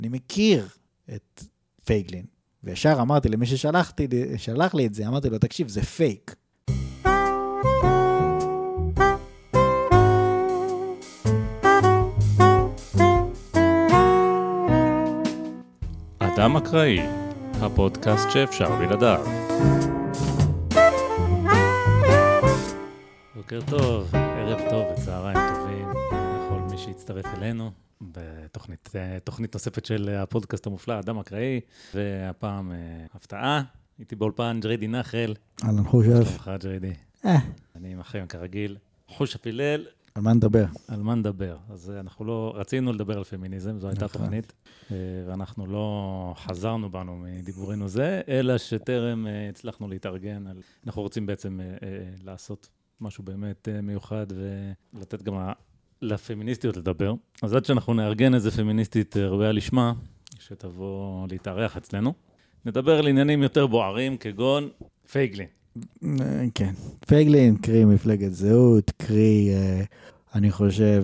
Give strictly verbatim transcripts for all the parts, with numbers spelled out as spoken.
אני מכיר את פייגלין. וישר אמרתי למי ששלחתי, שלח לי את זה, אמרתי לו, תקשיב, זה פייק. אדם אקראי, הפודקאסט שאפשר בלעדיו. בוקר טוב, ערב טוב וצהריים טובים לכל מי שהצטרף אלינו בתוכנית תוכנית נוספת של הפודקאסט המופלא, אדם אקראי, והפעם הפתעה, איתי באולפן ג'ריידי נחל. אהלן חושב. שלומך ג'ריידי. אני עמכם כרגיל. חוש הפילל. על מה נדבר? על מה נדבר. אז אנחנו לא, רצינו לדבר על פמיניזם, זו הייתה תוכנית, ואנחנו לא חזרנו בנו מדיבורנו זה, אלא שטרם הצלחנו להתארגן. אנחנו רוצים בעצם לעשות משהו באמת מיוחד, ולתת גם לפמיניסטיות לדבר. אז עד שאנחנו נארגן איזה פמיניסטית ראויה לשמה, שתבוא להתארח אצלנו, נדבר על עניינים יותר בוערים, כגון פייגלין. כן, פייגלין, קרי מפלגת זהות, קרי, אני חושב,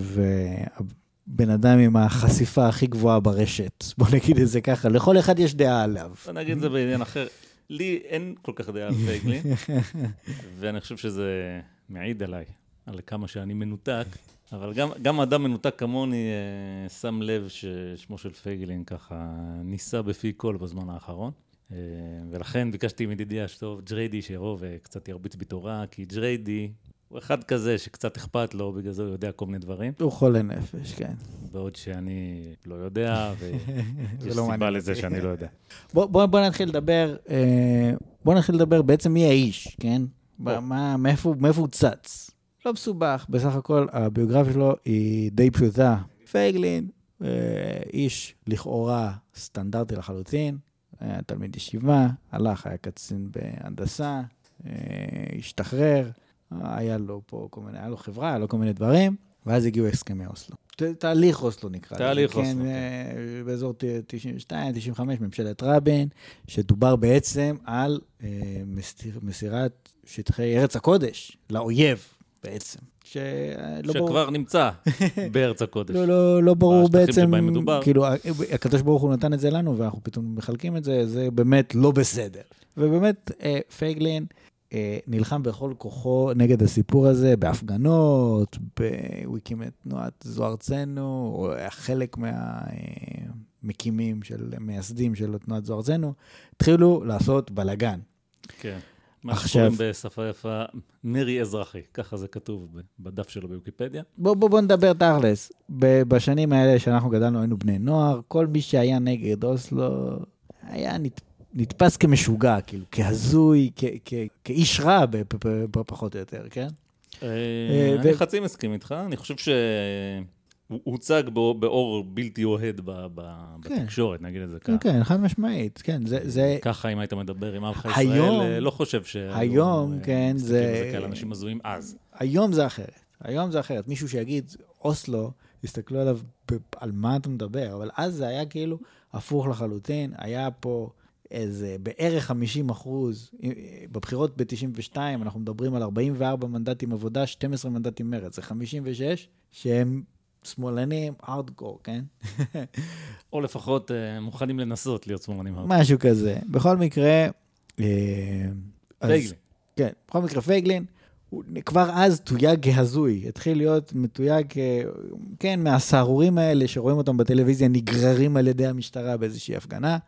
בן אדם עם החשיפה הכי גבוהה ברשת. בוא נגיד את זה ככה, לכל אחד יש דעה עליו. בוא נגיד את זה בעניין אחר. לי אין כל כך דעה על פייגלין, ואני חושב שזה מעיד עליי, על כמה שאני מנותק, אבל גם, גם אדם מנותק כמוני שם לב ששמו של פייגלין ככה ניסה בפי כל בזמן האחרון. ולכן ביקשתי מדידי השטוב ג'ריידי שירו וקצת ירביץ בתורה, כי ג'ריידי הוא אחד כזה שקצת אכפת לו, בגלל זה הוא יודע כל מיני דברים. הוא חולה נפש, כן. בעוד שאני לא יודע, ויש סיבה לזה שאני לא יודע. בוא, בוא, בוא נתחיל לדבר, בוא נתחיל לדבר בעצם מי האיש, כן? מה, מאיפה, מאיפה הוא צץ? לא מסובך, בסך הכל הביוגרפיה שלו היא די פשוטה. פייגלין, איש לכאורה סטנדרטי לחלוטין, היה תלמיד ישיבה, הלך, היה קצין בהנדסה, השתחרר, היה לו פה כל מיני, היה לו חברה, היה לו כל מיני דברים, ואז הגיעו הסכמי אוסלו. תהליך אוסלו נקרא. תהליך אוסלו, כן. באזור תשעים ושתיים תשעים וחמש, ממשלת רבין, שדובר בעצם על מסירת שטחי ארץ הקודש לאויב בעצם. שכבר נמצא בארץ הקודש. לא, לא, לא ברור בעצם, כאילו, הקדוש ברוך הוא נתן את זה לנו, ואנחנו פתאום מחלקים את זה, זה באמת לא בסדר. ובאמת, פייגלין נלחם בכל כוחו נגד הסיפור הזה, בהפגנות, הוא הקים את תנועת זו ארצנו, או היה חלק מהמקימים, מייסדים של תנועת זו ארצנו, התחילו לעשות בלגן. כן. מה שקוראים בשפה יפה, מרי אזרחי, ככה זה כתוב בדף שלו בוויקיפדיה. בוא, בוא, בוא נדבר תכלס. בשנים האלה שאנחנו גדלנו, היינו בני נוער, כל מי שהיה נגד אוסלו, היה נתפס כמשוגע, כאילו, כהזוי, כאיש רע, פחות או יותר, כן? אני חצי מסכים איתך, אני חושב ש... הוא הוצג באור בלתי אוהד בתקשורת, נגיד את זה ככה. כן, חד משמעית, כן. ככה אם היית מדבר עם עמך ישראל, לא חושב היום, כן, זה... כאלה אנשים מזוהים אז. היום זה אחרת. היום זה אחרת. מישהו שיגיד, אוסלו, יסתכלו עליו על מה אתה מדבר, אבל אז זה היה כאילו הפוך לחלוטין. היה פה איזה בערך חמישים אחוז, בבחירות ב-תשעים ושתיים, אנחנו מדברים על ארבעים וארבעה מנדטים עבודה, שנים עשר מנדטים מרץ. זה חמישים ושש שהם... שמאלנים, ארדקור, כן? או לפחות מוכנים לנסות להיות שמאלנים ארדקור. משהו כזה. בכל מקרה... פייגלין. כן, בכל מקרה פייגלין, הוא כבר אז תויג כהזוי. התחיל להיות מתויג, כן, מהסהרורים האלה שרואים אותם בטלוויזיה, נגררים על ידי המשטרה באיזושהי הפגנה.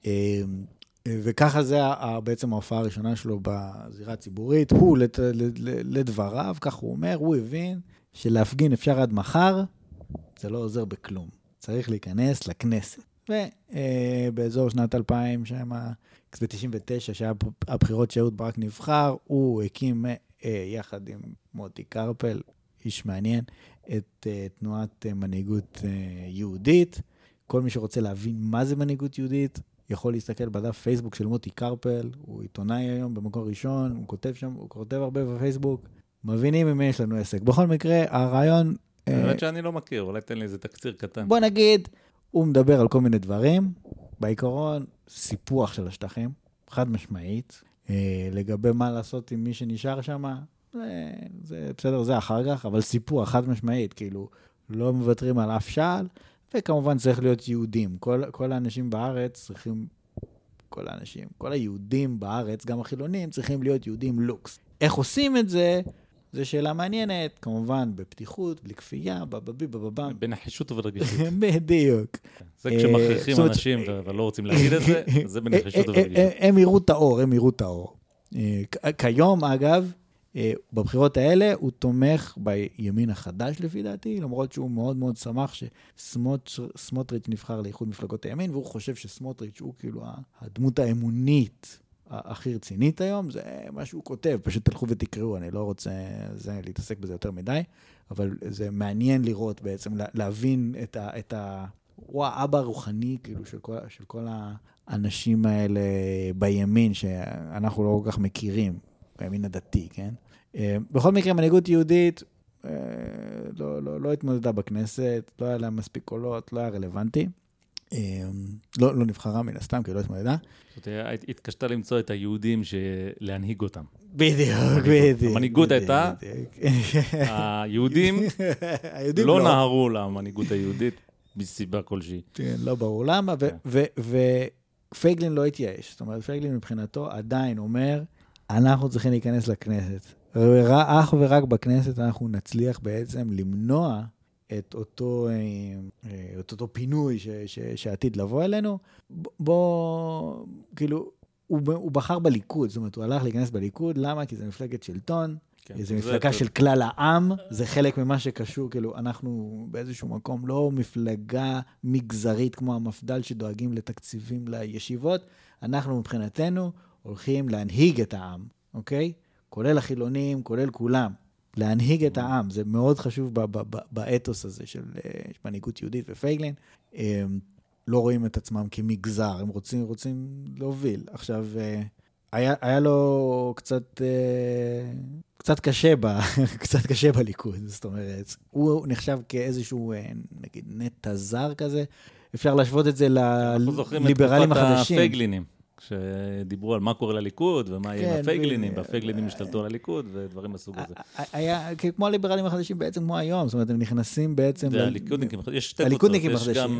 וככה זה בעצם ההופעה הראשונה שלו בזירה הציבורית. הוא, לדבריו, כך הוא אומר, הוא הבין שלהפגין אפשר עד מחר, זה לא עוזר בכלום. צריך להיכנס לכנסת. ובאזור שנת אלפיים, שמה, ב-תשעים ותשע, שהיה הבחירות שאהוד ברק נבחר, הוא הקים יחד עם מוטי קרפל, איש מעניין, את תנועת מנהיגות יהודית. כל מי שרוצה להבין מה זה מנהיגות יהודית, יכול להסתכל בדף פייסבוק של מוטי קרפל, הוא עיתונאי היום במקור ראשון, הוא כותב שם, הוא כותב הרבה בפייסבוק, מבינים אם יש לנו עסק. בכל מקרה, הרעיון... באמת שאני לא מכיר, אולי תן לי איזה תקציר קטן. בוא נגיד, הוא מדבר על כל מיני דברים, בעיקרון, סיפוח של השטחים, חד משמעית, לגבי מה לעשות עם מי שנשאר שם, זה, זה בסדר, זה אחר כך, אבל סיפוח חד משמעית, כאילו, לא מוותרים על אף שעל, וכמובן צריך להיות יהודים. כל, כל האנשים בארץ צריכים, כל האנשים, כל היהודים בארץ, גם החילונים, צריכים להיות יהודים לוקס. איך עושים את זה? זו שאלה מעניינת, כמובן, בפתיחות, בלי כפייה, בבבי, בבבם. בנחישות וברגישות. בדיוק. זה כשמכריחים אנשים ולא רוצים להגיד את זה, זה בנחישות וברגישות. הם יראו את האור, הם יראו את האור. כיום, אגב, בבחירות האלה, הוא תומך בימין החדש, לפי דעתי, למרות שהוא מאוד מאוד שמח שסמוטריץ' נבחר לאיחוד מפלגות הימין, והוא חושב שסמוטריץ' הוא כאילו הדמות האמונית הכי רצינית היום, זה מה שהוא כותב, פשוט תלכו ותקראו, אני לא רוצה זה, להתעסק בזה יותר מדי, אבל זה מעניין לראות בעצם, להבין את ה... את ה הוא האבא הרוחני, כאילו, של כל, של כל האנשים האלה בימין, שאנחנו לא כל כך מכירים, בימין הדתי, כן? בכל מקרה, מנהיגות יהודית, לא, לא, לא התמודדה בכנסת, לא היה לה מספיק קולות, לא היה רלוונטי. לא, לא נבחרה מן הסתם, כי לא התמודדה. זאת אומרת, התקשתה למצוא את היהודים להנהיג אותם. בדיוק, בדיוק. המנהיגות הייתה, היהודים לא נהרו למנהיגות היהודית בסיבה כלשהי. כן, לא ברור למה, ופייגלין לא התייאש. זאת אומרת, פייגלין מבחינתו עדיין אומר, אנחנו צריכים להיכנס לכנסת. אך ורק בכנסת אנחנו נצליח בעצם למנוע את אותו, את אותו פינוי ש, ש, שעתיד לבוא אלינו. בוא, כאילו, הוא, הוא בחר בליכוד, זאת אומרת, הוא הלך להיכנס בליכוד, למה? כי זה מפלגת שלטון, כן, זה מפלגה של כלל העם, זה חלק ממה שקשור, כאילו, אנחנו באיזשהו מקום לא מפלגה מגזרית כמו המפד"ל שדואגים לתקציבים לישיבות, אנחנו מבחינתנו הולכים להנהיג את העם, אוקיי? כולל החילונים, כולל כולם. להנהיג את העם, זה מאוד חשוב באתוס הזה של מנהיגות יהודית ופייגלין. לא רואים את עצמם כמגזר, הם רוצים, רוצים להוביל. עכשיו, היה, היה לו קצת, קצת קשה ב, קצת קשה בליכוד, זאת אומרת, הוא נחשב כאיזשהו, נגיד, נטע זר כזה. אפשר להשוות את זה לליברלים החדשים. אנחנו זוכרים את הפייגלינים. כשדיברו על מה קורה לליכוד, ומה יהיה עם הפייגלינים, והפייגלינים השתלטו על הליכוד, ודברים מסוג הזה. היה, כמו הליברלים החדשים בעצם כמו היום, זאת אומרת, הם נכנסים בעצם... הליכודניקים, יש שתי קבוצות, יש גם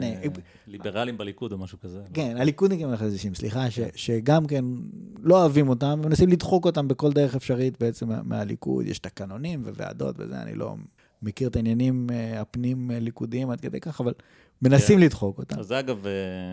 ליברלים בליכוד או משהו כזה. כן, הליכודניקים החדשים, סליחה, שגם כן לא אוהבים אותם, ומנסים לדחוק אותם בכל דרך אפשרית בעצם מהליכוד, יש תקנונים וועדות וזה, אני לא מכיר את העניינים הפנים ליכודיים עד כדי כך, אבל מנסים לדחוק אותם. אז אגב,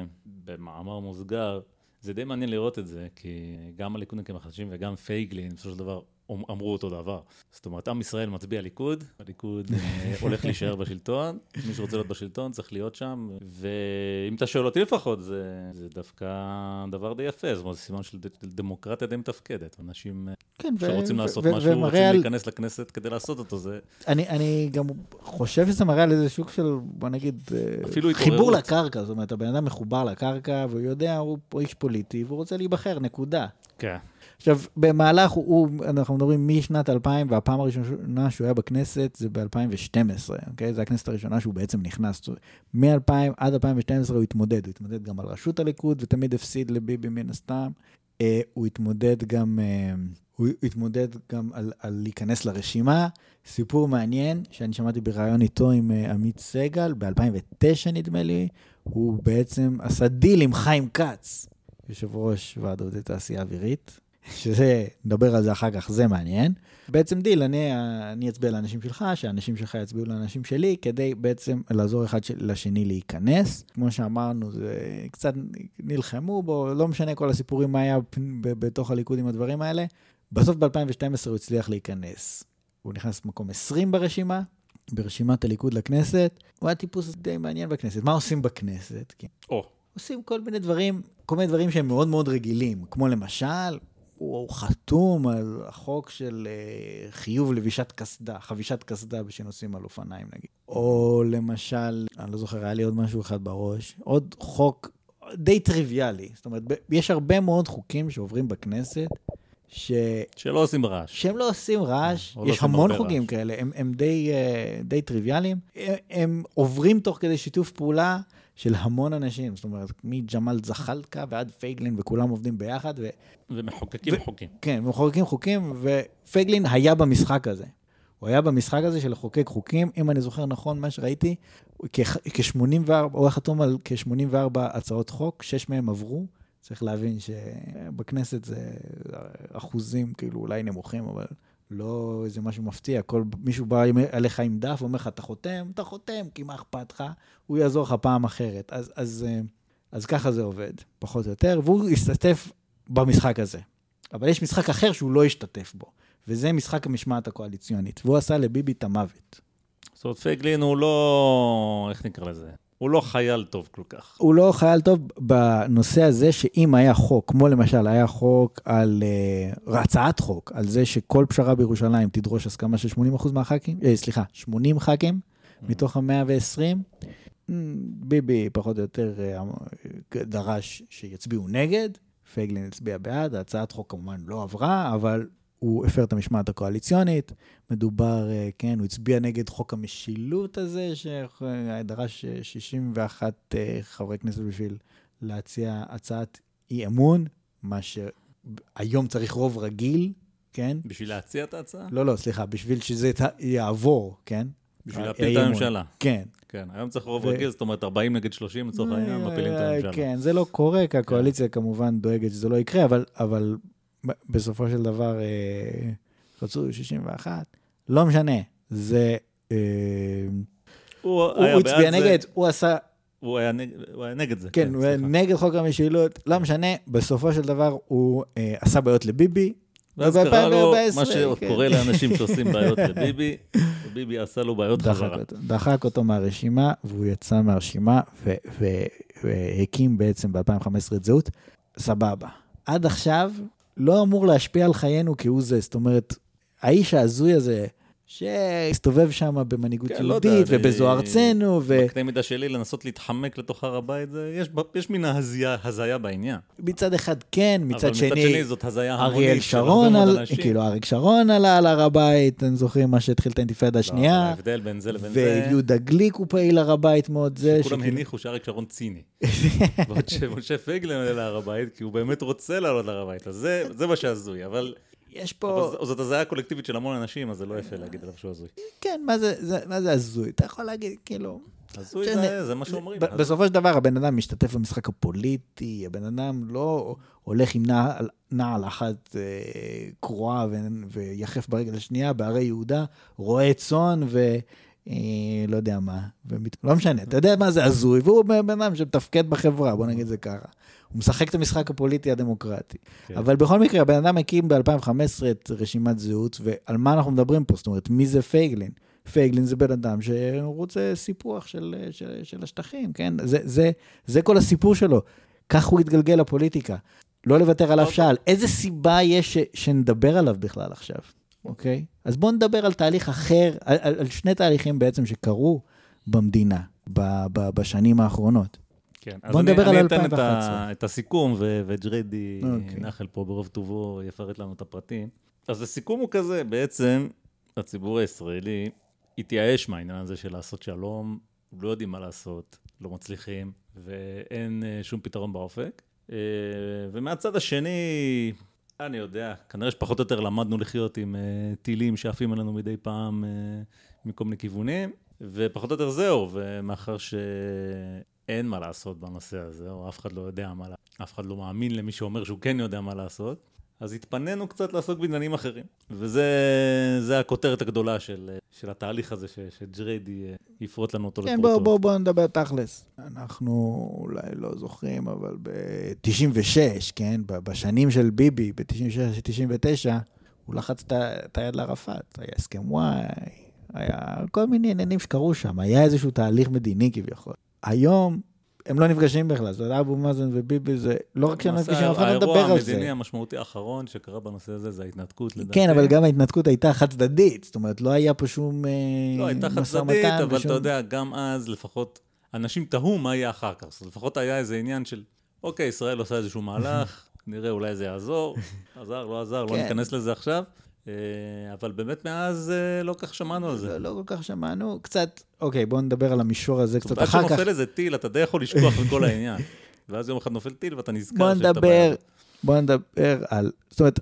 במאמר מוסגר, זה די מעניין לראות את זה, כי גם הליכודניקים החדשים וגם פייגלין, בסופו של דבר, אמרו אותו דבר. זאת אומרת, עם ישראל מצביע ליכוד, הליכוד הולך להישאר בשלטון, מי שרוצה להיות בשלטון צריך להיות שם, ואם אתה שואל אותי לפחות, זה, זה דווקא דבר די יפה, זאת אומרת, זה סימן של דמוקרטיה די מתפקדת, אנשים כן, שרוצים ו- לעשות ו- משהו, רוצים על... להיכנס לכנסת כדי לעשות אותו, זה... אני, אני גם חושב שזה מראה על איזה שוק של, בוא נגיד, חיבור לקרקע, זאת אומרת, הבן אדם מחובר לקרקע, והוא יודע, הוא איש פוליטי, והוא רוצה להיבחר, נקודה. כן. עכשיו, במהלך, הוא, אנחנו מדברים משנת אלפיים, והפעם הראשונה שהוא היה בכנסת, זה ב-אלפיים ושתים עשרה, אוקיי? זו הכנסת הראשונה שהוא בעצם נכנס. מ-אלפיים עד אלפיים ושתים עשרה הוא התמודד, הוא התמודד גם על ראשות הליכוד, ותמיד הפסיד לביבי מן הסתם. אה, הוא התמודד גם, אה, הוא התמודד גם על, על להיכנס לרשימה. סיפור מעניין, שאני שמעתי ברעיון איתו עם אה, עמית סגל, ב-אלפיים ותשע נדמה לי, הוא בעצם עשה דיל עם חיים כץ, יושב ראש ועד עובדי תעשייה אווירית. שזה, נדבר על זה אחר כך, זה מעניין. בעצם דיל, אני, אני אצביע לאנשים שלך, שהאנשים שלך יצביעו לאנשים שלי, כדי בעצם לעזור אחד לשני להיכנס. כמו שאמרנו, זה קצת נלחמו בו, לא משנה כל הסיפורים מה היה בתוך הליכוד עם הדברים האלה. בסוף ב-אלפיים ושתים עשרה הוא הצליח להיכנס. הוא נכנס במקום עשרים ברשימה, ברשימת הליכוד לכנסת. הוא היה טיפוס די מעניין בכנסת. מה עושים בכנסת? או. עושים כל מיני דברים, כל מיני דברים שהם מאוד מאוד רגילים, כמו למשל, הוא חתום על החוק של uh, חיוב לבישת קסדה, חבישת קסדה בשנוסעים על אופניים נגיד. או למשל, אני לא זוכר, היה לי עוד משהו אחד בראש, עוד חוק די טריוויאלי. זאת אומרת, יש הרבה מאוד חוקים שעוברים בכנסת, ש... שלא עושים רעש. שהם לא עושים רעש, יש המון חוקים רעש. כאלה, הם, הם די, uh, די טריוויאליים. הם, הם עוברים תוך כדי שיתוף פעולה, של המון אנשים, זאת אומרת, מג'מאל זחאלקה ועד פייגלין, וכולם עובדים ביחד. ו... ומחוקקים ו... חוקים. כן, מחוקקים חוקים, ופייגלין היה במשחק הזה. הוא היה במשחק הזה של לחוקק חוקים, אם אני זוכר נכון מה שראיתי, כ-שמונים וארבע, הוא היה חתום על כ-שמונים וארבע הצעות חוק, שש מהם עברו, צריך להבין שבכנסת זה אחוזים כאילו אולי נמוכים, אבל לא איזה משהו מפתיע, כל מישהו בא עליך עם דף, ואומר לך, אתה חותם, אתה חותם, כי מה אכפת לך, הוא יעזור לך פעם אחרת. אז, אז, אז ככה זה עובד, פחות או יותר, והוא ישתתף במשחק הזה. אבל יש משחק אחר שהוא לא ישתתף בו, וזה משחק המשמעת הקואליציונית, והוא עשה לביבי את המוות. זאת אומרת, פייגלין הוא לא, איך נקרא לזה? הוא לא חייל טוב כל כך. הוא לא חייל טוב בנושא הזה, שאם היה חוק, כמו למשל היה חוק על, uh, הצעת חוק, על זה שכל פשרה בירושלים תדרוש הסכמה של שמונים אחוז מהח"כים, אה, סליחה, שמונים ח"כים, mm. מתוך ה-מאה ועשרים, ביבי פחות או יותר uh, דרש שיצביעו נגד, פייגלין הצביע בעד, הצעת חוק כמובן לא עברה, אבל הוא הפר את המשמעת הקואליציונית, מדובר, כן, הוא הצביע נגד חוק המשילות הזה, שדרש שישים ואחד חברי כנסת בשביל להציע הצעת אי אמון, מה שהיום צריך רוב רגיל, כן? בשביל להציע את ההצעה? לא, לא, סליחה, בשביל שזה יעבור, כן? בשביל להפיל את הממשלה. כן. כן, היום צריך רוב רגיל, זאת אומרת ארבעים נגד שלושים, לצורך העניין, מפילים את הממשלה. כן, זה לא קורה, כי הקואליציה כמובן דואגת שזה לא יקרה, אבל, אבל בסופו של דבר רצו שישים ואחת, לא משנה, זה, הוא הצביע נגד, הוא עשה, הוא היה נגד זה. כן, הוא היה נגד חוק המשילות, לא משנה, בסופו של דבר הוא עשה בעיות לביבי, ואז קרה לו מה שעוד קורה לאנשים שעושים בעיות לביבי, וביבי עשה לו בעיות חזרה. דחק אותו מהרשימה, והוא יצא מהרשימה, והקים בעצם ב-אלפיים וחמש עשרה את זהות, סבבה. עד עכשיו לא אמור להשפיע על חיינו כהוא זה, זאת אומרת, האיש ההזוי הזה, שהסתובב שם במנהיגות יהודית, ובזו ארצנו, ו... בקנה מידה שלי לנסות להתחמק לתוך הר הבית, יש מן ההזיה בעניין. מצד אחד כן, מצד שני... אבל מצד שני זאת הזיה המונית. אריאל שרון, כאילו אריק שרון עלה על הר הבית, אתם זוכרים מה שהתחיל את האינתיפאדה השנייה. ההבדל בין זה לבין זה... ויהודה גליק הוא פעיל הר הבית מאוד זה. שכולם הניחו שאריק שרון ציני. ועוד שמשה פייגלין עלה להר הבית, כי הוא באמת רוצה לעלות להר הבית. אז זה מה שהזוי, אבל... יש פה... אבל זאת הזיה קולקטיבית של המון אנשים, אז זה לא יפה להגיד עליו שהוא הזוי. כן, מה זה, מה זה הזוי? אתה יכול להגיד, כאילו... הזוי זה, זה מה שאומרים. בסופו של דבר, הבן אדם משתתף במשחק הפוליטי, הבן אדם לא הולך עם נעל אחת קרועה ויחף ברגל השנייה, בערי יהודה, רואה צאן ולא יודע מה. לא משנה, אתה יודע מה זה הזוי, והוא בן אדם שמתפקד בחברה, בוא נגיד זה ככה. הוא משחק את המשחק הפוליטי הדמוקרטי. כן. אבל בכל מקרה, הבן אדם הקים ב-אלפיים וחמש עשרה את רשימת זהות, ועל מה אנחנו מדברים פה? זאת אומרת, מי זה פייגלין? פייגלין זה בן אדם שרוצה סיפוח של, של, של השטחים, כן? זה, זה, זה כל הסיפור שלו. כך הוא התגלגל לפוליטיקה. לא לוותר עליו שעל. איזה סיבה יש ש, שנדבר עליו בכלל עכשיו? אוקיי? אז בואו נדבר על תהליך אחר, על, על, על שני תהליכים בעצם שקרו במדינה, ב, ב, בשנים האחרונות. כן, אז אני, אני אתן את, ה, את הסיכום, ו, וג'רדי okay. נחל פה ברוב טובו יפרט לנו את הפרטים. אז הסיכום הוא כזה, בעצם הציבור הישראלי התייאש מהעניין הזה של לעשות שלום, לא יודעים מה לעשות, לא מצליחים, ואין שום פתרון באופק. ומהצד השני, אני יודע, כנראה שפחות או יותר למדנו לחיות עם טילים שעפים עלינו מדי פעם מכל מיני כיוונים, ופחות או יותר זהו, ומאחר ש... אין מה לעשות בנושא הזה, או אף אחד לא יודע מה לעשות, אף אחד לא מאמין למי שאומר שהוא כן יודע מה לעשות, אז התפנינו קצת לעסוק בעניינים אחרים. וזה הכותרת הגדולה של, של התהליך הזה, ש, שג'ריידי יפרוט לנו אותו כן, לפרוטות. בואו בוא, בוא נדבר תכלס. אנחנו אולי לא זוכרים, אבל ב-תשעים ושש, כן, בשנים של ביבי, ב-תשעים ושש תשעים ותשע, הוא לחץ את היד לערפאת, היה הסכם וואי, היה כל מיני עניינים שקרו שם, היה איזשהו תהליך מדיני כביכול. היום הם לא נפגשים בכלל, זאת אומרת, אבו מאזן וביבי זה, לא רק שהם נפגשים, אף אחד לא מדבר על זה. האירוע המדיני המשמעותי האחרון שקרה בנושא הזה, זה ההתנתקות לדעתי. כן, אבל גם ההתנתקות הייתה חד צדדית, זאת אומרת, לא היה פה שום משא ומתן. לא, הייתה חד צדדית, אבל אתה יודע, גם אז לפחות, אנשים תהו מה יהיה אחר כך, זאת אומרת, לפחות היה איזה עניין של, אוקיי, ישראל עושה איזשהו מהלך, נראה אולי זה יעזור, עזר, לא עזר, לא ניכנס לזה עכשיו. אבל באמת מאז לא כך שמענו על זה. לא כל כך שמענו, קצת, אוקיי, בואו נדבר על המישור הזה קצת אחר כך. עד שנופל איזה טיל, אתה די יכול לשכוח מכל העניין. ואז יום אחד נופל טיל ואתה נזכר בואו נדבר, בואו נדבר על, זאת אומרת,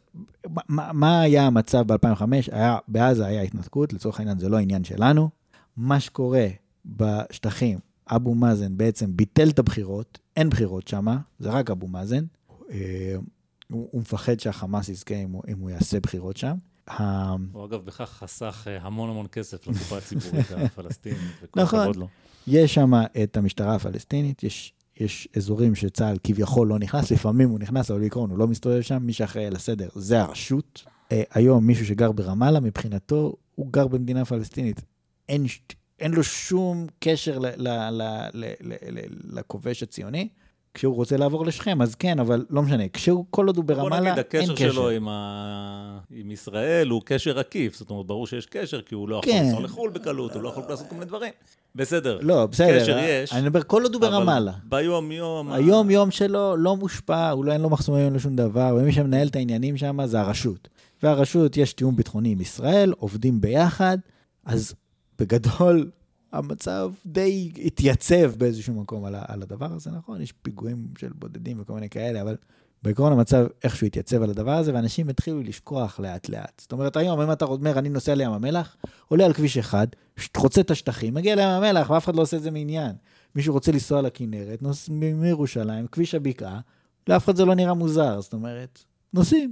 מה, מה היה המצב ב-אלפיים וחמש? היה, בעזה היה התנתקות, לצורך העניין זה לא עניין שלנו. מה שקורה בשטחים, אבו מאזן בעצם ביטל את הבחירות, אין בחירות שמה, זה רק אבו מאזן. הוא, הוא מפחד שהחמאס יזכה אם הוא, אם הוא יעשה בחירות שם. הוא אגב בכך חסך המון המון כסף לקופה הציבורית הפלסטינית, וכל נכון. כבוד לו. יש שם את המשטרה הפלסטינית, יש, יש אזורים שצה"ל כביכול לא נכנס, לפעמים הוא נכנס, אבל בעיקרון הוא לא מסתובב שם, מי שאחראי לסדר זה הרשות. היום מישהו שגר ברמאללה, מבחינתו הוא גר במדינה פלסטינית. אין, אין לו שום קשר ל, ל, ל, ל, ל, ל, לכובש הציוני. כשהוא רוצה לעבור לשכם, אז כן, אבל לא משנה. כשהוא כל עוד הוא ברמאללה, אין קשר. בוא נגיד, הקשר שלו עם, ה... עם ישראל הוא קשר עקיף. זאת אומרת, ברור שיש קשר, כי הוא לא יכול לנסוע לחול בקלות, הוא לא יכול לעשות כל מיני דברים. בסדר. לא, בסדר. קשר יש. אני מדבר, כל עוד הוא ברמאללה. ביום יום... היום יום שלו לא מושפע, אולי אין לו מחסומים לשום דבר, ומי שמנהל את העניינים שם זה הרשות. והרשות, יש תיאום ביטחוני עם ישראל, עובדים ביחד, אז בגדול... המצב די התייצב באיזשהו מקום על, על הדבר הזה, נכון? יש פיגועים של בודדים וכל מיני כאלה, אבל בעקרון המצב איכשהו התייצב על הדבר הזה, ואנשים התחילו לשכוח לאט לאט. זאת אומרת, היום, אם אתה אומר, אני נוסע לים המלח, עולה על כביש אחד, חוצה את השטחים, מגיע לים המלח, ואף אחד לא עושה את זה מעניין. מישהו רוצה לנסוע לכנרת, נוס מירושלים, כביש הבקעה, לאף אחד זה לא נראה מוזר, זאת אומרת, נוסעים.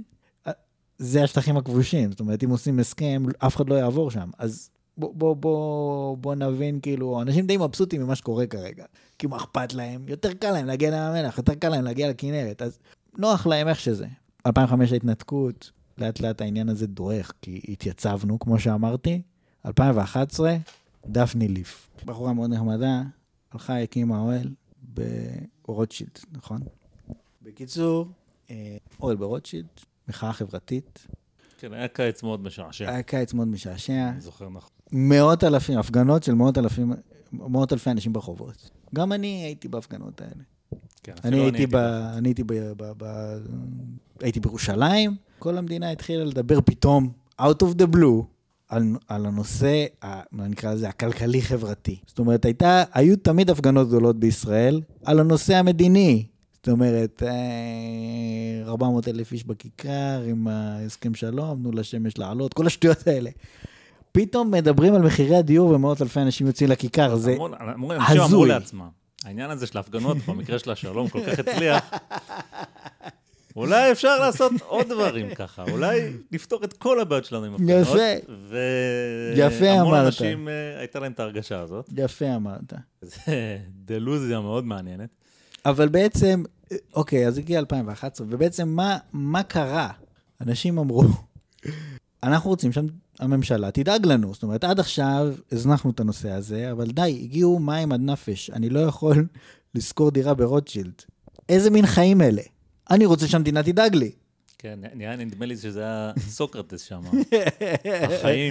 זה השטחים הכבושים, זאת אומרת, אם עושים הסכם, אף אחד לא יעבור שם, אז בוא, בוא, בוא, בוא נבין, כאילו, אנשים די מבסוטים ממה שקורה כרגע, כי מה אכפת להם, יותר קל להם להגיע לים המלח, יותר קל להם להגיע לכנרת, אז נוח להם איך שזה. אלפיים וחמש ההתנתקות, לאט לאט העניין הזה דורך, כי התייצבנו, כמו שאמרתי, אלפיים ואחת עשרה, דפני ליף. בחורה מאוד נחמדה, הלכה, הקימה אוהל ברוטשילד, נכון? בקיצור, אוהל ברוטשילד, מחאה חברתית. כן, היה קיץ מאוד משעשע. היה קיץ מאוד משעשע. אני זוכר נכון. מאות אלפים, הפגנות של מאות אלפים, מאות אלפי אנשים ברחובות. גם אני הייתי בהפגנות האלה. כן, אני הייתי ב... אני הייתי ב... הייתי בירושלים. כל המדינה התחילה לדבר פתאום, out of the blue, על, על הנושא, מה נקרא לזה, הכלכלי-חברתי. זאת אומרת, הייתה, היו תמיד הפגנות גדולות בישראל על הנושא המדיני. זאת אומרת, ארבע מאות אלף איש בכיכר, עם ההסכם שלום, תנו לשמש לעלות, כל השטויות האלה. פתאום מדברים על מחירי הדיור, ומאות אלפי אנשים יוצאים לכיכר, זה הזוי. אנשים אמרו לעצמם, העניין הזה של ההפגנות, במקרה של השלום, כל כך הצליח, אולי אפשר לעשות עוד דברים ככה, אולי נפתור את כל הבעיות שלנו עם הפגנות. יפה. יפה אמרת. והמון אנשים, הייתה להם את ההרגשה הזאת. יפה אמרת. זה דלוזיה מאוד מעניינת. אבל בעצם, אוקיי, אז הגיע אלפיים ואחת עשרה, ובעצם מה, מה קרה? אנשים אמרו, אנחנו רוצים שהממשלה תדאג לנו, זאת אומרת, עד עכשיו הזנחנו את הנושא הזה, אבל די, הגיעו מים עד נפש, אני לא יכול לזכור דירה ברוטשילד. איזה מין חיים אלה? אני רוצה שהמדינה תדאג לי. כן, נדמה לי שזה היה סוקרטס שם. החיים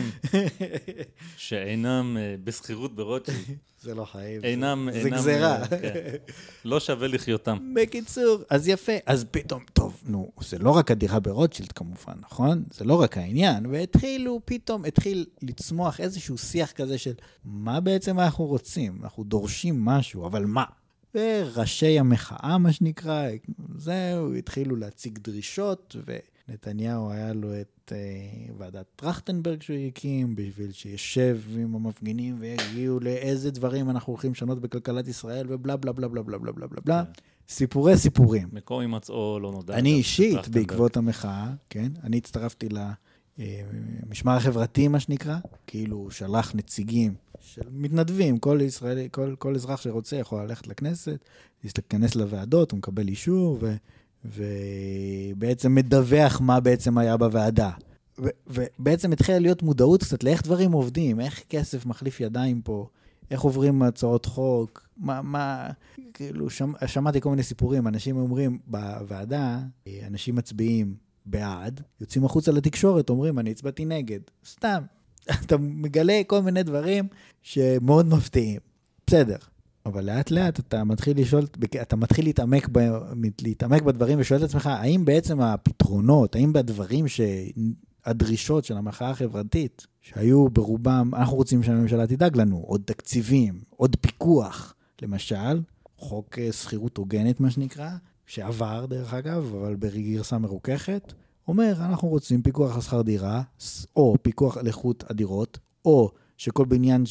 שאינם בסחירות ברוטשילד. זה לא חיים, אינם, זה גזרה. כן. לא שווה לחיותם. בקיצור, אז יפה, אז פתאום, טוב, נו, זה לא רק הדירה ברוטשילד כמובן, נכון? זה לא רק העניין, והתחילו, פתאום התחיל לצמוח איזשהו שיח כזה של מה בעצם אנחנו רוצים? אנחנו דורשים משהו, אבל מה? וראשי המחאה, מה שנקרא, זהו, התחילו להציג דרישות, ונתניהו היה לו את uh, ועדת טרכטנברג שהוא הקים, בשביל שישב עם המפגינים ויגיעו לאיזה דברים אנחנו הולכים לשנות בכלכלת ישראל, ובלה בלה בלה בלה בלה בלה בלה בלה. סיפורי סיפורים. מקום הימצאו לא נודע. אני אישית, בעקבות המחאה, כן, אני הצטרפתי למשמר החברתי, מה שנקרא, כאילו שלח נציגים של מתנדבים, כל ישראלי, כל, כל אזרח שרוצה יכול ללכת לכנסת, להיכנס לוועדות, הוא מקבל אישור, ו, ובעצם מדווח מה בעצם היה בוועדה. ו, ובעצם התחילה להיות מודעות קצת לאיך דברים עובדים, איך כסף מחליף ידיים פה, איך עוברים הצעות חוק, מה, מה, כאילו, שמ, שמעתי כל מיני סיפורים, אנשים אומרים בוועדה, אנשים מצביעים בעד, יוצאים החוצה לתקשורת, אומרים, אני הצבעתי נגד, סתם. אתה מגלה כל מיני דברים שמאוד מפתיעים. בסדר. אבל לאט לאט אתה מתחיל לשאול, אתה מתחיל להתעמק, ב, להתעמק בדברים ושואל את עצמך, האם בעצם הפתרונות, האם בדברים שהדרישות של המחאה החברתית, שהיו ברובם, אנחנו רוצים שהממשלה תדאג לנו, עוד תקציבים, עוד פיקוח, למשל, חוק שכירות הוגנת מה שנקרא, שעבר דרך אגב, אבל בגרסה מרוככת, אומר, אנחנו רוצים פיקוח על שכר דירה, או פיקוח על איכות הדירות, או שכל בניין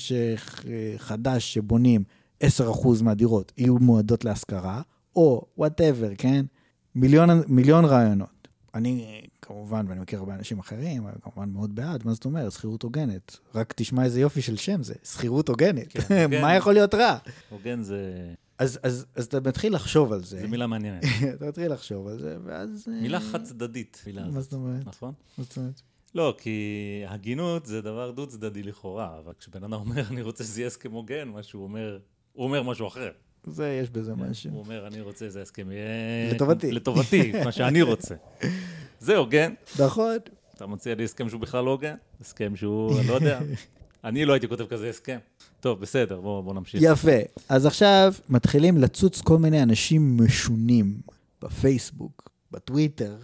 חדש שבונים עשרה אחוז מהדירות יהיו מועדות להשכרה, או whatever, כן? מיליון, מיליון רעיונות. אני, כמובן, ואני מכיר הרבה אנשים אחרים, אבל כמובן מאוד בעד, מה זאת אומרת? שכירות הוגנת. רק תשמע איזה יופי של שם זה, שכירות הוגנת. כן, מה יכול להיות רע? הוגן זה... אז, אז, אז אתה מתחיל לחשוב על זה. זה מילה מעניינת. אתה מתחיל לחשוב על זה, ואז... מילה חד צדדית. מה זאת אומרת? נכון? מה זאת אומרת? לא, כי הגינות זה דבר דו צדדי לכאורה, אבל כשבן אדם אומר, אני רוצה שזה יהיה הסכם הוגן, מה שהוא אומר, הוא אומר משהו אחר. זה, יש בזה משהו. הוא אומר, אני רוצה איזה הסכם יהיה... לטובתי. לטובתי, מה שאני רוצה. זה הוגן. נכון. אתה מציע לי הסכם שהוא בכלל לא הוגן? הסכם שהוא, אני לא יודע. אני לא הייתי כותב כזה הסכם. טוב, בסדר, בוא, בוא נמשיך. יפה. אז עכשיו מתחילים לצוץ כל מיני אנשים משונים בפייסבוק, בטוויטר,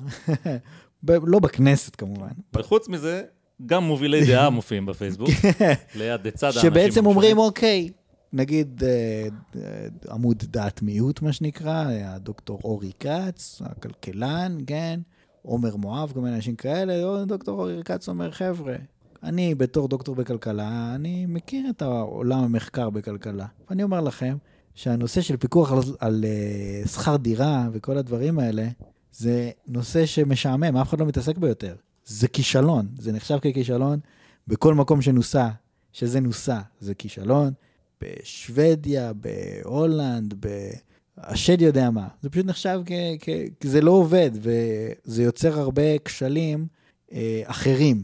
לא בכנסת כמובן. וחוץ מזה, גם מובילי דעה מופיעים בפייסבוק, ליד צד האנשים. שבעצם אומרים, אוקיי, נגיד עמוד דעת מיעוט, מה שנקרא, הדוקטור אורי קץ, הכלכלן, כן, עומר מואב, כל מיני אנשים כאלה, דוקטור אורי קץ אומר, חבר'ה, אני בתור דוקטור בכלכלה, אני מכיר את העולם המחקר בכלכלה. ואני אומר לכם שהנושא של פיקוח על, על uh, שכר דירה וכל הדברים האלה, זה נושא שמשעמם, אף אחד לא מתעסק ביותר. זה כישלון, זה נחשב ככישלון. בכל מקום שנוסע, שזה נוסע, זה כישלון. בשוודיה, בהולנד, השד יודע מה. זה פשוט נחשב כ... כ... כי זה לא עובד, וזה יוצר הרבה כשלים uh, אחרים.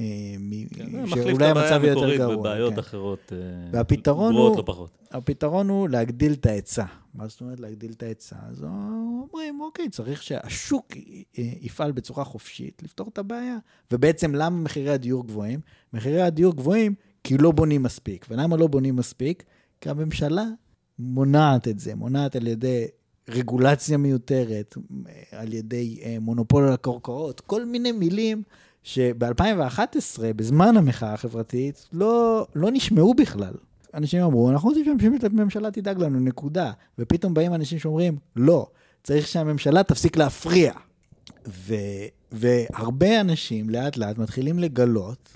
שאולי המצב יהיה יותר גרוע. בבעיות אחרות, גרועות לא פחות. הפתרון הוא להגדיל את ההיצע. מה זאת אומרת להגדיל את ההיצע? אז אומרים, אוקיי, צריך שהשוק יפעל בצורה חופשית, לפתור את הבעיה. ובעצם למה מחירי הדיור גבוהים? מחירי הדיור גבוהים כי לא בונים מספיק. ולמה לא בונים מספיק? כי הממשלה מונעת את זה, מונעת על ידי רגולציה מיותרת, על ידי מונופול על הקרקעות, כל מיני מילים שב-אלפיים ואחת עשרה, בזמן המחאה החברתית, לא, לא נשמעו בכלל. אנשים אמרו, אנחנו רוצים שהממשלה תדאג לנו, נקודה. ופתאום באים אנשים שאומרים, לא, צריך שהממשלה תפסיק להפריע. ו, והרבה אנשים לאט לאט מתחילים לגלות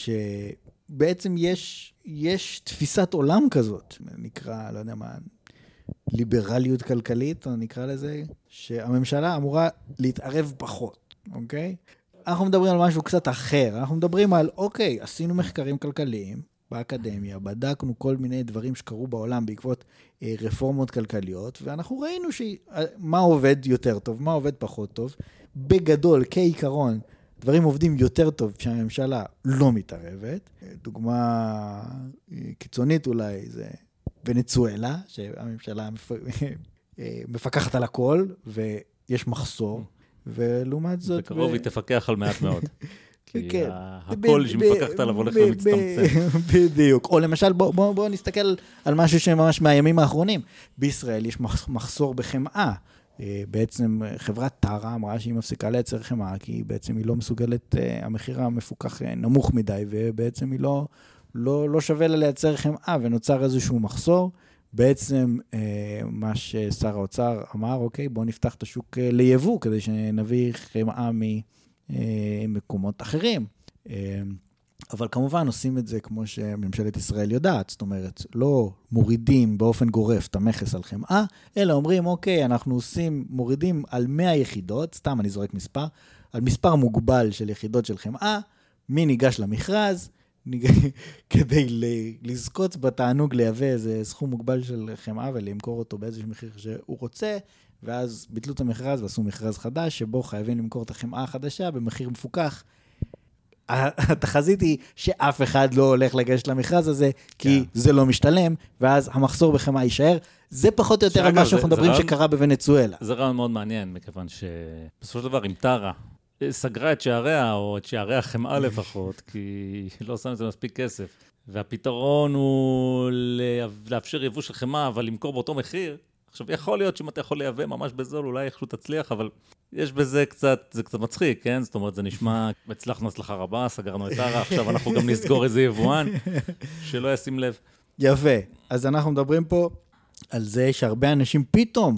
שבעצם יש, יש תפיסת עולם כזאת, נקרא, לא יודע מה, ליברליות כלכלית, או נקרא לזה, שהממשלה אמורה להתערב פחות, אוקיי? אנחנו מדברים על משהו קצת אחר, אנחנו מדברים על, אוקיי, עשינו מחקרים כלכליים באקדמיה, בדקנו כל מיני דברים שקרו בעולם בעקבות אה, רפורמות כלכליות, ואנחנו ראינו ש... מה עובד יותר טוב, מה עובד פחות טוב. בגדול, כעיקרון, דברים עובדים יותר טוב שהממשלה לא מתערבת. דוגמה קיצונית אולי זה ונצואלה, שהממשלה מפ... מפקחת על הכל, ויש מחסור. ולעומת זאת... בקרוב היא תפקח על מעט מאוד. כי הכל שמפקחת עליו הולך ומצטמצם. בדיוק. או למשל, בואו נסתכל על משהו שממש מהימים האחרונים. בישראל יש מחסור בחמאה. בעצם חברת טרה אמרה שהיא מפסיקה לייצר חמאה, כי בעצם היא לא מסוגלת, המחיר המפוקח נמוך מדי, ובעצם היא לא, לא, לא שווה לה לייצר חמאה, ונוצר איזשהו מחסור. בעצם מה ששר האוצר אמר, אוקיי, בואו נפתח את השוק ליבוא, כדי שנביא חמאה ממקומות אחרים. אבל כמובן עושים את זה כמו שממשלת ישראל יודעת, זאת אומרת, לא מורידים באופן גורף את המכס על חמאה, אלא אומרים, אוקיי, אנחנו עושים, מורידים על מאה יחידות, סתם אני זורק מספר, על מספר מוגבל של יחידות של חמאה, מי ניגש למכרז, כדי לזכות בתענוג לייבא איזה סכום מוגבל של חמאה ולמכור אותו באיזשהו מחיר שהוא רוצה, ואז ביטלו את המכרז ועשו מכרז חדש, שבו חייבים למכור את החמאה החדשה במחיר מפוקח. התחזית היא שאף אחד לא הולך לגשת למכרז הזה, כי זה לא משתלם, ואז המחסור בחמאה יישאר. זה פחות או יותר על מה שאנחנו מדברים שקרה בוונצואלה. זה רעיון מאוד מעניין, מכיוון שבסופו של דבר עם טרה, סגרה את שעריה, או את שערי החמאה לפחות, כי היא לא שמה את זה מספיק כסף. והפתרון הוא לאפשר יבוא של חמאה, אבל למכור באותו מחיר. עכשיו, יכול להיות שאם אתה יכול לייבא ממש בזול, אולי איכשהו תצליח, אבל יש בזה קצת, זה קצת מצחיק, כן? זאת אומרת, זה נשמע, הצלחנו הצלחה רבה, סגרנו את טרה, עכשיו אנחנו גם נסגור איזה יבואן, שלא ישים לב. יפה. אז אנחנו מדברים פה על זה שהרבה אנשים פתאום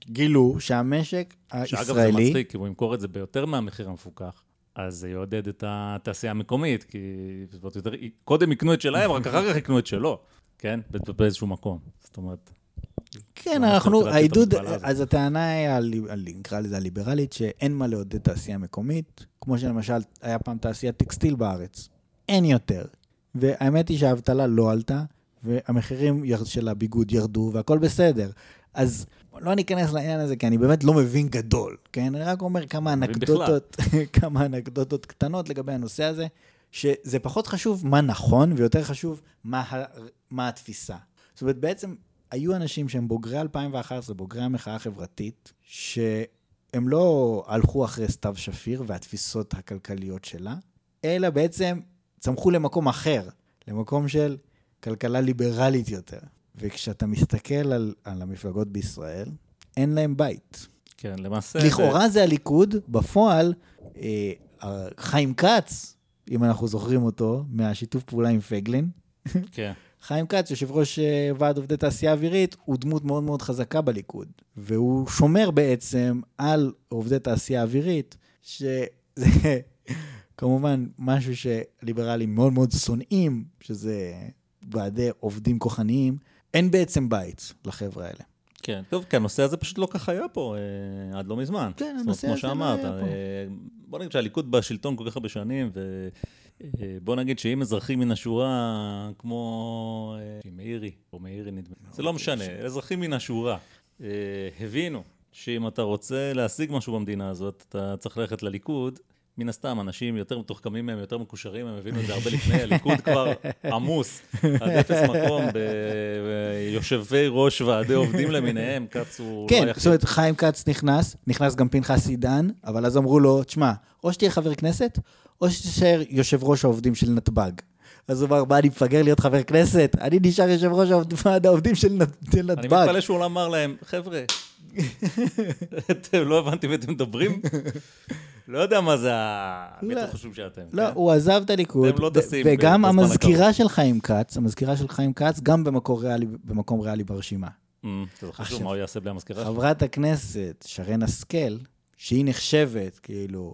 גילו שהמשק שאגב הישראלי... זה מצחיק, כי הוא ימכור את זה ביותר מהמחיר המפוקח, אז זה יעודד את התעשייה המקומית, כי יותר, קודם יקנו את שלהם, רק אחר כך יקנו את שלו, כן? באיזשהו מקום. זאת אומרת... כן, אנחנו, העידוד, אז הטענה היא, נקרא לזה הליברלית, שאין מה לעודד תעשייה מקומית, כמו שלמשל היה פעם תעשיית טקסטיל בארץ. אין יותר. והאמת היא שהאבטלה לא עלתה, והמחירים של הביגוד ירדו, והכל בסדר. אז לא ניכנס לעניין הזה, כי אני באמת לא מבין גדול, כן? אני רק אומר כמה אנקדוטות, כמה אנקדוטות קטנות לגבי הנושא הזה, שזה פחות חשוב מה נכון, ויותר חשוב מה, מה התפיסה. זאת אומרת, בעצם היו אנשים שהם בוגרי אלפיים ואחת עשרה, בוגרי המחאה החברתית, שהם לא הלכו אחרי סתיו שפיר והתפיסות הכלכליות שלה, אלא בעצם צמחו למקום אחר, למקום של כלכלה ליברלית יותר. וכשאתה מסתכל על, על המפלגות בישראל, אין להם בית. כן, למעשה... לכאורה זה הליכוד, בפועל, אה, חיים כץ, אם אנחנו זוכרים אותו, מהשיתוף פעולה עם פגלין, כן. חיים כץ, יושב ראש ועד עובדי תעשייה אווירית, הוא דמות מאוד מאוד חזקה בליכוד, והוא שומר בעצם על עובדי תעשייה אווירית, שזה כמובן משהו שליברלים מאוד מאוד שונאים, שזה ועדי עובדים כוחניים, אין בעצם בית לחבר'ה האלה. כן, טוב, כי הנושא הזה פשוט לא כך היה פה אה, עד לא מזמן. כן, הנושא הזה לא היה פה. אה, בוא נגיד שהליכוד בשלטון כל כך הרבה שנים, ובוא נגיד שאם אזרחים מן השורה, כמו אה, מאירי, או מאירי נדמה, זה לא משנה, אזרחים מן השורה, אה, הבינו שאם אתה רוצה להשיג משהו במדינה הזאת, אתה צריך ללכת לליכוד, מן הסתם, אנשים יותר מתוחכמים מהם, יותר מקושרים, הם הבינו את זה הרבה לפני, הליכוד כבר עמוס, עד אפס מקום, ביושבי ראש ועדי עובדים למיניהם, כץ הוא כן, לא יחד. זאת אומרת, חיים כץ נכנס, נכנס גם פנחס עידן, אבל אז אמרו לו, תשמע, או שתהיה חבר כנסת, או שתשאר יושב ראש העובדים של נתב"ג. אז הוא אמר, מה, אני מפגר להיות חבר כנסת? אני נשאר יושב ראש העובדים של נתב"ג. אני מתפלא שהוא אמר להם, חבר'ה, אתם לא הבנתם ואתם מדברים? לא יודע מה זה מי אתם חושבים שאתם. לא, הוא עזב את הליכוד, וגם המזכירה של חיים כץ, המזכירה של חיים כץ, גם במקום ריאלי ברשימה. זה חשוב, מה הוא יעשה בלי המזכירה? חברת הכנסת שרן השכל, שהיא נחשבת כאילו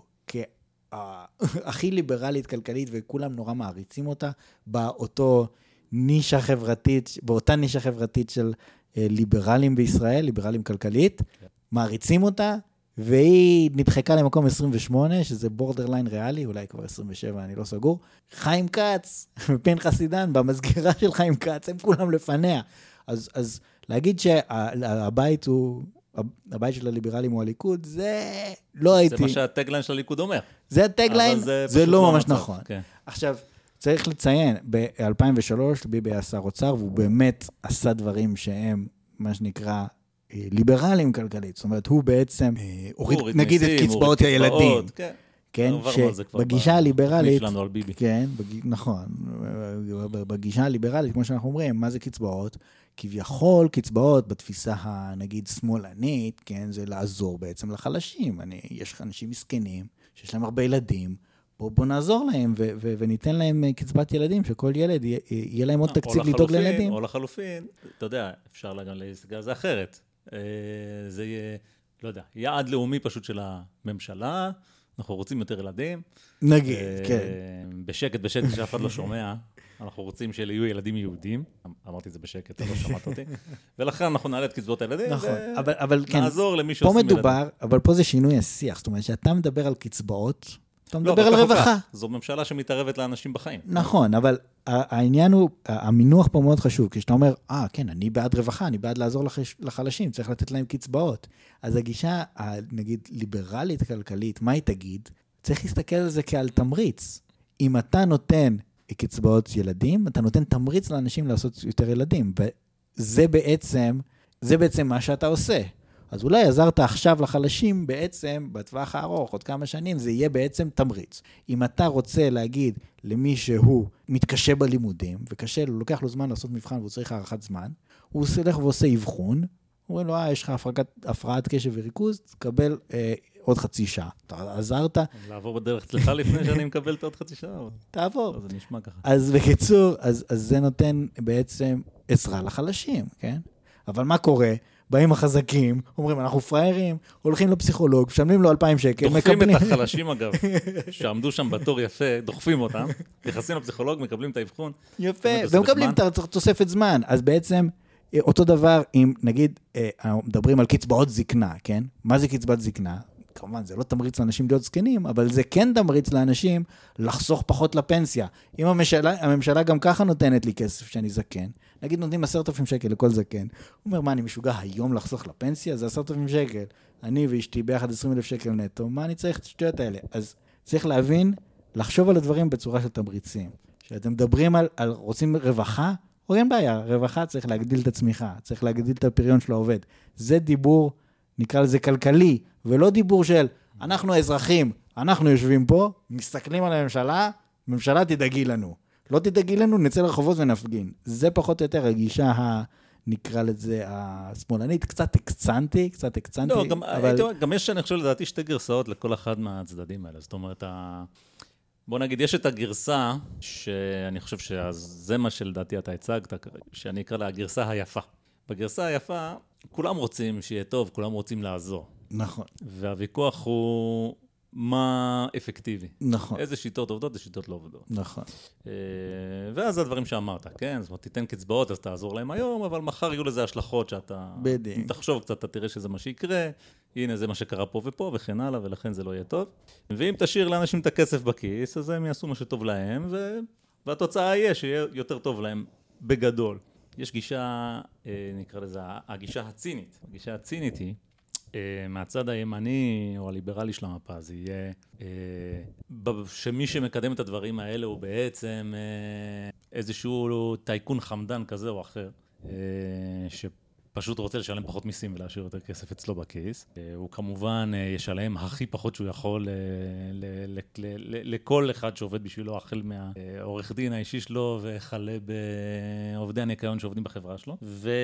הכי ליברלית כלכלית, וכולם נורא מעריצים אותה, באותו נישה חברתית, באותה נישה חברתית של ליברלים בישראל, ליברלים כלכלית, מעריצים אותה, והיא נדחקה למקום עשרים ושמונה, שזה בורדרליין ריאלי, אולי כבר עשרים ושבע, אני לא סגור. חיים כץ, פנחס עידן, במסגרה של חיים כץ, הם כולם לפניה. אז, אז להגיד שהבית הוא, הבית של הליברלים הוא הליכוד, זה לא הייתי... זה מה שהטגליין של הליכוד אומר. זה הטגליין, זה, זה לא ממש נכון. כן. עכשיו, צריך לציין, ב-אלפיים ושלוש, ביבי היה שר אוצר, והוא באמת עשה דברים שהם, מה שנקרא, ליברלים כלכלית. זאת אומרת, הוא בעצם הוריד, נגיד, את קצבאות הילדים. כן, שבגישה הליברלית, כן, נכון, בגישה הליברלית, כמו שאנחנו אומרים, מה זה קצבאות? כביכול, קצבאות בתפיסה הנגיד שמאלנית, כן, זה לעזור בעצם לחלשים. אני, יש אנשים מסכנים, שיש להם הרבה ילדים, בוא, בוא נעזור להם ו- ו- וניתן להם קצבת ילדים, שכל ילד יהיה, יהיה להם עוד תקציב לדאוג לילדים. או לחלופין, אתה יודע, אפשר גם להסגר זה אחרת. זה יהיה, לא יודע, יעד לאומי פשוט של הממשלה, אנחנו רוצים יותר ילדים. נגיד, כן. בשקט, בשקט, שאף אחד לא שומע, אנחנו רוצים שאלה יהיו ילדים יהודים, אמרתי את זה בשקט, אתה לא שמעת אותי, ולכן אנחנו נעלה את קצבאות הילדים, ונעזור למי שעושים ילדים. פה מדובר, אבל פה זה שינוי השיח, זאת אומרת שאתה מדבר על קצבאות, אתה מדבר על רווחה. זו ממשלה שמתערבת לאנשים בחיים. נכון, אבל העניין הוא, המינוח פה מאוד חשוב, כשאתה אומר, אה, כן, אני בעד רווחה, אני בעד לעזור לחלשים, צריך לתת להם קצבאות. אז הגישה, נגיד, ליברלית כלכלית, מה היא תגיד? צריך להסתכל על זה כעל תמריץ. אם אתה נותן קצבאות ילדים, אתה נותן תמריץ לאנשים לעשות יותר ילדים, וזה בעצם, זה בעצם מה שאתה עושה. אז אולי עזרת עכשיו לחלשים, בעצם, בטווח הארוך, עוד כמה שנים, זה יהיה בעצם תמריץ. אם אתה רוצה להגיד למי שהוא מתקשה בלימודים, וקשה לו, לוקח לו זמן לעשות מבחן, והוא צריך הערכת זמן, הוא הולך ועושה אבחון, אומרים לו, אה, יש לך הפרעת, הפרעת קשב וריכוז, תקבל אה, עוד חצי שעה. אתה עזרת? לעבור בדרך אצלך לפני שאני מקבל את עוד חצי שעה. תעבור. זה נשמע ככה. אז בקיצור, אז, אז זה נותן בעצם עזרה לחלשים, כן? אבל מה קורה? באים החזקים, אומרים, אנחנו פריירים, הולכים לפסיכולוג, משלמים לו אלפיים שקל, דוחפים את החלשים אגב, שעמדו שם בתור יפה, דוחפים אותם, נכנסים לפסיכולוג, מקבלים את האבחון. יפה, ומקבלים את תוספת זמן. אז בעצם, אותו דבר, אם נגיד, מדברים על קצבאות זקנה, כן? מה זה קצבת זקנה? כמובן, זה לא תמריץ לאנשים להיות זקנים, אבל זה כן תמריץ לאנשים לחסוך פחות לפנסיה. אם הממשלה, הממשלה גם ככה נותנת לי כסף שאני זקן, נגיד נותנים עשרת אלפים שקל לכל זקן, הוא אומר, מה, אני משוגע היום לחסוך לפנסיה? זה עשרת אלפים שקל. אני ואשתי ביחד עשרים אלף שקל נטו, מה אני צריך את השטויות האלה? אז צריך להבין, לחשוב על הדברים בצורה של תמריצים. שאתם מדברים על, על רוצים רווחה, או אין בעיה, רווחה צריך להגדיל את הצמיחה, צריך להגדיל את הפריון של העובד. זה דיבור, נקרא לזה כלכלי, ולא דיבור של, אנחנו האזרחים, אנחנו יושבים פה, מסתכלים על הממשלה, ממשלה תדאגי לנו. לא תדאגי לנו, נצא לרחובות ונפגין. זה פחות או יותר הגישה ה... נקרא לזה השמאלנית, קצת אקצנטי, קצת אקצנטי. לא, גם, אבל... גם יש, אני חושב, לדעתי, שתי גרסאות לכל אחד מהצדדים האלה. זאת אומרת, ה... בוא נגיד, יש את הגרסה, שאני חושב שזה מה שלדעתי אתה הצגת, שאני אקרא לה הגרסה היפה. בגרסה היפה, כולם רוצים שיהיה טוב, כולם רוצים לעזור. נכון. והוויכוח הוא מה אפקטיבי. נכון. איזה שיטות עובדות, איזה שיטות לא עובדות. נכון. ואז הדברים שאמרת, כן? זאת אומרת, תיתן קצבאות, אז תעזור להם היום, אבל מחר יהיו לזה השלכות שאתה... בדיוק. אם תחשוב קצת, אתה תראה שזה מה שיקרה, הנה זה מה שקרה פה ופה וכן הלאה, ולכן זה לא יהיה טוב. ואם תשאיר לאנשים את הכסף בכיס, אז הם יעשו מה שטוב להם, ו... והתוצאה יהיה שיהיה יותר טוב להם בגדול. יש גישה, נקרא לזה, הגישה הצינית. הגישה הצינית היא, מהצד הימני או הליברלי של המפה, זה יהיה שמי שמקדם את הדברים האלה הוא בעצם איזשהו טייקון חמדן כזה או אחר, שפשוט רוצה לשלם פחות מיסים ולהשאיר יותר כסף אצלו בכיס. הוא כמובן ישלם הכי פחות שהוא יכול לכל אחד שעובד בשבילו, החל מהעורך דין האישי שלו וכלה בעובדי הניקיון שעובדים בחברה שלו.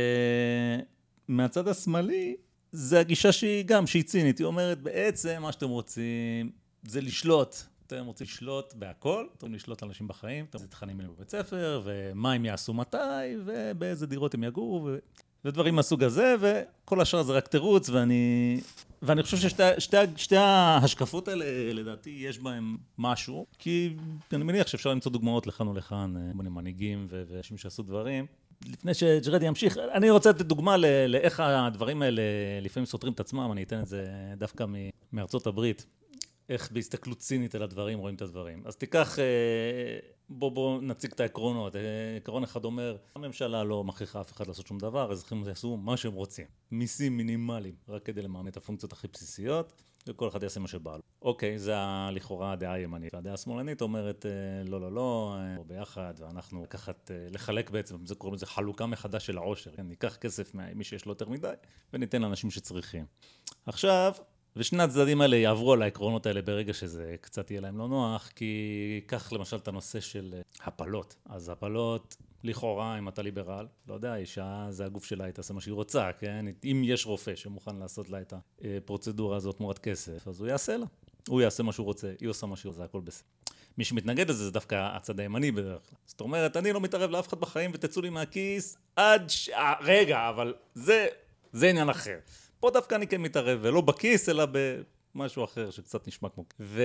ומהצד השמאלי, זה הגישה שהיא גם, שהיא צינית, היא אומרת בעצם מה שאתם רוצים זה לשלוט, אתם רוצים לשלוט בהכל, אתם רוצים לשלוט אנשים בחיים, אתם רוצים תכנים אליהם בבית ספר, ומה הם יעשו מתי, ובאיזה דירות הם יגורו, ו... ודברים מהסוג הזה, וכל השאר זה רק תירוץ, ואני, ואני חושב ששתי שתי, שתי ההשקפות האלה, לדעתי, יש בהם משהו, כי אני מניח שאפשר למצוא דוגמאות לכאן ולכאן, מנהיגים ואנשים שעשו דברים, לפני שג'רדי ימשיך, אני רוצה לתת דוגמה לאיך הדברים האלה לפעמים סותרים את עצמם, אני אתן את זה דווקא מארצות הברית, איך בהסתכלות צינית על הדברים רואים את הדברים. אז תיקח, בוא, בוא נציג את העקרונות. עקרון אחד אומר, הממשלה לא מכריחה אף אחד לעשות שום דבר, האזרחים יעשו מה שהם רוצים. מיסים מינימליים, רק כדי לממן את הפונקציות הכי בסיסיות, וכל אחד יעשה מה שבא לו. אוקיי, זה לכאורה הדעה הימנית. והדעה השמאלנית אומרת, לא, לא, לא, או ביחד, ואנחנו לקחת, לחלק בעצם, זה קוראים לזה חלוקה מחדש של העושר. ניקח כסף ממי שיש לו יותר מדי, וניתן לאנשים שצריכים. עכשיו, ושני הצדדים האלה יעברו על העקרונות האלה ברגע שזה קצת יהיה להם לא נוח, כי כך למשל את הנושא של הפלות. אז הפלות, לכאורה, אם אתה ליברל, לא יודע, אישה, זה הגוף שלה, היא תעשה מה שהיא רוצה, כן? אם יש רופא שמוכן לעשות לה את הפרוצדורה הזאת תמורת כסף, אז הוא יעשה לה. הוא יעשה מה שהוא רוצה, היא עושה מה שהיא רוצה, הכל בסדר. מי שמתנגד לזה זה דווקא הצד הימני בדרך כלל. זאת אומרת, אני לא מתערב לאף אחד בחיים ותצאו לי מהכיס עד ש... רגע, אבל זה, זה עניין אחר. פה דווקא אני כן מתערב, ולא בכיס, אלא במשהו אחר שקצת נשמע כמו... ו...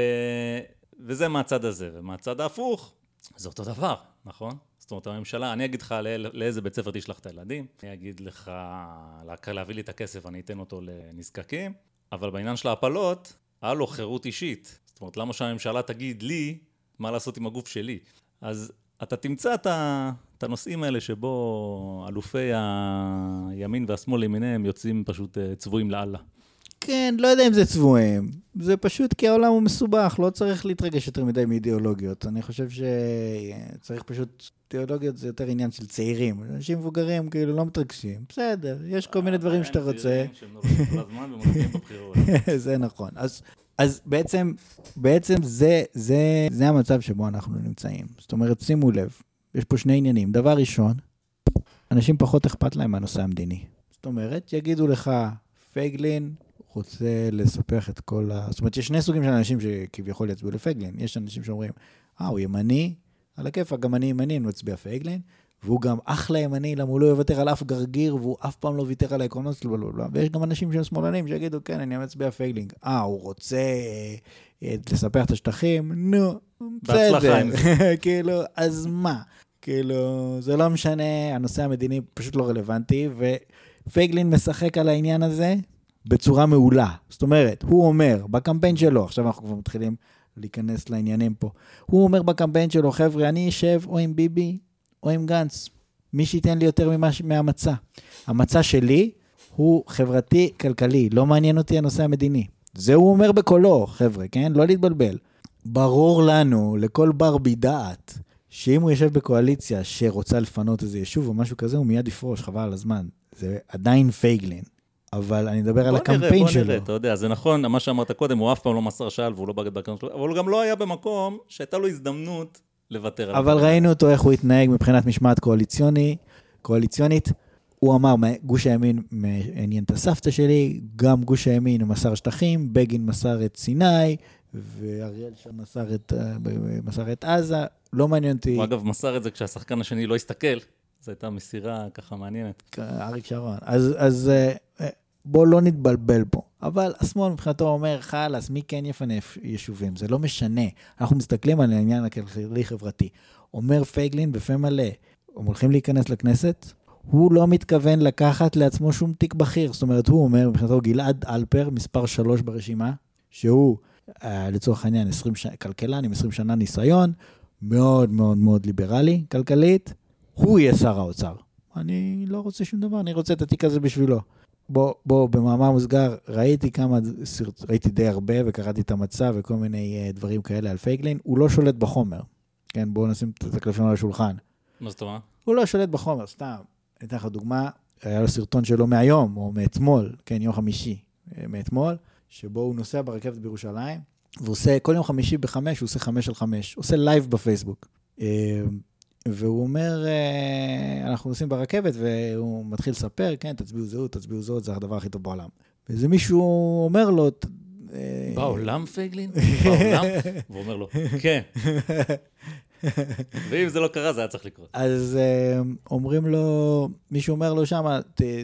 וזה מהצד הזה, ומהצד ההפוך, זה אותו דבר, נכון? זאת אומרת, הממשלה, אני אגיד לך לא... לאיזה בית ספר תשלח את הילדים, אני אגיד לך להביא לי את הכסף, אני אתן אותו לנזקקים, אבל בעניין של ההפלות, היה לו חירות אישית. זאת אומרת, למה שהממשלה תגיד לי מה לעשות עם הגוף שלי? אז אתה תמצא את ה... את הנושאים האלה שבו אלופי הימין והשמאל למיניהם יוצאים פשוט צבועים לאללה. כן, לא יודע אם זה צבועים. זה פשוט כי העולם הוא מסובך, לא צריך להתרגש יותר מדי מאידיאולוגיות. אני חושב שצריך פשוט, אידיאולוגיות זה יותר עניין של צעירים. אנשים מבוגרים כאילו לא מתרגשים. בסדר, יש כל מיני דברים שאתה רוצה. צעירים שהם נוראים כל הזמן ומונקים בבחירות. זה נכון. אז, אז בעצם, בעצם זה, זה, זה המצב שבו אנחנו נמצאים. זאת אומרת, שימו לב. יש פה שני עניינים. דבר ראשון, אנשים פחות אכפת להם מהנושא המדיני. זאת אומרת, יגידו לך, פייגלין רוצה לספח את כל ה... זאת אומרת, יש שני סוגים של אנשים שכביכול יצביעו לפייגלין. יש אנשים שאומרים, אה, הוא ימני, על הכיפה, גם אני ימני, אני מצביע פייגלין. והוא גם אחלה ימני, למה הוא לא יוותר על אף גרגיר, והוא אף פעם לא ויתר על העקרונות שלו, ויש גם אנשים שהם שמאלנים שיגידו, כן, אני אמצביע פייגלין. אה, הוא רוצה אה, לספח את השטחים? נו, בסדר. כאילו, אז מה? כאילו, זה לא משנה, הנושא המדיני פשוט לא רלוונטי, ופייגלין משחק על העניין הזה בצורה מעולה. זאת אומרת, הוא אומר, בקמפיין שלו, עכשיו אנחנו כבר מתחילים להיכנס לעניינים פה, הוא אומר בקמפיין שלו, חבר'ה, אני אשב או עם ביבי, או עם גנץ, מי שייתן לי יותר ממה, מהמצע. המצע שלי הוא חברתי, כלכלי, לא מעניין אותי הנושא המדיני. זה הוא אומר בקולו, חבר'ה, כן? לא להתבלבל. ברור לנו, לכל בר בידעת, שאם הוא יושב בקואליציה שרוצה לפנות איזה יישוב או משהו כזה, הוא מיד יפרוש, חבל על הזמן. זה עדיין פייגלין. אבל אני מדבר על הקמפיין שלו. בוא נראה, אתה יודע, זה נכון, מה שאמרת קודם, הוא אף פעם לא מסר שעל, והוא לא בגד בהקרנות שלו, אבל הוא גם לא היה במקום שהייתה לו הזדמנות לוותר. אבל ראינו אותו איך הוא התנהג מבחינת משמעת קואליציוני, קואליציונית. הוא אמר, גוש הימין מעניין את הסבתא שלי, גם גוש הימין מסר שטחים, בגין מסר את סיני, ואריאל שם מסר את, מסר את עזה, לא מעניין אותי. הוא אגב מסר את זה כשהשחקן השני לא הסתכל, זו הייתה מסירה ככה מעניינת. אריק שרון. אז, אז בוא לא נתבלבל פה. אבל השמאל מבחינתו אומר, חלס, מי כן יפנה יישובים? זה לא משנה. אנחנו מסתכלים על העניין הכלכלי חברתי. אומר פייגלין בפה מלא, הם הולכים להיכנס לכנסת, הוא לא מתכוון לקחת לעצמו שום תיק בכיר. זאת אומרת, הוא אומר, מבחינתו גלעד אלפר, מספר שלוש ברשימה, שהוא, לצורך העניין, עשרים ש... כלכלן עם עשרים שנה ניסיון, מאוד מאוד מאוד ליברלי, כלכלית, הוא יהיה שר האוצר. אני לא רוצה שום דבר, אני רוצה את התיק הזה בשבילו. בוא, בוא, במאמר מוסגר, ראיתי כמה, ראיתי די הרבה, וקראתי את המצב, וכל מיני דברים כאלה על פייגלין, הוא לא שולט בחומר. כן, בואו נשים את הקלפים על השולחן. מה זאת אומרת? הוא לא שולט בחומר, סתם. אני אתן לך דוגמה, היה לו סרטון שלו מהיום, או מאתמול, כן, יום חמישי, מאתמול, שבו הוא נוסע ברכבת בירושלים, והוא עושה, כל יום חמישי בחמש, הוא עושה חמש על חמש, הוא עושה לייב בפייסבוק. והוא אומר, אנחנו נוסעים ברכבת, והוא מתחיל לספר, כן, תצביעו זהות, תצביעו זאת, זה הדבר הכי טוב בעולם. ואיזה מישהו אומר לו, בעולם פייגלין? בעולם? והוא אומר לו, כן. ואם זה לא קרה, זה היה צריך לקרות. אז אומרים לו, מישהו אומר לו שם,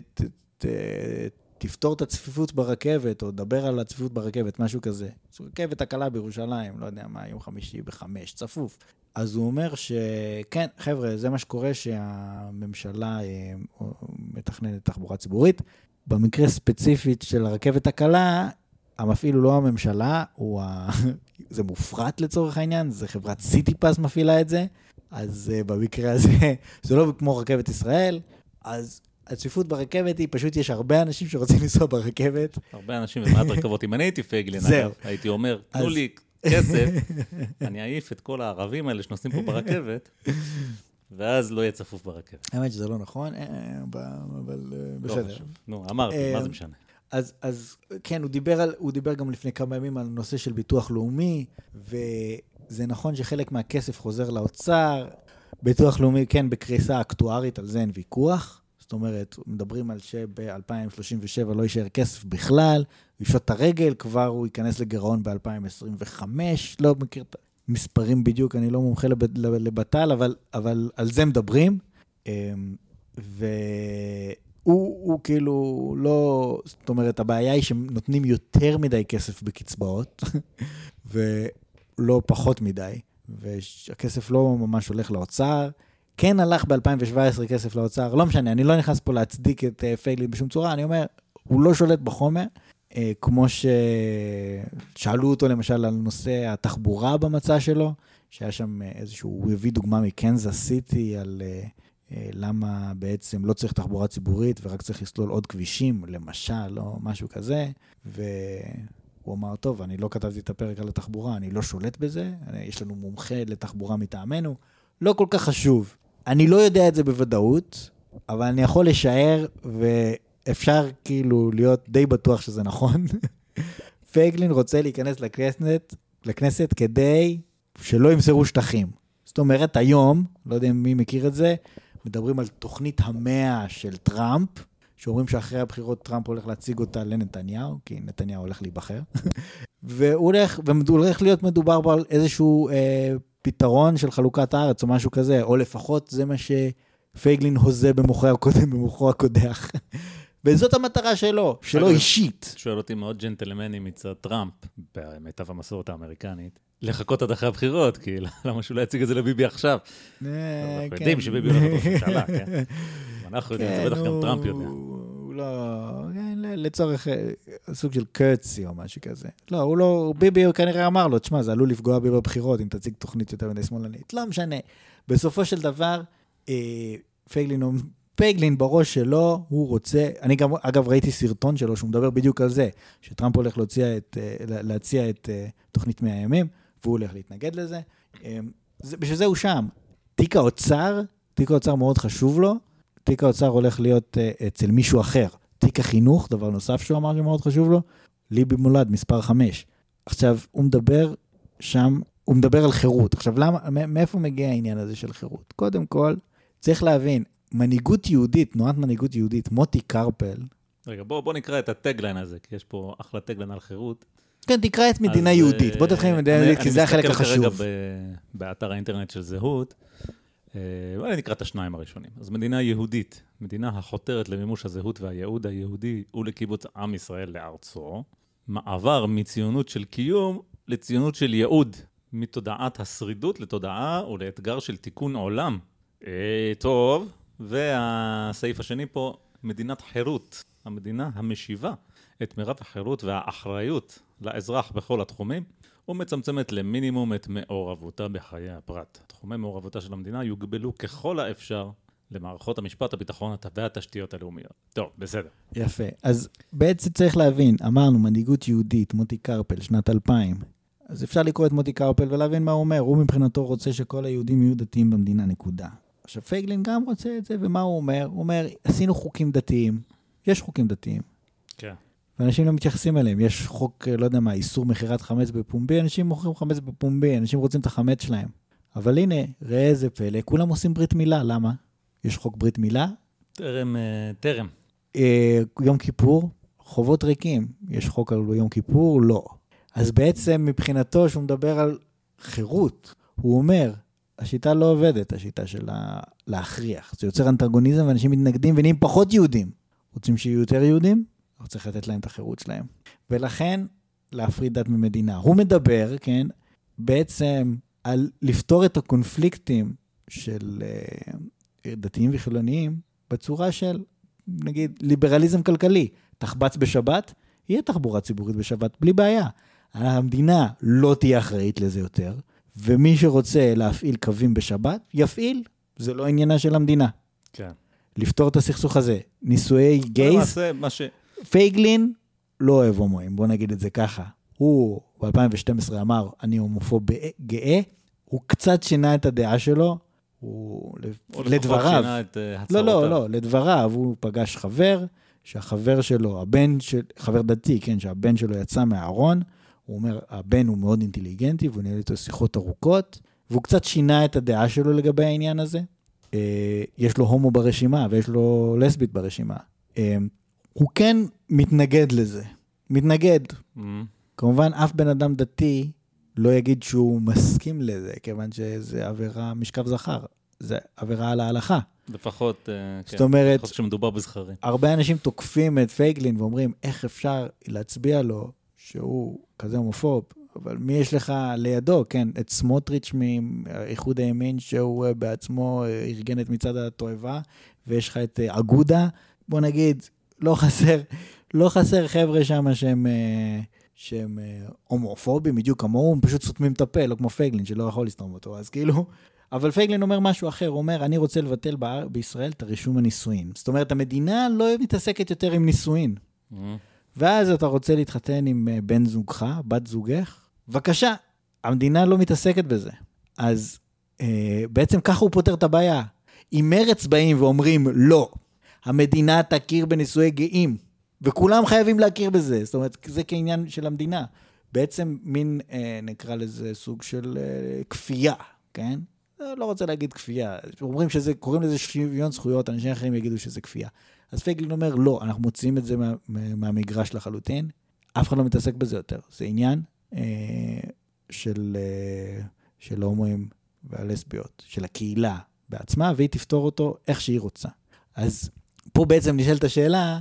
תפתור את הצפיפות ברכבת, או דבר על הצפיפות ברכבת, משהו כזה. זו רכבת הקלה בירושלים, לא יודע מה, יום חמישי בחמש, צפוף. אז הוא אומר שכן, חבר'ה, זה מה שקורה שהממשלה מתכננת תחבורה ציבורית. במקרה ספציפית של הרכבת הקלה, המפעיל הוא לא הממשלה, הוא ה... זה מופרט לצורך העניין, זה חברת סיטיפס מפעילה את זה, אז uh, במקרה הזה, זה לא כמו רכבת ישראל, אז הצפיפות ברכבת היא פשוט, יש הרבה אנשים שרוצים לנסוע ברכבת. הרבה אנשים ומעט רכבות, אם אני הייתי פייגלין, אגב, הייתי אומר, תנו לי כסף, אני אעיף את כל הערבים האלה שנוסעים פה ברכבת, ואז לא יהיה צפוף ברכבת. האמת שזה לא נכון, אבל בסדר. נו, אמרתי, מה זה משנה? אז, אז כן, הוא דיבר, על, הוא דיבר גם לפני כמה ימים על נושא של ביטוח לאומי, וזה נכון שחלק מהכסף חוזר לאוצר, ביטוח לאומי, כן, בקריסה אקטוארית, על זה אין ויכוח, זאת אומרת, מדברים על שב-אלפיים שלושים ושבע לא יישאר כסף בכלל, הוא יפשוט את הרגל, כבר הוא ייכנס לגירעון ב-אלפיים עשרים וחמש, לא מכיר את המספרים בדיוק, אני לא מומחה לבטל, אבל, אבל על זה מדברים, ו... הוא, הוא כאילו לא, זאת אומרת, הבעיה היא שנותנים יותר מדי כסף בקצבאות, ולא פחות מדי, והכסף לא ממש הולך לאוצר, כן הלך ב-אלפיים שבע עשרה כסף לאוצר, לא משנה, אני לא נכנס פה להצדיק את פייגלין בשום צורה, אני אומר, הוא לא שולט בחומר, כמו ששאלו אותו למשל על נושא התחבורה במצע שלו, שהיה שם איזשהו, הוא הביא דוגמה מקנזס סיטי על... למה בעצם לא צריך תחבורה ציבורית ורק צריך לסלול עוד כבישים, למשל, או משהו כזה, והוא אמר, טוב, אני לא כתבתי את הפרק על התחבורה, אני לא שולט בזה, יש לנו מומחה לתחבורה מטעמנו, לא כל כך חשוב. אני לא יודע את זה בוודאות, אבל אני יכול לשער, ואפשר כאילו להיות די בטוח שזה נכון. פייגלין רוצה להיכנס לכנסת, לכנסת כדי שלא ימסרו שטחים. זאת אומרת, היום, לא יודע מי מכיר את זה, מדברים על תוכנית המאה של טראמפ, שאומרים שאחרי הבחירות טראמפ הולך להציג אותה לנתניהו, כי נתניהו הולך להיבחר, והוא הולך, והוא הולך להיות מדובר על איזשהו אה, פתרון של חלוקת הארץ או משהו כזה, או לפחות זה מה פייגלין הוזה במוחו הקודם, במוחו הקודח. וזאת המטרה שלו, שלו אישית. שואל אותי מאוד ג'נטלמני מצד טראמפ, במיטב המסורת האמריקנית, לחכות עד אחרי הבחירות, כי למה שהוא לא יציג את זה לביבי עכשיו? אנחנו יודעים שביבי הולך ראש ממשלה, כן? אנחנו יודעים, זה בטח גם טראמפ יודע. הוא לא, לצורך סוג של קרצי או משהו כזה. לא, הוא לא, ביבי כנראה אמר לו, תשמע, זה עלול לפגוע בי בבחירות, אם תציג תוכנית יותר מדי שמאלנית. לא משנה. בסופו של דבר, פייגלין פייגלין בראש שלו, הוא רוצה, אני גם, אגב, ראיתי סרטון שלו, שהוא מדבר בדיוק על זה, שטראמפ הולך להציע את, להציע את תוכנית מאה ימים, והוא הולך להתנגד לזה. בשביל זה הוא שם. תיק האוצר, תיק האוצר מאוד חשוב לו, תיק האוצר הולך להיות אצל מישהו אחר. תיק החינוך, דבר נוסף שהוא אמר שמאוד חשוב לו, ליבי מולד, מספר חמש. עכשיו, הוא מדבר שם, הוא מדבר על חירות. עכשיו, למה, מאיפה מגיע העניין הזה של חירות? קודם כל, צריך להבין, מנהיגות יהודית, תנועת מנהיגות יהודית, מוטי קרפל. רגע, בוא, בוא נקרא את הטגליין הזה, כי יש פה אחלה טגליין על חירות. כן, תקרא את מדינה אז, יהודית. בוא תתחיל עם מדינה יהודית, כי זה החלק החשוב. אני מסתכל כרגע באתר האינטרנט של זהות, ואני נקרא את השניים הראשונים. אז מדינה יהודית, מדינה החותרת למימוש הזהות והייעוד היהודי ולקיבוץ עם ישראל לארצו, מעבר מציונות של קיום לציונות של ייעוד, מתודעת השרידות לתודעה ולאתגר של תיקון עולם. אה, טוב, והסעיף השני פה, מדינת חירות, המדינה המשיבה את מרב החירות והאחריות לאזרח בכל התחומים, ומצמצמת למינימום את מעורבותה בחיי הפרט. תחומי מעורבותה של המדינה יוגבלו ככל האפשר למערכות המשפט, הביטחון והתשתיות הלאומיות. טוב, בסדר. יפה. אז בעצם צריך להבין, אמרנו, מנהיגות יהודית, מוטי קרפל, שנת אלפיים. אז אפשר לקרוא את מוטי קרפל ולהבין מה הוא אומר. הוא מבחינתו רוצה שכל היהודים יהיו דתיים במדינה, נקודה. עכשיו, פייגלין גם רוצה את זה, ומה הוא אומר? הוא אומר, עשינו חוקים דתיים. יש חוקים דתיים. כן. ואנשים לא מתייחסים אליהם. יש חוק, לא יודע מה, איסור מחירת חמץ בפומבי, אנשים מוכרים חמץ בפומבי, אנשים רוצים את החמץ שלהם. אבל הנה, ראה איזה פלא, כולם עושים ברית מילה, למה? יש חוק ברית מילה? תרם, תרם. יום כיפור, חובות ריקים. יש חוק על יום כיפור? לא. אז בעצם מבחינתו, שהוא מדבר על חירות, הוא אומר, השיטה לא עובדת, השיטה של להכריח. זה יוצר אנטגוניזם, ואנשים מתנגדים ונהיים פחות יהודים. רוצים שיהיו יותר יהודים? אנחנו צריך לתת להם את החירות שלהם. ולכן, להפריד דת ממדינה. הוא מדבר, כן, בעצם על לפתור את הקונפליקטים של uh, דתיים וחילוניים, בצורה של, נגיד, ליברליזם כלכלי. תחבץ בשבת, יהיה תחבורה ציבורית בשבת, בלי בעיה. המדינה לא תהיה אחראית לזה יותר, ומי שרוצה להפעיל קווים בשבת, יפעיל. זה לא עניינה של המדינה. כן. לפתור את הסכסוך הזה. נישואי גייז, מה ש... פייגלין לא אוהב הומואים, בוא נגיד את זה ככה. הוא ב-אלפיים ושתים עשרה אמר, אני הומופוב גאה, הוא קצת שינה את הדעה שלו, הוא לדבריו. לא, לא, לא, לדבריו, הוא פגש חבר, שהחבר שלו, הבן של, חבר דתי, כן, שהבן שלו יצא מהארון, הוא אומר, הבן הוא מאוד אינטליגנטי, והוא נהיה איתו שיחות ארוכות, והוא קצת שינה את הדעה שלו לגבי העניין הזה. יש לו הומו ברשימה, ויש לו לסבית ברשימה. הוא כן מתנגד לזה. מתנגד. Mm-hmm. כמובן, אף בן אדם דתי לא יגיד שהוא מסכים לזה, כיוון שזה עבירה משכב זכר. זה עבירה על ההלכה. לפחות, זאת אומרת, לפחות כשמדובר בזכרים. הרבה אנשים תוקפים את פייגלין ואומרים, איך אפשר להצביע לו שהוא כזה הומופוב, אבל מי יש לך לידו? כן, את סמוטריץ' מאיחוד הימין, שהוא בעצמו ארגן את מצעד התועבה, ויש לך את אגודה, בוא נגיד, לא חסר, לא חסר חבר'ה שם שהם, שהם הומופובים, בדיוק כמוהו, הם פשוט סותמים את הפה, לא כמו פייגלין, שלא יכול לסתום אותו, אז כאילו, אבל פייגלין אומר משהו אחר, הוא אומר, אני רוצה לבטל ב- בישראל את הרישום הנישואין. זאת אומרת, המדינה לא מתעסקת יותר עם נישואין. Mm-hmm. ואז אתה רוצה להתחתן עם בן זוגך, בת זוגך, בבקשה, המדינה לא מתעסקת בזה. אז אה, בעצם ככה הוא פותר את הבעיה. אם מרץ באים ואומרים, לא, המדינה תכיר בנישואי גאים, וכולם חייבים להכיר בזה, זאת אומרת, זה כעניין של המדינה. בעצם מין, אה, נקרא לזה סוג של אה, כפייה, כן? לא רוצה להגיד כפייה, אומרים שזה, קוראים לזה שוויון זכויות, אנשים אחרים יגידו שזה כפייה. אז פייגלין אומר, לא, אנחנו מוציאים את זה מה, מהמגרש לחלוטין, אף אחד לא מתעסק בזה יותר. זה עניין אה, של, אה, של ההומואים והלסביות, של הקהילה, בעצמה, והיא תפתור אותו איך שהיא רוצה. אז פה בעצם נשאלת השאלה,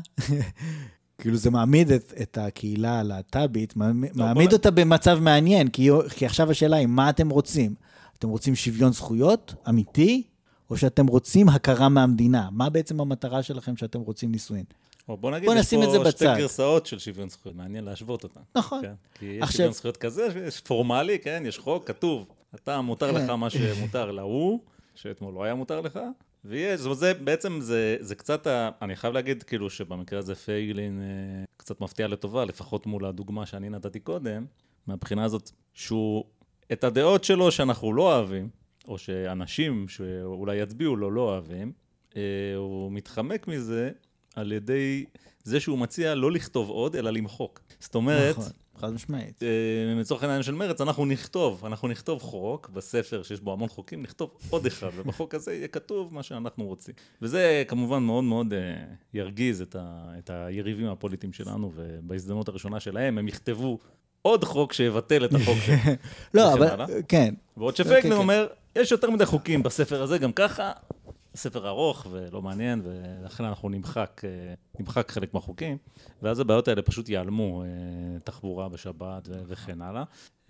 כאילו זה מעמיד את, את הקהילה הלהט"בית, מעמיד אותה במצב מעניין, כי, כי עכשיו השאלה היא, מה אתם רוצים? אתם רוצים שוויון זכויות אמיתי, או שאתם רוצים הכרה מהמדינה? מה בעצם המטרה שלכם שאתם רוצים נישואין? או בוא נגיד, בוא יש פה שתי גרסאות של שוויון זכויות, מעניין להשוות אותן. נכון. כן? כי יש עכשיו... שוויון זכויות כזה, יש פורמלי, כן? יש חוק, כתוב, אתה מותר לך מה שמותר להוא, שאתמול לא היה מותר לך, ויש, זאת אומרת, זה, בעצם זה, זה קצת, אני חייב להגיד כאילו שבמקרה הזה פייגלין קצת מפתיע לטובה, לפחות מול הדוגמה שאני נתתי קודם, מהבחינה הזאת שהוא, את הדעות שלו שאנחנו לא אוהבים, או שאנשים שאולי יצביעו לו לא אוהבים, הוא מתחמק מזה על ידי זה שהוא מציע לא לכתוב עוד, אלא למחוק. זאת אומרת, נכון, חד משמעית. מצורך העניין של מרץ, אנחנו נכתוב, אנחנו נכתוב חוק בספר שיש בו המון חוקים, נכתוב עוד אחד, ובחוק הזה יהיה כתוב מה שאנחנו רוצים. וזה כמובן מאוד מאוד ירגיז את, ה, את היריבים הפוליטיים שלנו, ובהזדמנות הראשונה שלהם הם יכתבו עוד חוק שיבטל את החוק. לא, אבל כן. ועוד שפייגלין אומר, יש יותר מדי חוקים בספר הזה, גם ככה, ספר ארוך ולא מעניין, ולכן אנחנו נמחק, נמחק חלק מהחוקים, ואז הבעיות האלה פשוט ייעלמו, תחבורה בשבת וכן הלאה.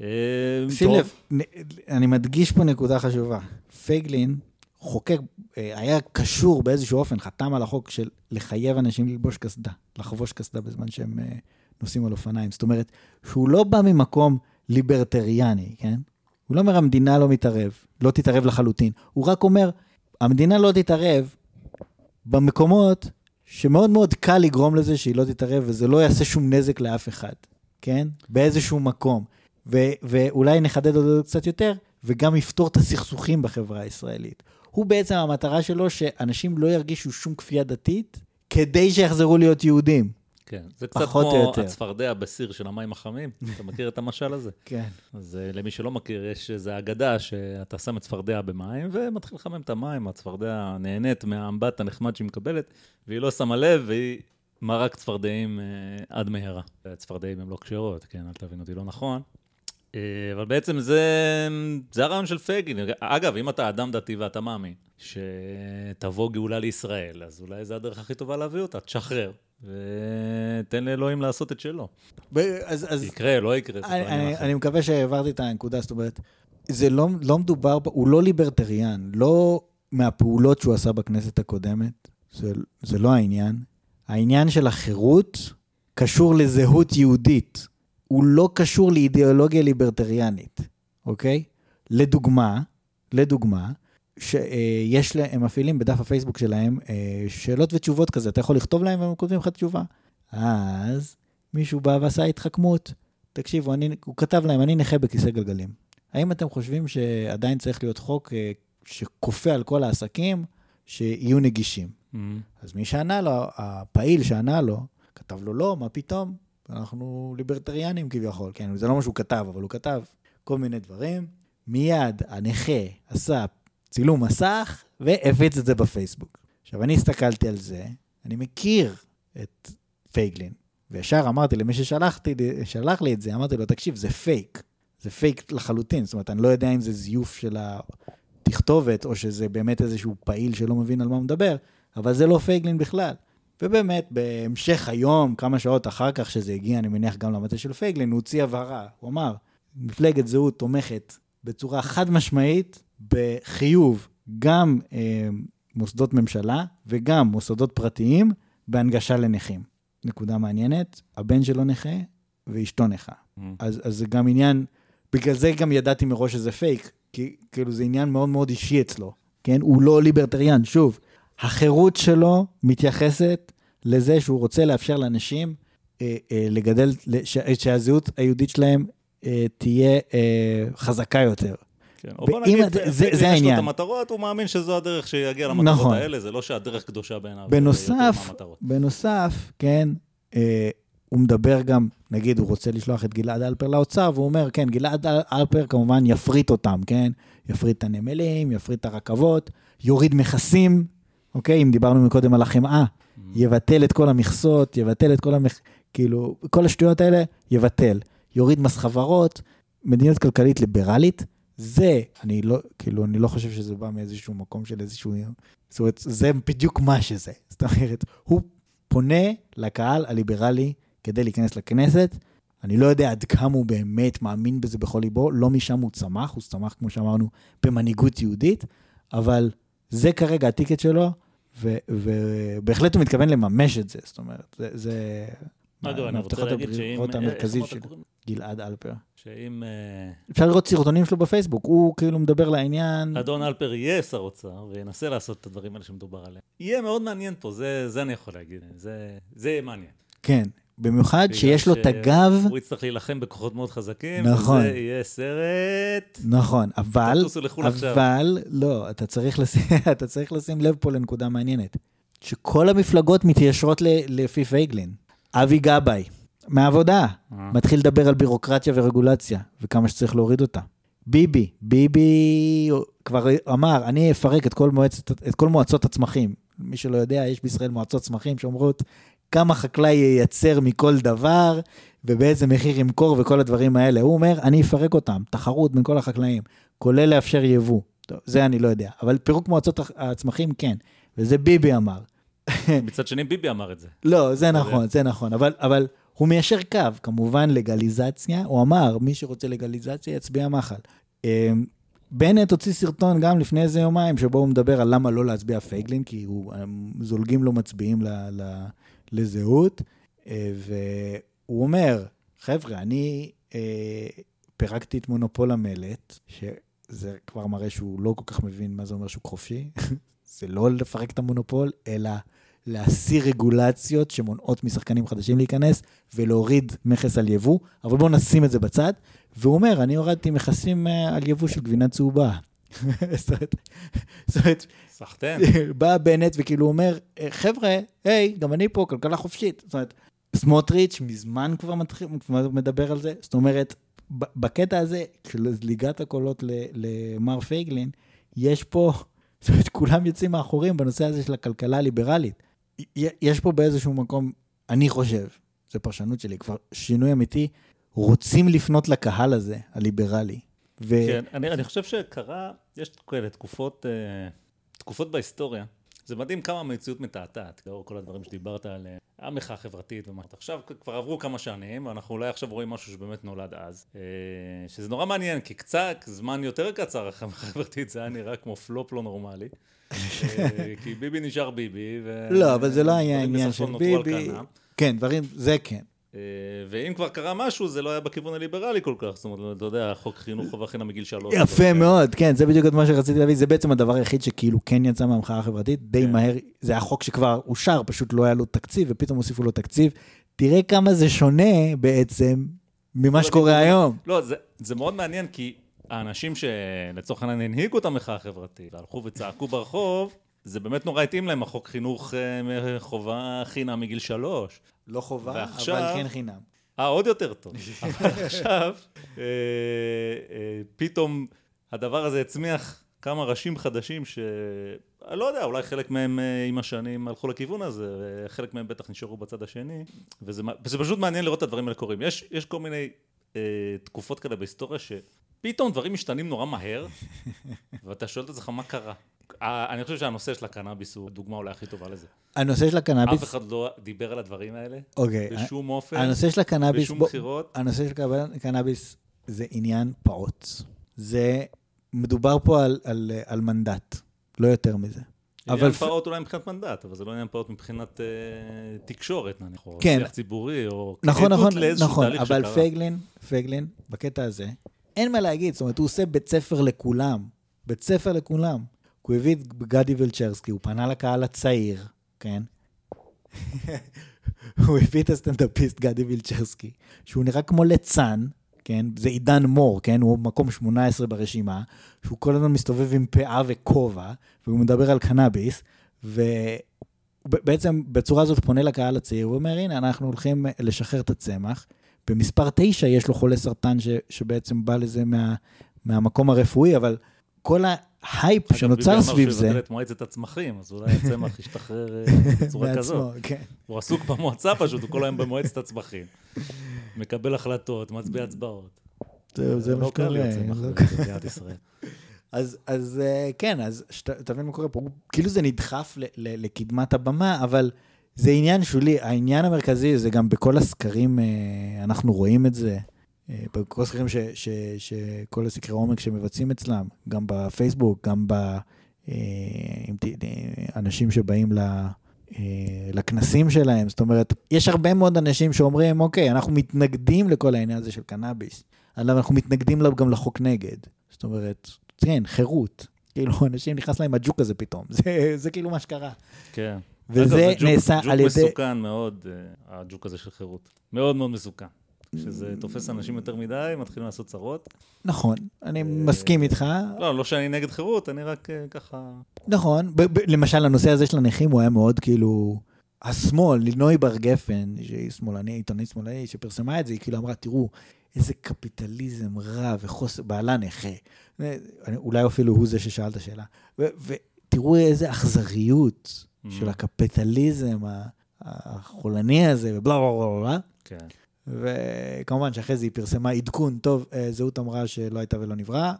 שים לב, אני מדגיש פה נקודה חשובה. פייגלין חוקק, היה קשור באיזשהו אופן, חתם על החוק של לחייב אנשים ללבוש קסדה, לחבוש קסדה בזמן שהם נוסעים על אופניים. זאת אומרת, שהוא לא בא ממקום ליברטריאני, כן? הוא לא אומר, המדינה לא מתערב, לא תתערב לחלוטין. הוא רק אומר, המדינה לא תתערב במקומות שמאוד מאוד קל לגרום לזה שהיא לא תתערב, וזה לא יעשה שום נזק לאף אחד, כן? באיזשהו מקום. ו- ואולי נחדד עוד קצת יותר, וגם יפתור את הסכסוכים בחברה הישראלית. הוא בעצם המטרה שלו שאנשים לא ירגישו שום כפייה דתית, כדי שיחזרו להיות יהודים. כן, זה קצת כמו הצפרדע בסיר של המים החמים. אתה מכיר את המשל הזה? כן. אז למי שלא מכיר, יש איזו אגדה שאתה שם את צפרדע במים, ומתחיל לחמם את המים, הצפרדע נהנית מהאמבט הנחמד שהיא מקבלת, והיא לא שמה לב, והיא מרק צפרדעים עד מהרה. הצפרדעים הם לא קשרות, כן, אל תבין אותי לא נכון. אבל בעצם זה, זה הרעיון של פייגלין. אגב, אם אתה אדם דתי ואתה מאמין, שתבוא גאולה לישראל, אז אולי זה הדרך הכי טובה להביא אותה, תשחרר. ותן לאלוהים לעשות את שלו. אז, אז, יקרה, לא יקרה. אני, אני, אני מקווה שהעברתי את הנקודה, זאת אומרת, זה לא, לא מדובר, הוא לא ליברטריאן, לא מהפעולות שהוא עשה בכנסת הקודמת, זה, זה לא העניין. העניין של החירות קשור לזהות יהודית, הוא לא קשור לאידיאולוגיה ליברטריאנית, אוקיי? לדוגמה, לדוגמה, שיש להם, הם מפעילים בדף הפייסבוק שלהם שאלות ותשובות כזה, אתה יכול לכתוב להם והם כותבים לך תשובה. אז מישהו בא ועשה התחכמות, תקשיבו, אני, הוא כתב להם, אני נכה בכיסא גלגלים. האם אתם חושבים שעדיין צריך להיות חוק שכופה על כל העסקים שיהיו נגישים? Mm-hmm. אז מי שענה לו, הפעיל שענה לו, כתב לו לא, מה פתאום? אנחנו ליברטריאנים כביכול, כן, זה לא מה שהוא כתב, אבל הוא כתב כל מיני דברים. מיד הנכה עשה צילום מסך, והפיץ את זה בפייסבוק. עכשיו, אני הסתכלתי על זה, אני מכיר את פייגלין, וישר אמרתי למי ששלחתי, שלח לי את זה, אמרתי לו, תקשיב, זה פייק, זה פייק לחלוטין, זאת אומרת, אני לא יודע אם זה זיוף של התכתובת, או שזה באמת איזשהו פעיל שלא מבין על מה הוא מדבר, אבל זה לא פייגלין בכלל. ובאמת, בהמשך היום, כמה שעות אחר כך שזה הגיע, אני מניח גם למטה של פייגלין, הוא הוציא הבהרה, הוא אמר, מפלגת זהות תומכת בצורה חד משמעית, בחיוב גם אה, מוסדות ממשלה וגם מוסדות פרטיים בהנגשה לנכים. נקודה מעניינת, הבן שלו נכה ואשתו נכה. Mm. אז, אז זה גם עניין, בגלל זה גם ידעתי מראש שזה פייק, כי כאילו זה עניין מאוד מאוד אישי אצלו, כן? הוא לא ליברטריאן, שוב, החירות שלו מתייחסת לזה שהוא רוצה לאפשר לאנשים אה, אה, לגדל, ש, שהזהות היהודית שלהם אה, תהיה אה, חזקה יותר. כן, או בוא נגיד, זה, זה העניין. יש לו את המטרות, הוא מאמין שזו הדרך שיגיע למטרות נכון. האלה, זה לא שהדרך קדושה בעיניו. בנוסף, בנוסף, כן, אה, הוא מדבר גם, נגיד, הוא רוצה לשלוח את גלעד אלפר לאוצר, והוא אומר, כן, גלעד אלפר כמובן יפריט אותם, כן, יפריט את הנמלים, יפריט את הרכבות, יוריד מכסים, אוקיי, אם דיברנו מקודם על החמאה, יבטל את כל המכסות, יבטל את כל המכ... כאילו, כל השטויות האלה, יבטל. יוריד מס חברות, מדיניות כלכלית ליברלית, זה, אני לא, כאילו, אני לא חושב שזה בא מאיזשהו מקום של איזשהו, זאת אומרת, זה בדיוק מה שזה. זאת אומרת, הוא פונה לקהל הליברלי כדי להיכנס לכנסת, אני לא יודע עד כמה הוא באמת מאמין בזה בכל ליבו, לא משם הוא צמח, הוא צמח, כמו שאמרנו, במנהיגות יהודית, אבל זה כרגע הטיקט שלו, ובהחלט הוא מתכוון לממש את זה, זאת אומרת, זה... אגב, אני רוצה להגיד שאם... המרכזית של גלעד אלפר. שאם... אפשר לראות סרטונים שלו בפייסבוק, הוא כאילו מדבר לעניין... אדון אלפר יהיה שר אוצר, וינסה לעשות את הדברים האלה שמדובר עליהם. יהיה מאוד מעניין פה, זה אני יכול להגיד, זה יהיה מעניין. כן, במיוחד שיש לו את הגב... הוא יצטרך להילחם בכוחות מאוד חזקים, נכון. וזה יהיה סרט... נכון, אבל... אבל, לא, אתה צריך לשים, אתה צריך לשים לב פה לנקודה מעניינת. שכל המפלגות מתיישרות לפי פייגלין. אבי גבאי, מהעבודה, מתחיל לדבר על בירוקרטיה ורגולציה, וכמה שצריך להוריד אותה. ביבי, ביבי כבר אמר, אני אפרק את כל, מועצת, את כל מועצות הצמחים. מי שלא יודע, יש בישראל מועצות צמחים שאומרות, כמה חקלאי ייצר מכל דבר, ובאיזה מחיר ימכור וכל הדברים האלה. הוא אומר, אני אפרק אותם, תחרות בין כל החקלאים, כולל לאפשר יבוא. טוב, זה אני לא יודע, אבל פירוק מועצות הצמחים כן, וזה ביבי אמר. מצד שני ביבי אמר את זה. לא, זה נכון, זה נכון, אבל, אבל הוא מיישר קו, כמובן לגליזציה, הוא אמר, מי שרוצה לגליזציה יצביע מחל. בנט הוציא סרטון גם לפני איזה יומיים, שבו הוא מדבר על למה לא להצביע פייגלין, כי הוא, זולגים לו מצביעים ל, ל, לזהות, והוא אומר, חבר'ה, אני אה, פירקתי את מונופול המלט, שזה כבר מראה שהוא לא כל כך מבין מה זה אומר שוק חופשי, זה לא לפרק את המונופול, אלא להסיר רגולציות שמונעות משחקנים חדשים להיכנס, ולהוריד מכס על יבוא, אבל בואו נשים את זה בצד, והוא אומר, אני הורדתי מכסים על יבוא של גבינה צהובה. זאת אומרת, סחטן. בא בנט וכאילו אומר, חבר'ה, היי, גם אני פה, כלכלה חופשית. זאת אומרת, סמוטריץ' מזמן כבר מדבר על זה, זאת אומרת, בקטע הזה, של זליגת הקולות למר פייגלין, יש פה, זאת אומרת, כולם יוצאים מאחורים בנושא הזה של הכלכלה הליברלית. יש פה באיזשהו מקום, אני חושב, זו פרשנות שלי, כבר שינוי אמיתי, רוצים לפנות לקהל הזה, הליברלי. ו... כן, אני, אני חושב שקרה, יש כאלה תקופות, תקופות בהיסטוריה, זה מדהים כמה המציאות מתעתעת, לאור כל הדברים שדיברת על המחאה החברתית ומה. עכשיו כבר עברו כמה שנים, ואנחנו אולי עכשיו רואים משהו שבאמת נולד אז, שזה נורא מעניין, כי קצת זמן יותר קצר המחאה החברתית, זה היה נראה כמו פלופ לא נורמלי, כי ביבי נשאר ביבי. ו... לא, אבל זה לא היה עניין של ביבי. כן, דברים, זה כן. ואם כבר קרה משהו, זה לא היה בכיוון הליברלי כל כך, זאת אומרת, אתה יודע, חוק חינוך חובה חינם מגיל שלוש. יפה מאוד, כן, זה בדיוק מה שרציתי להביא, זה בעצם הדבר היחיד שכאילו כן יצא מהמחאה החברתית, די מהר, זה היה חוק שכבר אושר, פשוט לא היה לו תקציב, ופתאום הוסיפו לו תקציב, תראה כמה זה שונה בעצם ממה שקורה היום. לא, זה מאוד מעניין, כי האנשים שלצורך העניין הנהיגו את המחאה החברתית, הלכו וצעקו ברחוב, זה באמת נורא התאים להם, החוק חינוך חובה חינם מגיל שלוש. לא חובה, ועכשיו, אבל כן חינם. אה, עוד יותר טוב. אבל עכשיו, אה, אה, פתאום הדבר הזה הצמיח כמה ראשים חדשים ש... אני לא יודע, אולי חלק מהם אה, עם השנים הלכו לכיוון הזה, וחלק מהם בטח נשארו בצד השני, וזה, וזה פשוט מעניין לראות את הדברים האלה קורים. יש, יש כל מיני אה, תקופות כאלה בהיסטוריה שפתאום דברים משתנים נורא מהר, ואתה שואל את עצמך מה קרה. אני חושב שהנושא של הקנאביס הוא דוגמה אולי הכי טובה לזה. הנושא של הקנאביס... אף אחד לא דיבר על הדברים האלה. אוקיי. בשום אופן. הנושא של הקנאביס... בשום בחירות. הנושא של הקנאביס זה עניין פעוט. זה... מדובר פה על, על, על מנדט. לא יותר מזה. עניין אבל... פעוט אולי מבחינת מנדט, אבל זה לא עניין פעוט מבחינת אה, תקשורת, נניח. או כן. שיח ציבורי, או... נכון, נכון, נכון. אבל פייגלין, פייגלין, בקטע הזה, אין מה להגיד. זאת אומרת, הוא עושה בית ספר לכולם. בית ספר לכולם. הוא הביא את גדי וילצ'רסקי, הוא פנה לקהל הצעיר, כן? הוא הביא את הסטנדאפיסט גדי וילצ'רסקי, שהוא נראה כמו ליצן, כן? זה עידן מור, כן? הוא מקום שמונה עשרה ברשימה, שהוא כל הזמן מסתובב עם פאה וכובע, והוא מדבר על קנאביס, ובעצם בצורה הזאת פונה לקהל הצעיר, הוא אומר, הנה, אנחנו הולכים לשחרר את הצמח, במספר תשע יש לו חולה סרטן ש, שבעצם בא לזה מה, מהמקום הרפואי, אבל כל ההייפ שנוצר סביב זה... ביבי אמר שהוא יבטל את מועצת הצמחים, אז אולי הצמח ישתחרר בצורה כזאת. הוא עסוק במועצה פשוט, הוא כל היום במועצת הצמחים. מקבל החלטות, מצביע הצבעות. זה מה שקורה. לא קל יוצא במדינת ישראל. אז, אז כן, אז תבין מה קורה פה, כאילו זה נדחף לקדמת הבמה, אבל זה עניין שולי, העניין המרכזי זה גם בכל הסקרים, אנחנו רואים את זה, בכל הסקרים ש, ש, שכל הסקרי עומק שמבצעים אצלם, גם בפייסבוק, גם באנשים שבאים לכנסים שלהם, זאת אומרת, יש הרבה מאוד אנשים שאומרים, אוקיי, אנחנו מתנגדים לכל העניין הזה של קנאביס, אבל אנחנו מתנגדים גם לחוק נגד, זאת אומרת, כן, חירות. כאילו, אנשים נכנס להם הג'וק הזה פתאום. זה, זה כאילו מה שקרה. כן. וזה נעשה על ידי... ג'וק מסוכן מאוד, הג'וק הזה של חירות. מאוד מאוד מסוכן. כשזה תופס אנשים יותר מדי, מתחילים לעשות צרות. נכון, אני מסכים איתך. לא, לא שאני נגד חירות, אני רק ככה... נכון, למשל, הנושא הזה של הנכים, הוא היה מאוד כאילו... השמאל, נוי בר גפן, שהיא שמאלני, עיתונאית שמאלני, שפרסמה את זה, היא כאילו אמרה, תראו, איזה קפיטליזם רע וחוסר, בעלה נכה. אולי אפילו הוא זה ששאל את השאלה. ותראו איזה אכזריות של הקפיטליזם החולני הזה, ובלה בלה בלה בלה. כן. וכמובן שאחרי זה היא פרסמה עדכון, טוב, זהות אמרה שלא הייתה ולא נבראה,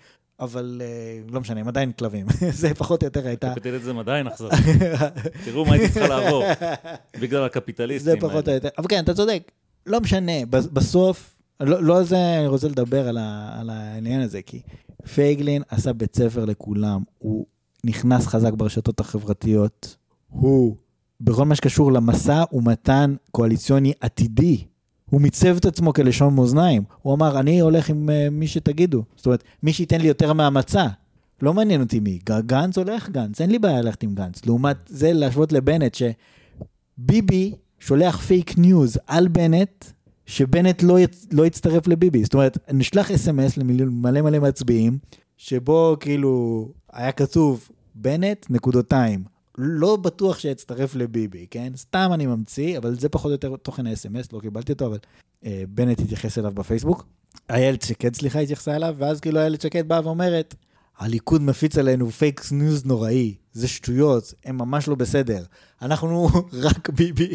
אבל לא משנה, הם עדיין כלבים. זה פחות או יותר הייתה... קפיטליזם עדיין אכזרי. תראו מה הייתי צריכה לעבור, בגלל הקפיטליסטים. זה פחות או יותר. אבל כן, אתה צודק. לא משנה, בסוף... לא, לא זה, אני רוצה לדבר על, ה, על העניין הזה, כי פייגלין עשה בית ספר לכולם, הוא נכנס חזק ברשתות החברתיות, הוא, בכל מה שקשור למסע ומתן קואליציוני עתידי, הוא מיצב את עצמו כלשון מאזניים, הוא אמר, אני הולך עם uh, מי שתגידו, זאת אומרת, מי שייתן לי יותר מהמצע, לא מעניין אותי מי, גנץ הולך גנץ, אין לי בעיה ללכת עם גנץ, לעומת זה להשוות לבנט, שביבי שולח פייק ניוז על בנט, שבנט לא, יצ... לא יצטרף לביבי. זאת אומרת, נשלח אס אם אס למלא מלא מצביעים, שבו כאילו היה כתוב, בנט נקודותיים. לא בטוח שיצטרף לביבי, כן? סתם אני ממציא, אבל זה פחות או יותר תוכן ה-אס אם אס, לא קיבלתי אותו, אבל אה, בנט התייחס אליו בפייסבוק. איילת שקד, סליחה, התייחסה אליו, ואז כאילו איילת שקד באה ואומרת, הליכוד מפיץ עלינו פייק ניוז נוראי, זה שטויות, הם ממש לא בסדר. אנחנו רק ביבי.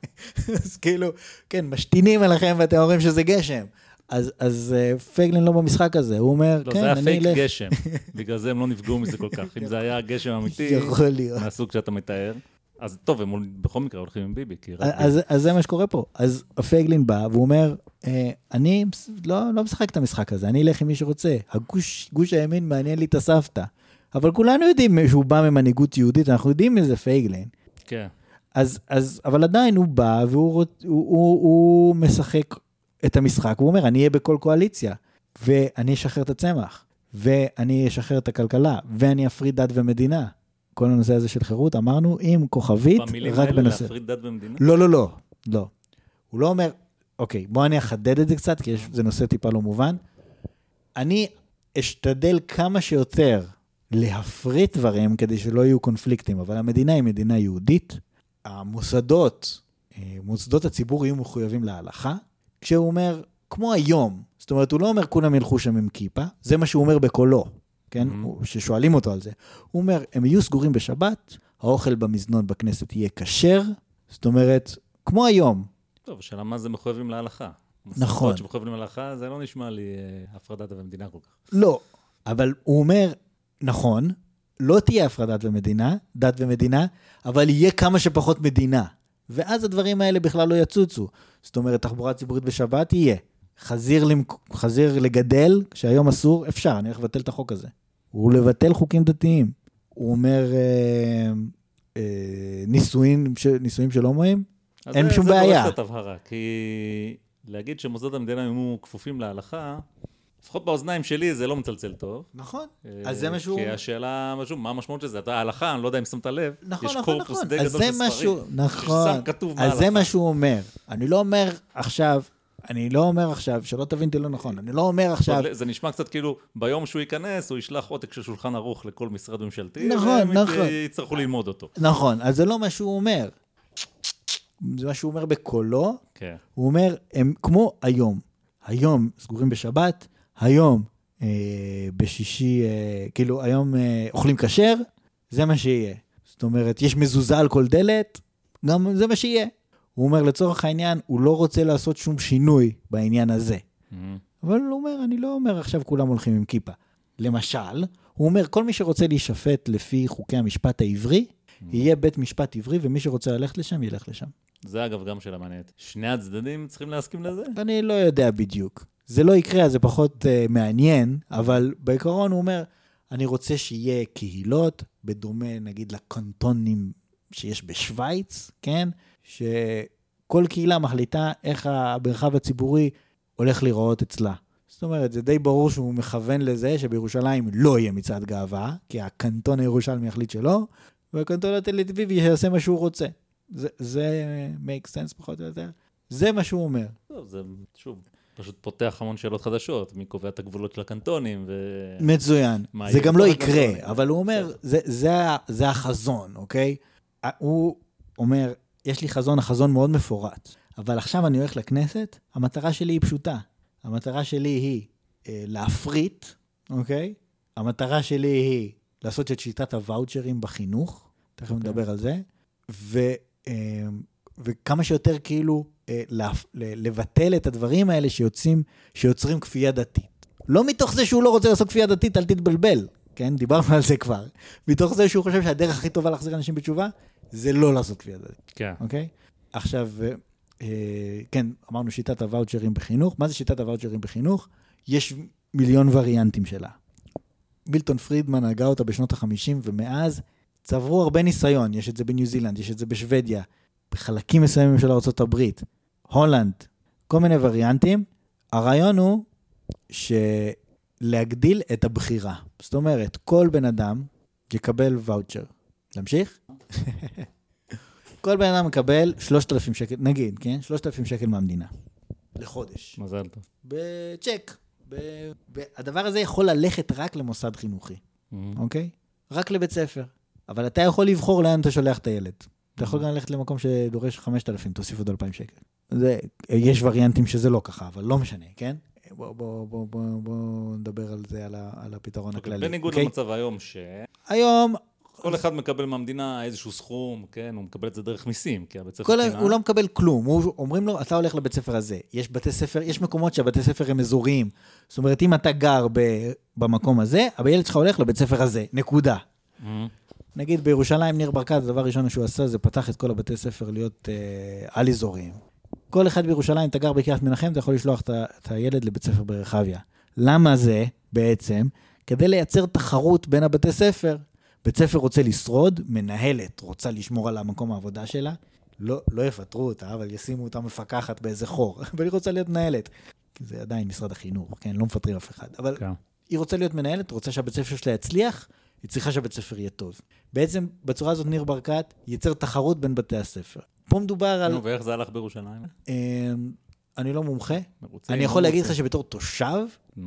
אז כאילו, כן, משתינים עליכם ואתם אומרים שזה גשם. אז, אז פייגלין לא במשחק הזה, הוא אומר, לא, כן, זה היה אני פייק אלך. גשם, בגלל זה הם לא נפגעו מזה כל כך. אם זה היה גשם אמיתי, יכול להיות. מהסוג שאתה מתאר, אז טוב, הם בכל מקרה הולכים עם ביבי. כי רק אז, אז זה מה שקורה פה. אז פייגלין בא והוא אומר, אני לא, לא משחק את המשחק הזה, אני אלך עם מי שרוצה. הגוש, גוש הימין מעניין לי את הסבתא. אבל כולנו יודעים שהוא בא ממנהיגות יהודית, אנחנו יודעים איזה פייגלין. כן. אז, אז, אבל עדיין הוא בא והוא הוא, הוא, הוא, הוא משחק את המשחק, הוא אומר, אני אהיה בכל קואליציה, ואני אשחרר את הצמח, ואני אשחרר את הכלכלה, ואני אפריד דת ומדינה. כל הנושא הזה של חירות, אמרנו, עם כוכבית, רק בנושא. במילים האלה להפריד דת ומדינה? לא, לא, לא, לא. הוא לא אומר, אוקיי, בוא אני אחדד את זה קצת, כי יש, זה נושא טיפה לא מובן. אני אשתדל כמה שיותר להפריט דברים, כדי שלא יהיו קונפליקטים, אבל המדינה היא מדינה יהודית, המוסדות, מוסדות הציבור יהיו מחויבים להלכה, כשהוא אומר, כמו היום, זאת אומרת, הוא לא אומר, כולם ילכו שם עם כיפה, זה מה שהוא אומר בקולו, כן? Mm-hmm. ששואלים אותו על זה. הוא אומר, הם יהיו סגורים בשבת, האוכל במזנון בכנסת יהיה כשר, זאת אומרת, כמו היום. טוב, שאלה מה זה מחויבים להלכה. נכון. מוסדות שמחויבים להלכה, זה לא נשמע לי אה, הפרדת המדינה כל כך. לא, אבל הוא אומר, נכון, לא תהיה הפרדת ומדינה, דת ומדינה, אבל יהיה כמה שפחות מדינה. ואז הדברים האלה בכלל לא יצוצו. זאת אומרת, תחבורה ציבורית בשבת יהיה. חזיר, למק... חזיר לגדל, שהיום אסור, אפשר, אני הולך לבטל את החוק הזה. הוא לבטל חוקים דתיים. הוא אומר, אה, אה, נישואים, ש... נישואים של הומואים, אין זה, שום זה בעיה. זה דורש את הבהרה, כי להגיד שמוסדות המדינה יהיו כפופים להלכה, לפחות באוזניים שלי זה לא מצלצל טוב. נכון, אז זה משהו... כי השאלה, משהו, מה המשמעות של זה? אתה ההלכה, אני לא יודע אם שמת לב, נכון, יש נכון, קורפוס נכון. די גדול של ספרים. נכון, ששם כתוב מה אז ההלכה. זה מה שהוא אומר. אני לא אומר עכשיו, אני לא אומר עכשיו, שלא תבינתי לא נכון, אני לא אומר עכשיו... זה נשמע קצת כאילו, ביום שהוא ייכנס, הוא ישלח עותק של שולחן ערוך לכל משרד ממשלתי, נכון, נכון. והם יצטרכו ללמוד אותו. נכון, אז זה לא מה שהוא אומר. זה מה שהוא אומר בקולו. כן. הוא אומר, הם כמו היום. היום סגורים בשבת, היום אה, בשישי, אה, כאילו היום אה, אוכלים כשר, זה מה שיהיה. זאת אומרת, יש מזוזה על כל דלת, גם זה מה שיהיה. הוא אומר, לצורך העניין, הוא לא רוצה לעשות שום שינוי בעניין הזה. Mm-hmm. אבל הוא אומר, אני לא אומר עכשיו כולם הולכים עם כיפה. למשל, הוא אומר, כל מי שרוצה להישפט לפי חוקי המשפט העברי, יהיה בית משפט עברי, ומי שרוצה ללכת לשם, ילך לשם. זה אגב גם של המעניינת. שני הצדדים צריכים להסכים לזה? אני לא יודע בדיוק. זה לא יקרה, זה פחות uh, מעניין, אבל בעיקרון הוא אומר, אני רוצה שיהיה קהילות, בדומה נגיד לקנטונים שיש בשוויץ, כן? שכל קהילה מחליטה איך המרחב הציבורי הולך לראות אצלה. זאת אומרת, זה די ברור שהוא מכוון לזה שבירושלים לא יהיה מצעד גאווה, כי הקנטון הירושלמי יחליט שלא, והקנטון התל אביבי יעשה מה שהוא רוצה. זה, זה make sense פחות או יותר. זה מה שהוא אומר. טוב, זה שוב, פשוט פותח המון שאלות חדשות, מי קובע את הגבולות של הקנטונים. ו... מצוין. זה גם לא יקרה, אבל הוא אומר, זה, זה, זה החזון, אוקיי? הוא אומר, יש לי חזון, החזון מאוד מפורט, אבל עכשיו אני הולך לכנסת, המטרה שלי היא פשוטה. המטרה שלי היא אה, להפריט, אוקיי? המטרה שלי היא לעשות את שיטת הוואוצ'רים בחינוך, תכף okay. נדבר על זה, ו, אה, וכמה שיותר כאילו אה, להפ, לבטל את הדברים האלה שיוצאים, שיוצרים כפייה דתית. לא מתוך זה שהוא לא רוצה לעשות כפייה דתית, אל תתבלבל, כן? דיברנו על זה כבר. מתוך זה שהוא חושב שהדרך הכי טובה להחזיר אנשים בתשובה, זה לא לעשות כפייה דתית, כן. אוקיי? עכשיו... כן, אמרנו שיטת הוואוצ'רים בחינוך. מה זה שיטת הוואוצ'רים בחינוך? יש מיליון וריאנטים שלה. מילטון פרידמן הגה אותה בשנות ה-חמישים, ומאז צברו הרבה ניסיון. יש את זה בניו זילנד, יש את זה בשוודיה, בחלקים מסוימים של ארצות הברית, הולנד, כל מיני וריאנטים. הרעיון הוא שלהגדיל את הבחירה. זאת אומרת, כל בן אדם יקבל ואוצ'ר. להמשיך? כל בן אדם מקבל שלושת אלפים שקל, נגיד, כן? שלושת אלפים שקל מהמדינה. לחודש. מזל טוב. בצ'ק. ב... ב... הדבר הזה יכול ללכת רק למוסד חינוכי. Mm-hmm. אוקיי? רק לבית ספר. אבל אתה יכול לבחור לאן אתה שולח את הילד. Mm-hmm. אתה יכול גם ללכת למקום שדורש חמשת אלפים, תוסיף עוד אלפיים שקל. זה... יש וריאנטים שזה לא ככה, אבל לא משנה, כן? בוא, בוא, בוא, בוא, בוא נדבר על זה, על, ה... על הפתרון הכללי. בניגוד okay? למצב היום ש... היום... כל אחד מקבל מהמדינה איזשהו סכום, כן, הוא מקבל את זה דרך מיסים, כי הבית ספר... כל, הוא לא מקבל כלום, הוא, אומרים לו, אתה הולך לבית ספר הזה, יש בתי ספר, יש מקומות שהבתי ספר הם אזוריים, זאת אומרת, אם אתה גר ב, במקום הזה, הילד שלך הולך לבית ספר הזה, נקודה. Mm-hmm. נגיד בירושלים, ניר ברקת, הדבר ראשון שהוא עשה, זה פתח את כל הבתי ספר להיות אה, על אזוריים. כל אחד בירושלים, אתה גר בקריית מנחם, אתה יכול לשלוח את, את הילד לבית ספר ברחביה. למה זה, בעצם? כדי לייצר תחרות בין הבתי ספר. בית ספר רוצה לשרוד, מנהלת רוצה לשמור על המקום העבודה שלה, לא, לא יפטרו אותה, אבל ישימו אותה מפקחת באיזה חור, אבל היא רוצה להיות מנהלת. זה עדיין משרד החינוך, כן? לא מפטרים אף אחד. אבל okay. היא רוצה להיות מנהלת, רוצה שהבית ספר שלה יצליח, היא צריכה שהבית ספר יהיה טוב. בעצם, בצורה הזאת ניר ברקת ייצר תחרות בין בתי הספר. פה מדובר על... נו, ואיך זה הלך בירושלים? אני לא מומחה. אני יכול להגיד לך שבתור תושב,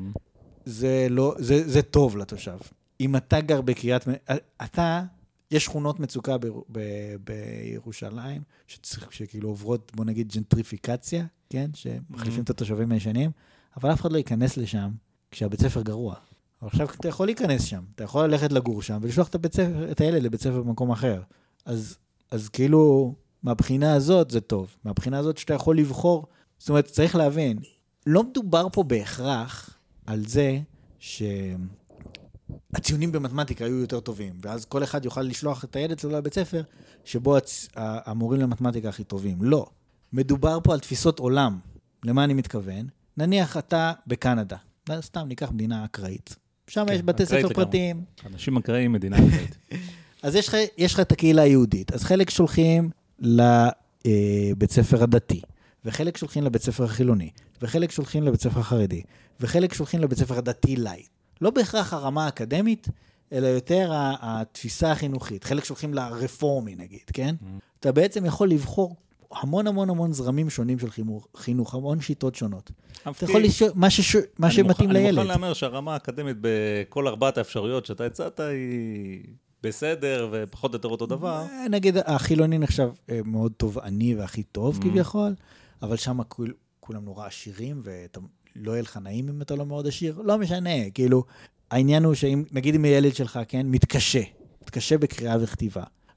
זה לא, זה, זה טוב לתושב. אם אתה גר בקריית, אתה, יש שכונות מצוקה ב, ב, בירושלים, שצריך, שכאילו עוברות, בוא נגיד, ג'נטריפיקציה, כן? שמחליפים את התושבים הישנים, אבל אף אחד לא ייכנס לשם כשהבית ספר גרוע. אבל עכשיו אתה יכול להיכנס שם, אתה יכול ללכת לגור שם, ולשלוח את, הבית ספר, את הילד לבית ספר במקום אחר. אז, אז כאילו, מהבחינה הזאת זה טוב. מהבחינה הזאת שאתה יכול לבחור, זאת אומרת, צריך להבין, לא מדובר פה בהכרח על זה ש... הציונים במתמטיקה היו יותר טובים, ואז כל אחד יוכל לשלוח את הילד שלו לבית ספר, שבו הצ... המורים למתמטיקה הכי טובים. לא. מדובר פה על תפיסות עולם. למה אני מתכוון? נניח אתה בקנדה. סתם ניקח מדינה אקראית. שם כן, יש בתי ספר פרטיים. אנשים אקראיים, מדינה אקראית. אז יש לך, יש לך את הקהילה היהודית. אז חלק שולחים לבית ספר הדתי, וחלק שולחים לבית ספר החילוני, וחלק שולחים לבית ספר החרדי, וחלק שולחים לבית ספר הדתי לייט. לא בהכרח הרמה האקדמית, אלא יותר התפיסה החינוכית. חלק שולחים לרפורמי, נגיד, כן? Mm-hmm. אתה בעצם יכול לבחור המון המון המון זרמים שונים של חינוך, חינוך המון שיטות שונות. אתה יכול לשאול מה, שש... מה שמתאים לילד. אני מוכן לאמר שהרמה האקדמית בכל ארבעת האפשרויות שאתה הצעת היא בסדר ופחות או יותר אותו דבר. נגיד, החילוני נחשב מאוד תובעני והכי טוב mm-hmm. כביכול, אבל שם כול, כולם נורא עשירים ואתה... לא יהיה לך נעים אם אתה לא מאוד עשיר, לא משנה, כאילו, העניין הוא שאם, נגיד אם הילד שלך, כן, מתקשה, מתקשה בקריאה וכתיבה,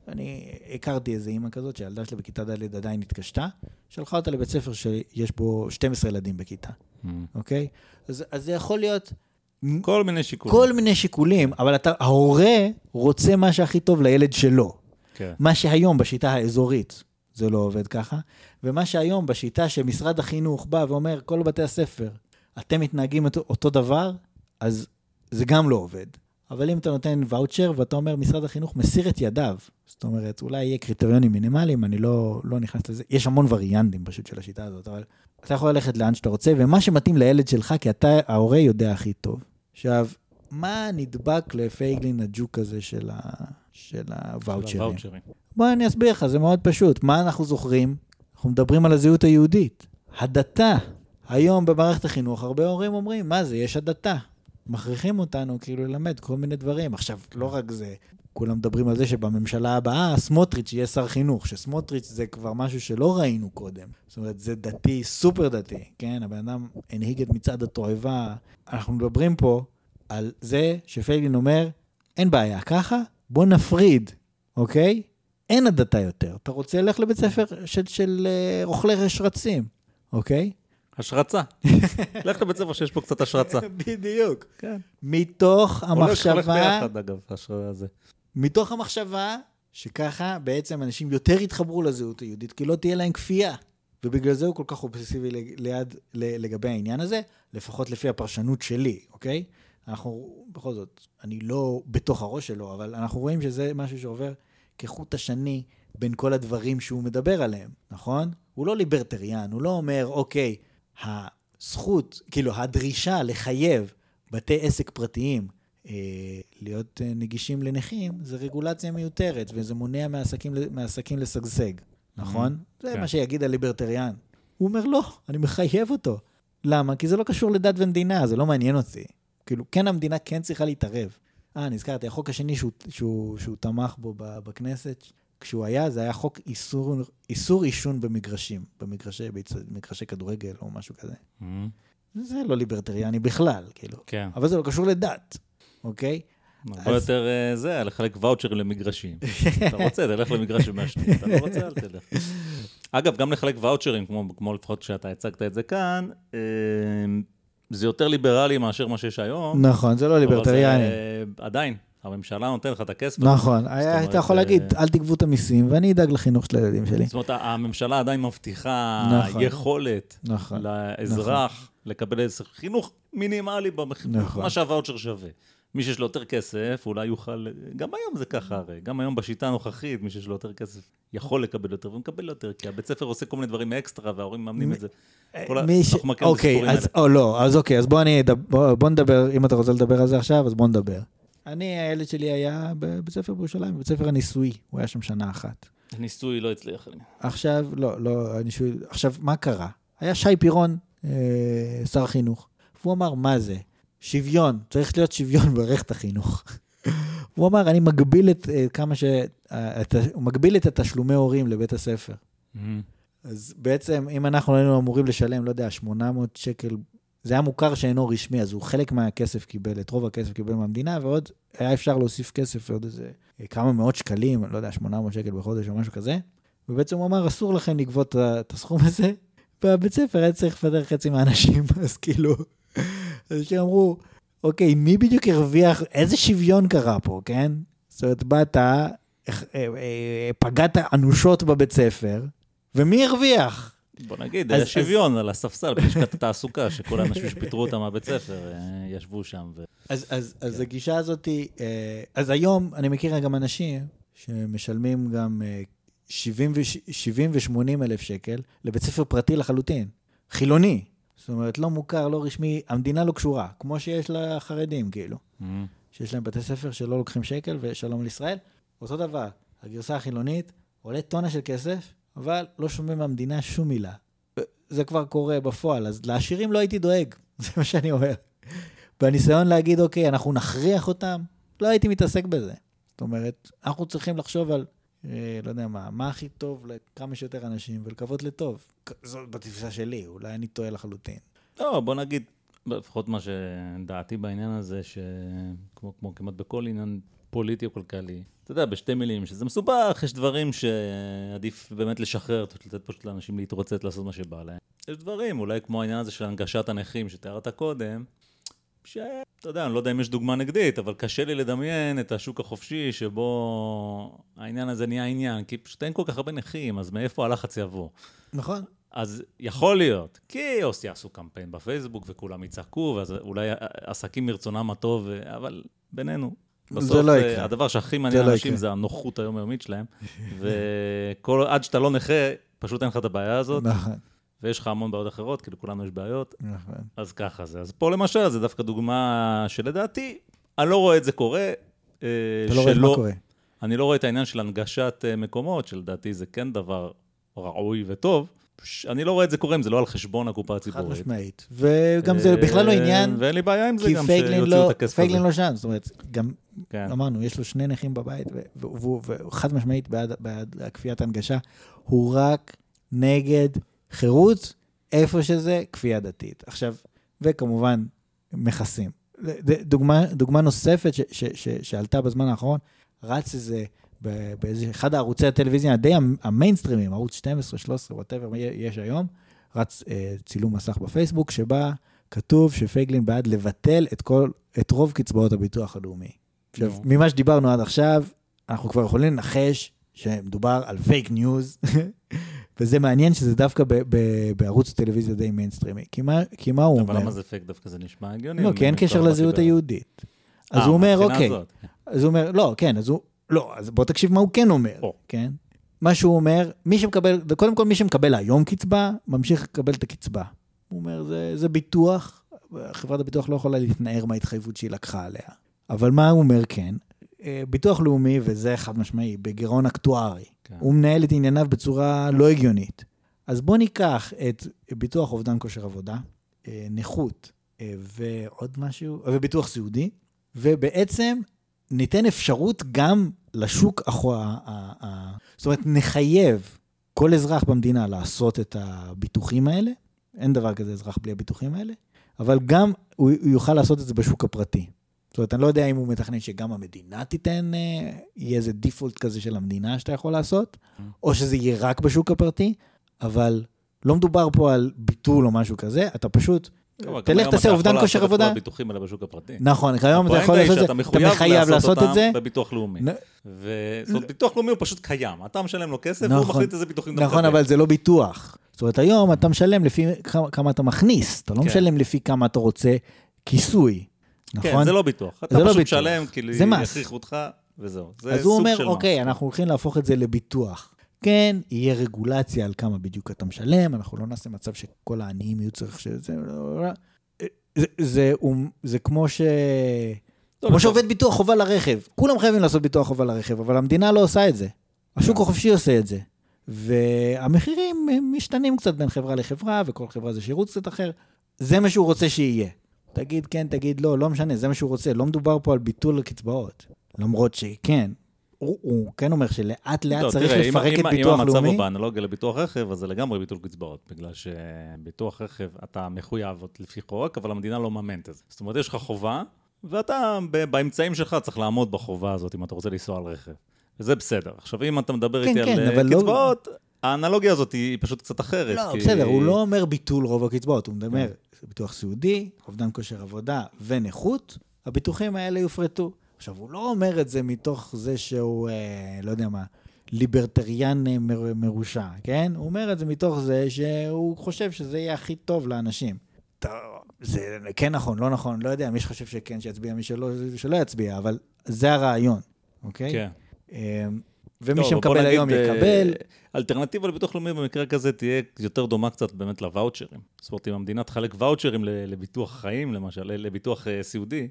אני הכרתי איזו אמא כזאת, שהילדה שלה בכיתה ד' עדיין התקשתה, שלחה אותה לבית ספר שיש בו שנים עשר ילדים בכיתה, אוקיי? אז, אז זה יכול להיות... כל מיני שיקולים. כל מיני שיקולים, אבל אתה, ההורה רוצה מה שהכי טוב לילד שלו. כן. מה שהיום בשיטה האזורית, זה לא עובד ככה, ומה שהיום בשיטה שמשרד החינוך בא ואומר, כל בתי הספר, אתם מתנהגים אותו דבר, אז זה גם לא עובד. אבל אם אתה נותן ואוצ'ר, ואתה אומר, משרד החינוך מסיר את ידיו, זאת אומרת, אולי יהיה קריטריונים מינימליים, אני לא, לא נכנס לזה, יש המון וריאנדים פשוט של השיטה הזאת, אבל אתה יכול ללכת לאן שאתה רוצה, ומה שמתאים לילד שלך, כי אתה, ההורה יודע הכי טוב. עכשיו, מה נדבק לפייגלין הג'וק הזה של, ה... של הוואוצ'רים? בוא אני אסביר לך, זה מאוד פשוט. מה אנחנו זוכרים? אנחנו מדברים על הזהות היהודית. הדתה. היום במערכת החינוך, הרבה הורים אומרים, מה זה? יש הדתה. מכריחים אותנו כאילו ללמד כל מיני דברים. עכשיו, לא רק זה, כולם מדברים על זה שבממשלה הבאה, סמוטריץ' יהיה שר חינוך, שסמוטריץ' זה כבר משהו שלא ראינו קודם. זאת אומרת, זה דתי, סופר דתי, כן? הבן אדם הנהיג את מצעד התועבה. אנחנו מדברים פה על זה שפייגלין אומר, אין בעיה, ככה, בוא נפריד, אוקיי? אין הדתה יותר. אתה רוצה ללכת לבית ספר של, של uh, רוכלי רשרצים, אוקיי? השרצה. לך לבית ספר שיש פה קצת השרצה. בדיוק. כן. מתוך המחשבה... הולך ביחד, אגב, השרצה הזה. מתוך המחשבה שככה בעצם אנשים יותר יתחברו לזהות היהודית, כי לא תהיה להם כפייה. ובגלל זה הוא כל כך אובססיבי ליד, לגבי העניין הזה, לפחות לפי הפרשנות שלי, אוקיי? אנחנו, בכל זאת, אני לא בתוך הראש שלו, אבל אנחנו רואים שזה משהו שעובר כחוט השני בין כל הדברים שהוא מדבר עליהם, נכון? הוא לא ליברטריאן, הוא לא אומר, אוקיי, הזכות, כאילו, הדרישה לחייב בתי עסק פרטיים אה, להיות אה, נגישים לנכים, זה רגולציה מיותרת, וזה מונע מעסקים, מעסקים לשגשג, נכון? Mm-hmm. זה כן. מה שיגיד הליברטריאן. הוא אומר, לא, אני מחייב אותו. למה? כי זה לא קשור לדת ומדינה, זה לא מעניין אותי. כאילו, כן, המדינה כן צריכה להתערב. אה, נזכרתי, החוק השני שהוא, שהוא, שהוא תמך בו בכנסת, כשהוא היה, זה היה חוק איסור, איסור עישון במגרשים, במגרשי, במגרשי כדורגל או משהו כזה. Mm-hmm. זה לא ליברטריאני בכלל, כאילו. כן. אבל זה לא קשור לדת, אוקיי? הרבה אז... יותר זה, לחלק ואוצ'רים למגרשים. אתה רוצה, תלך למגרש ומאשנים. אתה לא רוצה, אל תלך. אגב, גם לחלק ואוצ'רים, כמו, כמו לפחות שאתה הצגת את זה כאן, זה יותר ליברלי מאשר מה שיש היום. נכון, זה לא ליברטריאני. עדיין, הממשלה נותן לך את הכסף. נכון, אתה יכול להגיד, אל תגבו את המיסים, ואני אדאג לחינוך של הילדים שלי. זאת אומרת, הממשלה עדיין מבטיחה יכולת לאזרח לקבל איזה חינוך מינימלי במחינוך, מה שהוואוצ'ר שווה. מי שיש לו יותר כסף, אולי יוכל, גם היום זה ככה הרי, גם היום בשיטה הנוכחית, מי שיש לו יותר כסף יכול לקבל יותר, ומקבל יותר, כי הבית ספר עושה כל מיני דברים אקסטרה, וההורים מאמנים את זה. אוקיי, אז לא, אז אוקיי, אז בוא נדבר, אם אתה רוצה לדבר על זה עכשיו, אז בוא נדבר. אני, הילד שלי היה בבית ספר בירושלים, בבית ספר הניסוי, הוא היה שם שנה אחת. הניסוי לא הצליח לי. עכשיו, לא, לא, הניסוי, עכשיו, מה קרה? היה שי פירון, שר החינוך, והוא אמר, מה זה? שוויון, צריך להיות שוויון בערכת החינוך. הוא אמר, אני מגביל את כמה ש... הוא מגביל את התשלומי הורים לבית הספר. אז בעצם, אם אנחנו היינו אמורים לשלם, לא יודע, שמונה מאות שקל, זה היה מוכר שאינו רשמי, אז הוא חלק מהכסף קיבל, את רוב הכסף קיבל מהמדינה, ועוד היה אפשר להוסיף כסף, ועוד איזה כמה מאות שקלים, לא יודע, שמונה מאות שקל בחודש או משהו כזה, ובעצם הוא אמר, אסור לכם לגבות את הסכום הזה, והבית ספר היה צריך לפטר חצי מהאנשים, אז כאילו... אז שאמרו, אוקיי, מי בדיוק הרוויח, איזה שוויון קרה פה, כן? זאת אומרת, באת, פגעת אנושות בבית ספר, ומי הרוויח? בוא נגיד, היה שוויון על הספסל, בלשכת התעסוקה, שכל האנשים שפיטרו אותם מהבית ספר, ישבו שם. אז הגישה הזאת, אז היום אני מכיר גם אנשים, שמשלמים גם שבעים ושמונים אלף שקל, לבית ספר פרטי לחלוטין, חילוני. זאת אומרת, לא מוכר, לא רשמי, המדינה לא קשורה, כמו שיש לחרדים, כאילו. Mm-hmm. שיש להם בתי ספר שלא לוקחים שקל ושלום על ישראל. אותו דבר, הגרסה החילונית עולה טונה של כסף, אבל לא שומעים מהמדינה שום מילה. זה כבר קורה בפועל, אז לעשירים לא הייתי דואג, זה מה שאני אומר. בניסיון להגיד, אוקיי, אנחנו נכריח אותם, לא הייתי מתעסק בזה. זאת אומרת, אנחנו צריכים לחשוב על, אה, לא יודע מה, מה הכי טוב לכמה שיותר אנשים, ולקוות לטוב. זו בתפיסה שלי, אולי אני טועה לחלוטין. לא, בוא נגיד, לפחות מה שדעתי בעניין הזה, שכמו כמו כמעט בכל עניין פוליטי או כלכלי, אתה יודע, בשתי מילים, שזה מסובך, יש דברים שעדיף באמת לשחרר, לתת פשוט לאנשים להתרוצץ, לעשות מה שבא להם. יש דברים, אולי כמו העניין הזה של הנגשת הנכים שתיארת קודם, שאתה יודע, אני לא יודע אם יש דוגמה נגדית, אבל קשה לי לדמיין את השוק החופשי שבו העניין הזה נהיה עניין, כי פשוט אין כל כך הרבה נכים, אז מאיפה הלחץ יבוא? נכון. אז יכול להיות, כי או יעשו קמפיין בפייסבוק וכולם יצעקו, ואז אולי עסקים מרצונם הטוב, אבל בינינו, בסוף לא הדבר שהכי מעניין לא אנשים זה הנוחות היומיומית שלהם, ועד שאתה לא נכה, פשוט אין לך את הבעיה הזאת, נכון. ויש לך המון בעיות אחרות, כאילו כולנו יש בעיות, נכון. אז ככה זה. אז פה למשל, זה דווקא דוגמה שלדעתי, אני לא רואה את זה קורה. אתה לא רואה מה קורה. אני לא רואה את העניין של הנגשת מקומות, שלדעתי זה כן דבר ראוי וטוב, אני לא רואה את זה קורה, אם זה לא על חשבון הקופה הציבורית. חד משמעית. וגם זה בכלל לא עניין, ואין לי בעיה עם זה גם שיוציאו את הכסף הזה. כי פייגלין לא שם, זאת אומרת, גם אמרנו, יש לו שני נכים בבית, והוא חד משמעית בעד כפיית הנגשה, הוא רק נגד חירות, איפה שזה, כפייה דתית. עכשיו, וכמובן, מכסים. דוגמה, דוגמה נוספת ש, ש, ש, שעלתה בזמן האחרון, רץ איזה, באיזה אחד הערוצי הטלוויזיה, די המיינסטרימים, ערוץ שתים עשרה, שלוש עשרה, whatever יש היום, רץ אה, צילום מסך בפייסבוק, שבה כתוב שפייגלין בעד לבטל את כל, את רוב קצבאות הביטוח הלאומי. עכשיו, ממה שדיברנו עד עכשיו, אנחנו כבר יכולים לנחש שמדובר על פייק ניוז, וזה מעניין שזה דווקא ב- ב- בערוץ טלוויזיה די מיינסטרימי. כי מה, כי מה הוא אומר? אבל למה זה פייק דווקא? זה נשמע הגיוני. לא, כי אין קשר לזהות היהודית. אז הוא אומר, אוקיי. אז הוא אומר, לא, כן, אז הוא, לא, אז בוא תקשיב מה הוא כן אומר, כן? מה שהוא אומר, מי שמקבל, קודם כל מי שמקבל היום קצבה, ממשיך לקבל את הקצבה. הוא אומר, זה, זה ביטוח, חברת הביטוח לא יכולה להתנער מההתחייבות שהיא לקחה עליה. אבל מה הוא אומר, כן? ביטוח לאומי, וזה חד משמעי, בגירעון אקטוארי. כן. הוא מנהל את ענייניו בצורה לא הגיונית. אז בוא ניקח את ביטוח אובדן כושר עבודה, נכות ועוד משהו, וביטוח סיעודי, ובעצם ניתן אפשרות גם לשוק אחורה, זאת אומרת, נחייב כל אזרח במדינה לעשות את הביטוחים האלה, אין דבר כזה אזרח בלי הביטוחים האלה, אבל גם הוא יוכל לעשות את זה בשוק הפרטי. זאת אומרת, אני לא יודע אם הוא מתכנן שגם המדינה תיתן, יהיה איזה דיפולט כזה של המדינה שאתה יכול לעשות, או שזה יהיה רק בשוק הפרטי, אבל לא מדובר פה על ביטול או משהו כזה, אתה פשוט, תלך תעשה אובדן כושר עבודה. אתה יכול לעשות את כל הביטוחים האלה בשוק הפרטי. נכון, היום אתה יכול לעשות את זה, אתה מחויב לעשות את זה. בביטוח לאומי. זאת אומרת, ביטוח לאומי הוא פשוט קיים, אתה משלם לו כסף, והוא מחליט איזה ביטוחים אתה מקבל. נכון, אבל זה לא ביטוח. זאת אומרת, היום אתה משלם לפי כמה אתה מכניס, אתה לא משלם לפי כמה אתה רוצה כיסוי. כן, זה לא ביטוח. אתה פשוט משלם, כאילו יכריחו אותך, וזהו. אז הוא אומר, אוקיי, אנחנו הולכים להפוך את זה לביטוח. כן, יהיה רגולציה על כמה בדיוק אתה משלם, אנחנו לא נעשה מצב שכל העניים יהיו צריך שזה... זה כמו ש... כמו שעובד ביטוח חובה לרכב. כולם חייבים לעשות ביטוח חובה לרכב, אבל המדינה לא עושה את זה. השוק החופשי עושה את זה. והמחירים משתנים קצת בין חברה לחברה, וכל חברה זה שירות קצת אחר. זה מה שהוא רוצה שיהיה. תגיד כן, תגיד לא, לא משנה, זה מה שהוא רוצה. לא מדובר פה על ביטול הקצבאות. למרות שכן, הוא, הוא כן אומר שלאט לאט לא, צריך תראה, לפרק אם, את ביטוח לאומי. אם המצב הוא באנלוגיה לביטוח רכב, אז זה לגמרי ביטול קצבאות, בגלל שביטוח רכב אתה מחויב לפי חוק, אבל המדינה לא ממנת את זה. זאת אומרת, יש לך חובה, ואתה באמצעים שלך צריך לעמוד בחובה הזאת, אם אתה רוצה לנסוע על רכב. וזה בסדר. עכשיו, אם אתה מדבר כן, איתי כן, על קצבאות, לא... האנלוגיה הזאת היא פשוט קצת אחרת. לא, כי... בסדר, הוא לא אומר ביטול רוב הקצבאות, הוא מדבר ביטוח סיעודי, אובדן כושר עבודה ונכות, הביטוחים האלה יופרטו. עכשיו, הוא לא אומר את זה מתוך זה שהוא, אה, לא יודע מה, ליברטריאן מר, מרושע, כן? הוא אומר את זה מתוך זה שהוא חושב שזה יהיה הכי טוב לאנשים. טוב, זה כן נכון, לא נכון, לא יודע, מי שחושב שכן שיצביע, מי שלא, שלא יצביע, אבל זה הרעיון, אוקיי? כן. אה, ומי שמקבל היום יקבל. אלטרנטיבה לביטוח לאומי במקרה כזה תהיה יותר דומה קצת באמת לוואוצ'רים. זאת אומרת, אם המדינה תחלק ואוצ'רים לביטוח חיים, למשל, לביטוח סיעודי,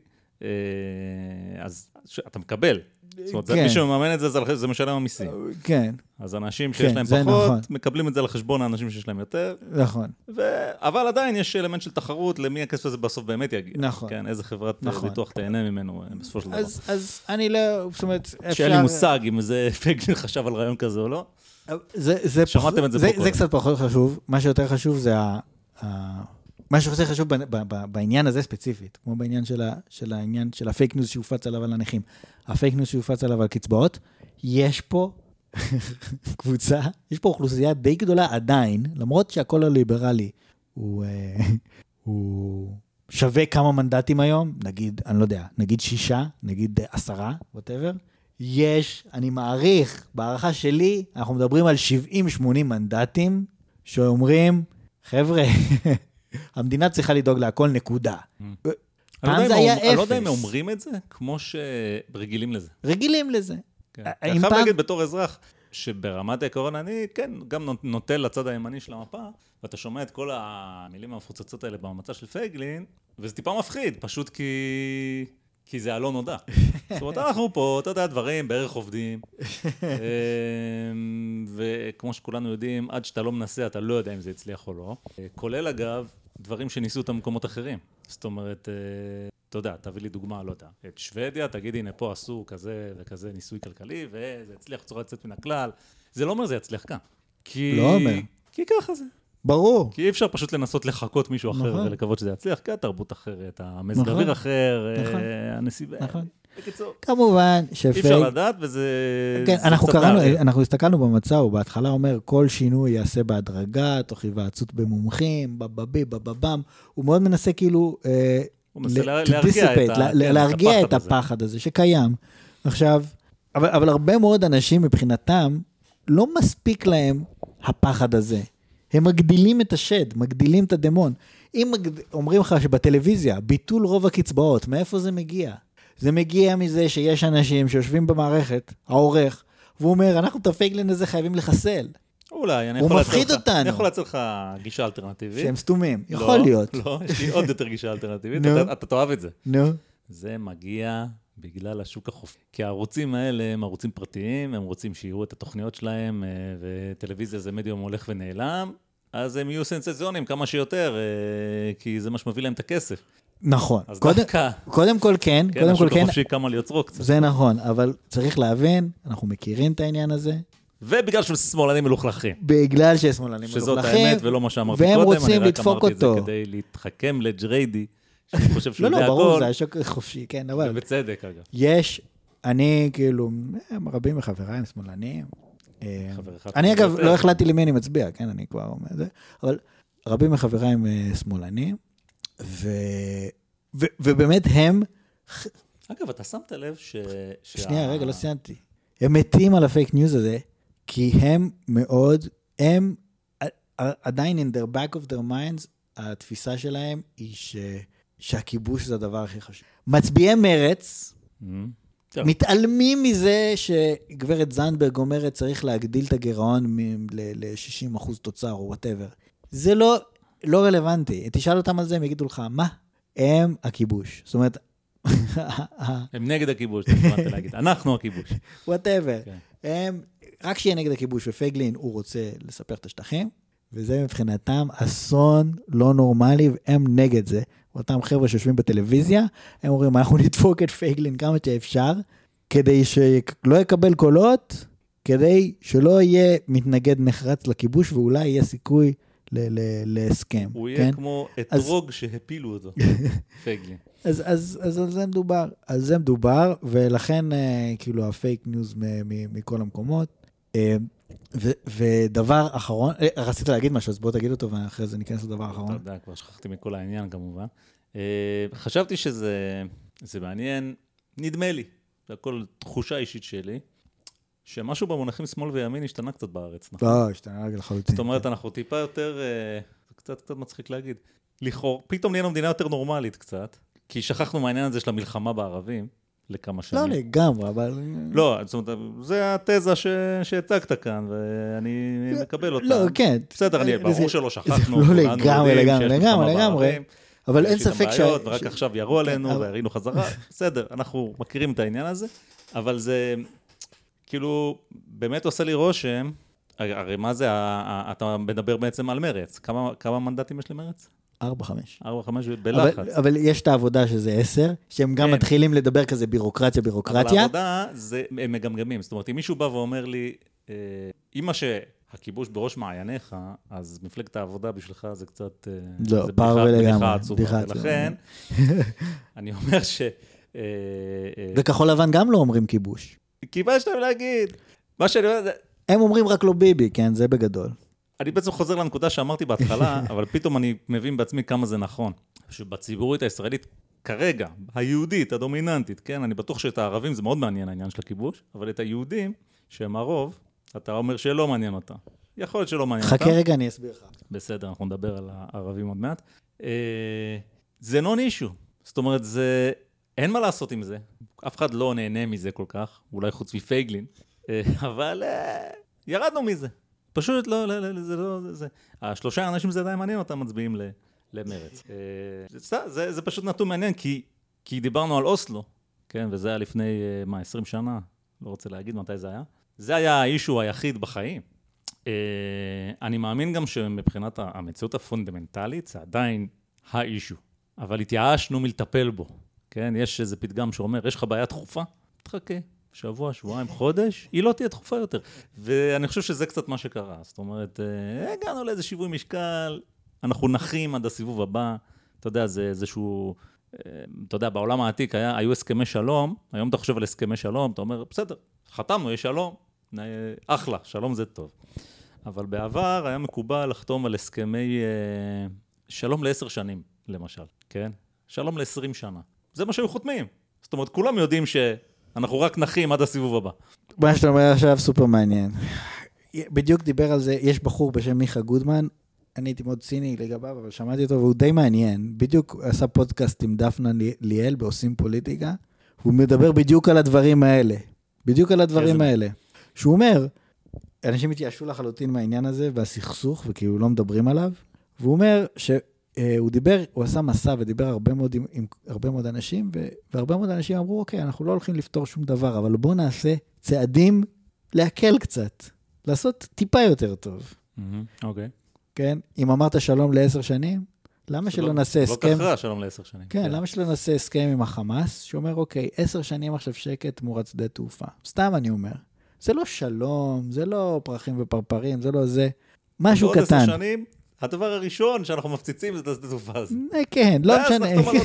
אז אתה מקבל. זאת אומרת, מי שמממן את זה, זה משלם המיסים. כן. אז אנשים שיש להם פחות, מקבלים את זה לחשבון האנשים שיש להם יותר. נכון. אבל עדיין יש אלמנט של תחרות למי הכסף הזה בסוף באמת יגיע. נכון. כן, איזה חברת ביטוח תהנה ממנו בסופו של דבר. אז אני לא, זאת אומרת, שאין לי מושג אם זה פייגלין חשב על רעיון כזה או לא. שמעתם את זה פה קודם. זה קצת פחות חשוב. מה שיותר חשוב זה מה שחושב חשוב בעניין הזה ספציפית, כמו בעניין של העניין של הפייק ניוז שהופץ עליו על הנכים, הפייק ניוז שהופץ עליו על קצבאות, יש פה קבוצה, יש פה אוכלוסייה די גדולה עדיין, למרות שהכל הליברלי הוא, הוא שווה כמה מנדטים היום, נגיד, אני לא יודע, נגיד שישה, נגיד עשרה, whatever, יש, אני מעריך, בערכה שלי, אנחנו מדברים על שבעים שמונים מנדטים, שאומרים, חבר'ה, המדינה צריכה לדאוג להכל נקודה. פעם זה היה אפס. אני לא יודע אם אומרים את זה, כמו שרגילים לזה. רגילים לזה. אני חייב להגיד בתור אזרח, שברמת העיקרון אני, כן, גם נוטה לצד הימני של המפה, ואתה שומע את כל המילים המפוצצות האלה במצע של פייגלין, וזה טיפה מפחיד, פשוט כי... כי זה הלא נודע. זאת אומרת, אנחנו פה, אתה יודע, דברים, בערך עובדים, וכמו שכולנו יודעים, עד שאתה לא מנסה, אתה לא יודע אם זה הצליח או לא. כולל, אגב, דברים שניסו את המקומות אחרים. זאת אומרת, אתה יודע, תביא לי דוגמה, לא יודע, את שוודיה, תגיד, הנה, פה עשו כזה וכזה ניסוי כלכלי, וזה הצליח בצורה יוצאת מן הכלל. זה לא אומר זה יצליח כאן. לא אומר. כי ככה זה. ברור. כי אי אפשר פשוט לנסות לחכות מישהו אחר ולקוות שזה יצליח, כי התרבות אחרת, המזג האוויר אחר, הנסיבה. בקיצור. כמובן שפייק... אי אפשר לדעת, וזה... כן, אנחנו קראנו, אנחנו הסתכלנו במצע, הוא בהתחלה אומר, כל שינוי יעשה בהדרגה, תוך היוועצות במומחים, בבבי, בבבם, הוא מאוד מנסה כאילו... הוא מנסה להרגיע את הפחד הזה שקיים. עכשיו, אבל הרבה מאוד אנשים מבחינתם, לא מספיק להם הפחד הזה. הם מגדילים את השד, מגדילים את הדמון. אם אומרים לך שבטלוויזיה, ביטול רוב הקצבאות, מאיפה זה מגיע? זה מגיע מזה שיש אנשים שיושבים במערכת, העורך, והוא אומר, אנחנו את הפייגלין הזה חייבים לחסל. אולי, אני הוא מפחיד אותנו. אני יכול להציע לך גישה אלטרנטיבית. שהם סתומים, יכול להיות. לא, יש לי עוד יותר גישה אלטרנטיבית, אתה תאהב את זה. נו. זה מגיע בגלל השוק החופשי. כי הערוצים האלה הם ערוצים פרטיים, הם רוצים שיראו את התוכניות שלהם, וטלוויזיה זה מדיום הולך ונעלם, אז הם יהיו סנסציונים כמה שיותר, כי זה מה שמביא להם את הכסף. נכון. אז דווקא... קודם כל כן, כן, קודם כל השוק כן. החופשי כמה ליוצרו קצת. זה נכון, אבל צריך להבין, אנחנו מכירים את העניין הזה. ובגלל של שמאלנים מלוכלכים. בגלל שיש שמאלנים מלוכלכים. שזאת האמת ולא מה שאמרתי והם קודם, רוצים אני רק לדפוק אמרתי את זה אותו. כדי להתחכם לג'ריידי, שאני חושב שהוא לא, יודע לא, הכל. ברור, זה השוק חופשי, כן, אבל... ובצדק, אגב. יש, אני כאילו, רבים מחבריי הם שמאלנים. אני אגב לא החלטתי למי אני מצביע, כן, אני כבר אומר את זה, אבל רבים מחבריי הם שמאלנים, ובאמת הם... אגב, אתה שמת לב ש... שנייה, רגע, לא סיימתי. הם מתים על הפייק ניוז הזה, כי הם מאוד, הם עדיין in their back of their minds, התפיסה שלהם היא ש... שהכיבוש זה הדבר הכי חשוב. מצביעי מרץ, מתעלמים מזה שגברת זנדברג אומרת צריך להגדיל את הגירעון ל-שישים אחוז תוצר או whatever. זה לא, לא רלוונטי. תשאל אותם על זה, הם יגידו לך, מה? הם הכיבוש. זאת אומרת, הם נגד הכיבוש, תכוונתי להגיד. אנחנו הכיבוש. whatever. הם, רק שיהיה נגד הכיבוש, ופייגלין הוא רוצה לספר את השטחים, וזה מבחינתם אסון לא נורמלי, והם נגד זה. אותם חבר'ה שיושבים בטלוויזיה, הם אומרים, אנחנו נדפוק את פייגלין כמה שאפשר, כדי שלא יקבל קולות, כדי שלא יהיה מתנגד נחרץ לכיבוש, ואולי יהיה סיכוי להסכם. הוא יהיה כמו אתרוג שהפילו אותו, פייגלין. אז, אז, אז על זה מדובר, על זה מדובר, ולכן כאילו הפייק ניוז מכל המקומות. ו, ודבר אחרון, רציתי להגיד משהו, אז בוא תגיד אותו, ואחרי זה ניכנס לדבר האחרון. אתה יודע, כבר שכחתי מכל העניין כמובן. חשבתי שזה זה מעניין, נדמה לי, זה הכל תחושה אישית שלי, שמשהו במונחים שמאל וימין השתנה קצת בארץ, נכון? לא, השתנה רגע לחלוטין. זאת אומרת, אנחנו טיפה יותר, זה קצת קצת מצחיק להגיד, לכאורה, פתאום נהיינו מדינה יותר נורמלית קצת, כי שכחנו מהעניין הזה של המלחמה בערבים, לכמה שנים. לא לגמרי, אבל... לא, זאת אומרת, זה התזה שהצגת כאן, ואני מקבל אותה. לא, כן. בסדר, אני ברור שלא שכחנו. לא לגמרי, לגמרי, לגמרי, לגמרי. אבל אין ספק ש... ורק עכשיו ירו עלינו והרינו חזרה. בסדר, אנחנו מכירים את העניין הזה, אבל זה כאילו באמת עושה לי רושם, הרי מה זה, אתה מדבר בעצם על מרץ. כמה מנדטים יש למרץ? ארבע, חמש. ארבע, חמש בלחץ. אבל, אבל יש את העבודה שזה עשר, שהם גם כן. מתחילים לדבר כזה בירוקרטיה, בירוקרטיה. אבל העבודה, זה, הם מגמגמים. זאת אומרת, אם מישהו בא ואומר לי, אם מה הכיבוש בראש מעייניך, אז מפלגת העבודה בשבילך זה קצת... לא, פרווה לגמרי. בדיחה עצובה. ולכן, אני אומר ש... וכחול לבן גם לא אומרים כיבוש. כיבש להם להגיד. מה שאני אומר... הם אומרים רק לא ביבי, כן? זה בגדול. אני בעצם חוזר לנקודה שאמרתי בהתחלה, אבל פתאום אני מבין בעצמי כמה זה נכון. שבציבורית הישראלית, כרגע, היהודית, הדומיננטית, כן? אני בטוח שאת הערבים זה מאוד מעניין העניין של הכיבוש, אבל את היהודים, שהם הרוב, אתה אומר שלא מעניין אותה. יכול להיות שלא מעניין אותה. חכה רגע, אני אסביר לך. בסדר, אנחנו נדבר על הערבים עוד מעט. זה נון אישו. זאת אומרת, זה... אין מה לעשות עם זה. אף אחד לא נהנה מזה כל כך, אולי חוץ מפייגלין, אבל ירדנו מזה. פשוט לא, לא, לא, זה לא, זה. השלושה אנשים זה עדיין מעניין אותם מצביעים למרץ. זה, זה, זה פשוט נתון מעניין, כי, כי דיברנו על אוסלו, כן, וזה היה לפני, מה, עשרים שנה, לא רוצה להגיד מתי זה היה. זה היה האישו היחיד בחיים. אני מאמין גם שמבחינת המציאות הפונדמנטלית, זה עדיין האישו. אבל התייאשנו מלטפל בו. כן, יש איזה פתגם שאומר, יש לך בעיה דחופה? תחכה. שבוע, שבועיים, חודש, היא לא תהיה דחופה יותר. ואני חושב שזה קצת מה שקרה. זאת אומרת, הגענו לאיזה שיווי משקל, אנחנו נחים עד הסיבוב הבא. אתה יודע, זה איזשהו, אתה יודע, בעולם העתיק היה, היו הסכמי שלום, היום אתה חושב על הסכמי שלום, אתה אומר, בסדר, חתמנו, יש שלום, אחלה, שלום זה טוב. אבל בעבר היה מקובל לחתום על הסכמי שלום לעשר שנים, למשל, כן? שלום לעשרים שנה. זה מה שהיו חותמים. זאת אומרת, כולם יודעים ש... אנחנו רק נחים עד הסיבוב הבא. מה שאתה אומר עכשיו סופר מעניין. בדיוק דיבר על זה, יש בחור בשם מיכה גודמן, אני הייתי מאוד ציני לגביו, אבל שמעתי אותו, והוא די מעניין. בדיוק עשה פודקאסט עם דפנה ליאל, בעושים פוליטיקה, הוא מדבר בדיוק על הדברים האלה. בדיוק על הדברים האלה. שהוא אומר, אנשים התייאשו לחלוטין מהעניין הזה, והסכסוך, וכאילו לא מדברים עליו, והוא אומר ש... הוא דיבר, הוא עשה מסע ודיבר הרבה מאוד עם, עם הרבה מאוד אנשים, ו, והרבה מאוד אנשים אמרו, אוקיי, אנחנו לא הולכים לפתור שום דבר, אבל בואו נעשה צעדים להקל קצת, לעשות טיפה יותר טוב. אוקיי. כן? אם אמרת שלום לעשר שנים, למה שלא נעשה הסכם... לא ככה שלום לעשר שנים. כן, למה שלא נעשה הסכם עם החמאס, שאומר, אוקיי, עשר שנים עכשיו שקט תמורת שדה תעופה. סתם אני אומר. זה לא שלום, זה לא פרחים ופרפרים, זה לא זה. משהו קטן. עוד עשר שנים... הדבר הראשון שאנחנו מפציצים זה את השדה תעופה הזה. כן, לא משנה.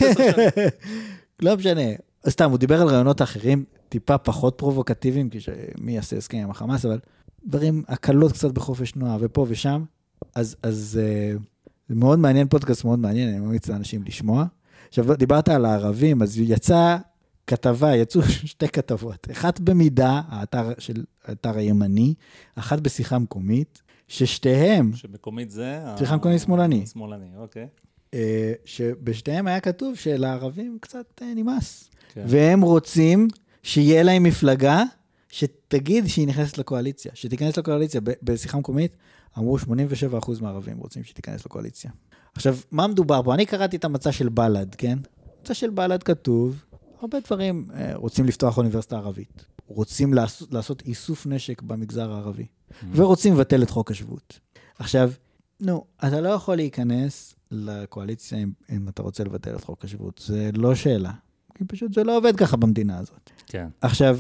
לא משנה. סתם, הוא דיבר על רעיונות אחרים, טיפה פחות פרובוקטיביים, מי יעשה הסכם עם החמאס, אבל דברים, הקלות קצת בחופש תנועה, ופה ושם. אז זה מאוד מעניין, פודקאסט מאוד מעניין, אני ממליץ לאנשים לשמוע. עכשיו, דיברת על הערבים, אז יצא כתבה, יצאו שתי כתבות. אחת במידה, האתר הימני, אחת בשיחה מקומית, ששתיהם... שמקומית זה... סליחה, מקומית שמאלני. שמאלני, אוקיי. שבשתיהם היה כתוב שלערבים קצת נמאס. והם רוצים שיהיה להם מפלגה שתגיד שהיא נכנסת לקואליציה, שתיכנס לקואליציה. בשיחה מקומית אמרו שמונים ושבעה אחוז מהערבים רוצים שתיכנס לקואליציה. עכשיו, מה מדובר פה? אני קראתי את המצע של בל"ד, כן? המצע של בל"ד כתוב, הרבה דברים רוצים לפתוח אוניברסיטה ערבית. רוצים לעשות, לעשות איסוף נשק במגזר הערבי. ורוצים לבטל את חוק השבות. עכשיו, נו, אתה לא יכול להיכנס לקואליציה אם, אם אתה רוצה לבטל את חוק השבות. זה לא שאלה. כי פשוט זה לא עובד ככה במדינה הזאת. כן. עכשיו...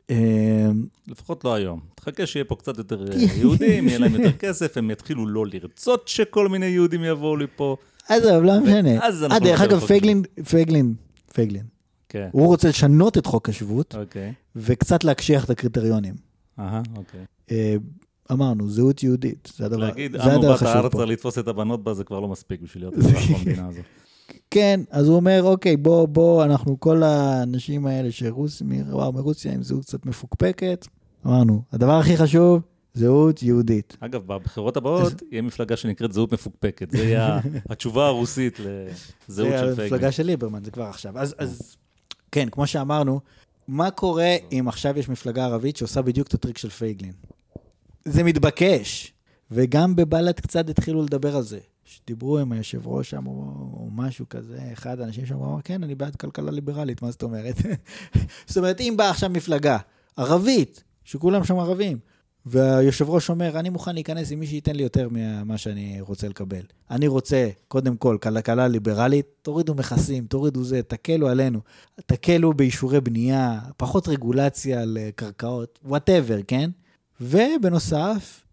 לפחות לא היום. תחכה שיהיה פה קצת יותר יהודים, יהיה להם יותר כסף, הם יתחילו לא לרצות שכל מיני יהודים יבואו לפה. אז אבל לא משנה. אז אנחנו... דרך אגב, פייגלין, פייגלין, פייגלין. כן. הוא רוצה לשנות את חוק השבות, אוקיי. וקצת להקשיח את הקריטריונים. אהה, אוקיי. אמרנו, זהות יהודית, זה הדבר, להגיד, זה הדבר חשוב פה. להגיד, אנו בת הארץ לתפוס את הבנות בה, זה כבר לא מספיק בשביל להיות אזרח במדינה הזו. כן, אז הוא אומר, אוקיי, בוא, בוא, אנחנו כל האנשים האלה שרוס, מרוסיה עם זהות קצת מפוקפקת, אמרנו, הדבר הכי חשוב, זהות יהודית. אגב, בבחירות הבאות, יהיה מפלגה שנקראת זהות מפוקפקת, זה יהיה התשובה הרוסית לזהות של פייגלין. זה המפלגה של ליברמן, זה כבר עכשיו. אז, אז, כן, כמו שאמרנו, מה קורה אם עכשיו יש מפלגה ערבית שעושה בדיוק את הטריק של פייגלין? זה מתבקש, וגם בבל"ד קצת התחילו לדבר על זה. שדיברו עם היושב ראש שם או משהו כזה, אחד האנשים שם אמר, כן, אני בעד כלכלה ליברלית, מה זאת אומרת? זאת אומרת, אם באה עכשיו מפלגה ערבית, שכולם שם ערבים, והיושב ראש אומר, אני מוכן להיכנס עם מי שייתן לי יותר ממה שאני רוצה לקבל. אני רוצה, קודם כל, כלכלה ליברלית, תורידו מכסים, תורידו זה, תקלו עלינו, תקלו באישורי בנייה, פחות רגולציה על קרקעות, whatever, כן? ובנוסף,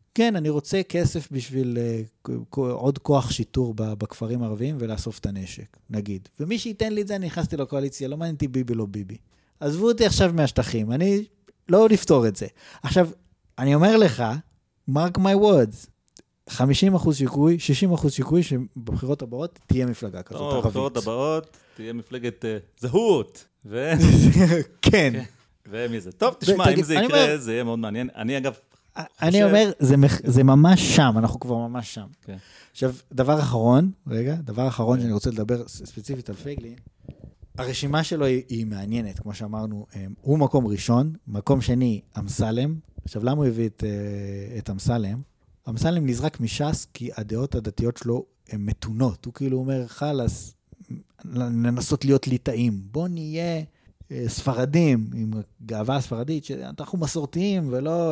כן, אני רוצה כסף בשביל uh, עוד כוח שיטור בכפרים הערביים ולאסוף את הנשק, נגיד. ומי שייתן לי את זה, אני נכנסתי לקואליציה, לא מעניין אותי ביבי, לא ביבי. עזבו אותי עכשיו מהשטחים, אני לא נפתור את זה. עכשיו, אני אומר לך, mark my words, חמישים אחוז שיקוי, שישים אחוז שיקוי שבבחירות הבאות תהיה מפלגה כזאת ערבית. בבחירות הבאות תהיה מפלגת זהות. כן. ומי זה? טוב, תשמע, אם זה יקרה, זה יהיה מאוד מעניין. אני אגב אני אומר, זה ממש שם, אנחנו כבר ממש שם. עכשיו, דבר אחרון, רגע, דבר אחרון שאני רוצה לדבר ספציפית על פייגלין, הרשימה שלו היא מעניינת, כמו שאמרנו, הוא מקום ראשון, מקום שני, אמסלם. עכשיו, למה הוא הביא את אמסלם? אמסלם נזרק מש"ס, כי הדעות הדתיות שלו הן מתונות. הוא כאילו אומר, חלס, לנסות להיות ליטאים. בוא נהיה ספרדים, עם גאווה הספרדית, שאנחנו מסורתיים ולא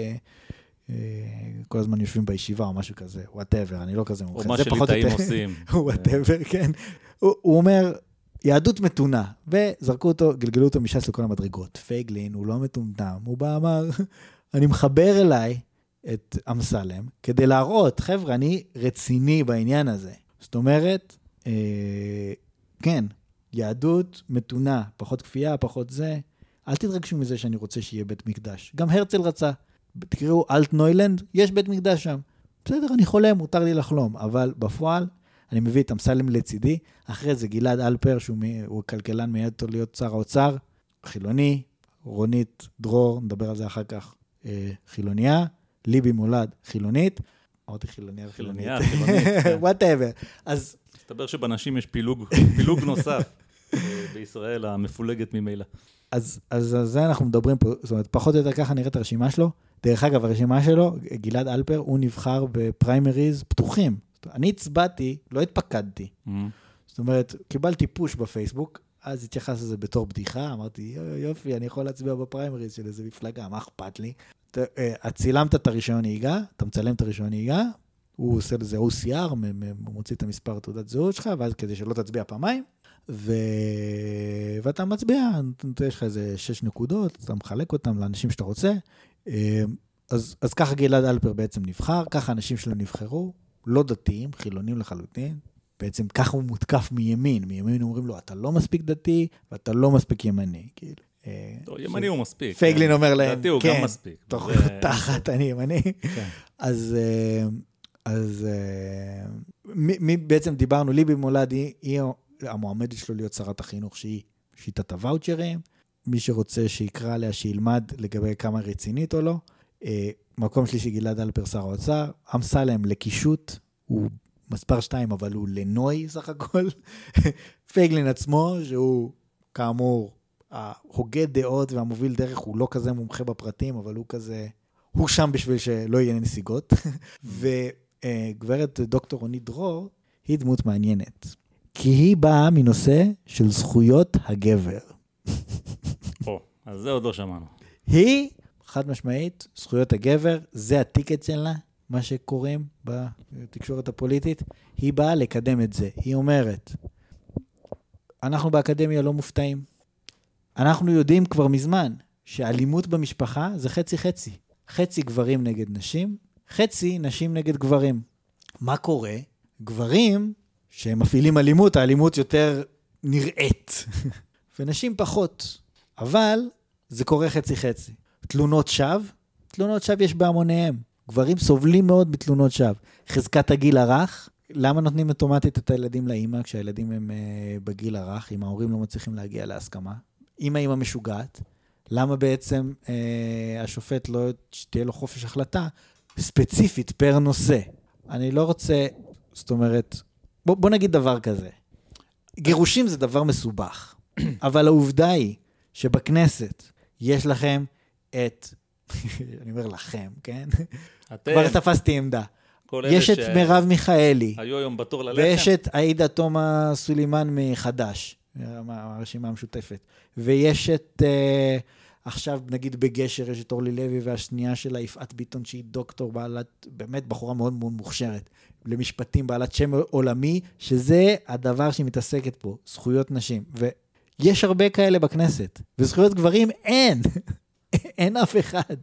כל הזמן יושבים בישיבה או משהו כזה, whatever, אני לא כזה מומחה. או מה שליטאים עושים. whatever, כן. הוא אומר, יהדות מתונה, וזרקו אותו, גלגלו אותו מש"ס לכל המדרגות. פייגלין, הוא לא מטומטם, הוא בא אמר, אני מחבר אליי את אמסלם, כדי להראות, חבר'ה, אני רציני בעניין הזה. זאת אומרת, אה, כן, יהדות מתונה, פחות כפייה, פחות זה. אל תתרגשו מזה שאני רוצה שיהיה בית מקדש. גם הרצל רצה. תקראו אלט נוילנד, יש בית מקדש שם. בסדר, אני חולם, מותר לי לחלום. אבל בפועל, אני מביא את אמסלם לצידי. אחרי זה גלעד אלפר, שהוא כלכלן מייד אותו להיות שר האוצר, חילוני, רונית דרור, נדבר על זה אחר כך, חילוניה, ליבי מולד, חילונית. אמרתי חילוניה וחילונית. חילוניה, חילונית. whatever. אז מסתבר שבנשים יש פילוג, פילוג נוסף בישראל המפולגת ממילא. אז, אז, אז זה אנחנו מדברים פה, זאת אומרת, פחות או יותר ככה נראית הרשימה שלו. דרך אגב, הרשימה שלו, גלעד אלפר, הוא נבחר בפריימריז פתוחים. אני הצבעתי, לא התפקדתי. Mm-hmm. זאת אומרת, קיבלתי פוש בפייסבוק, אז התייחס לזה בתור בדיחה, אמרתי, יופי, אני יכול להצביע בפריימריז של איזה מפלגה, מה אכפת לי? את צילמת את הרישיון נהיגה, אתה מצלם את הרישיון נהיגה, הוא עושה לזה או סי אר, הוא מוציא את המספר תעודת זהות שלך, ואז כדי שלא תצביע פעמיים, ו... ואתה מצביע, יש לך איזה שש נקודות, אתה מחלק אותם לאנשים שאתה רוצה, אז, אז ככה גלעד אלפר בעצם נבחר, ככה אנשים שלו נבחרו, לא דתיים, חילונים לחלוטין, בעצם ככה הוא מותקף מימין, מימין אומרים לו, אתה לא מספיק דתי, ואתה לא מספיק ימני, כאילו. לא, ימני הוא מספיק. פייגלין אומר להם, דתי הוא גם מספיק. תחת אני ימני. אז... אז מי בעצם דיברנו, ליבי מולד היא המועמדת שלו להיות שרת החינוך, שהיא שיטת הוואוצ'רים, מי שרוצה שיקרא עליה, שילמד לגבי כמה רצינית או לא, מקום שלישי גלעד אלפר שר האוצר, אמסלם לקישוט, הוא מספר שתיים, אבל הוא לנוי סך הכל, פייגלין עצמו, שהוא כאמור, ההוגה דעות והמוביל דרך, הוא לא כזה מומחה בפרטים, אבל הוא כזה, הוא שם בשביל שלא יהיה נסיגות, ו... גברת דוקטור רונית דרור, היא דמות מעניינת. כי היא באה מנושא של זכויות הגבר. או, אז זה עוד לא שמענו. היא, חד משמעית, זכויות הגבר, זה הטיקט שלה, מה שקוראים בתקשורת הפוליטית, היא באה לקדם את זה. היא אומרת, אנחנו באקדמיה לא מופתעים. אנחנו יודעים כבר מזמן שאלימות במשפחה זה חצי חצי. חצי גברים נגד נשים, חצי נשים נגד גברים. מה קורה? גברים שהם מפעילים אלימות, האלימות יותר נראית, ונשים פחות. אבל זה קורה חצי חצי. תלונות שווא, תלונות שווא יש בהמוניהם. גברים סובלים מאוד בתלונות שווא. חזקת הגיל הרך, למה נותנים אוטומטית את הילדים לאמא, כשהילדים הם uh, בגיל הרך, אם ההורים לא מצליחים להגיע להסכמה? אמא אמא משוגעת, למה בעצם uh, השופט לא תהיה לו חופש החלטה, ספציפית פר נושא. אני לא רוצה, זאת אומרת, בוא, בוא נגיד דבר כזה. גירושים זה דבר מסובך, אבל העובדה היא שבכנסת יש לכם את, אני אומר לכם, כן? אתם. כבר תפסתי עמדה. יש את מרב מיכאלי. היו היום בתור ללחם. ויש את עאידה תומא סולימן מחדש, הרשימה המשותפת. ויש את... עכשיו נגיד בגשר יש את אורלי לוי והשנייה שלה יפעת ביטון שהיא דוקטור בעלת, באמת בחורה מאוד מאוד מוכשרת, למשפטים בעלת שם עולמי, שזה הדבר שהיא מתעסקת פה, זכויות נשים. ויש הרבה כאלה בכנסת, וזכויות גברים אין, אין אף אחד.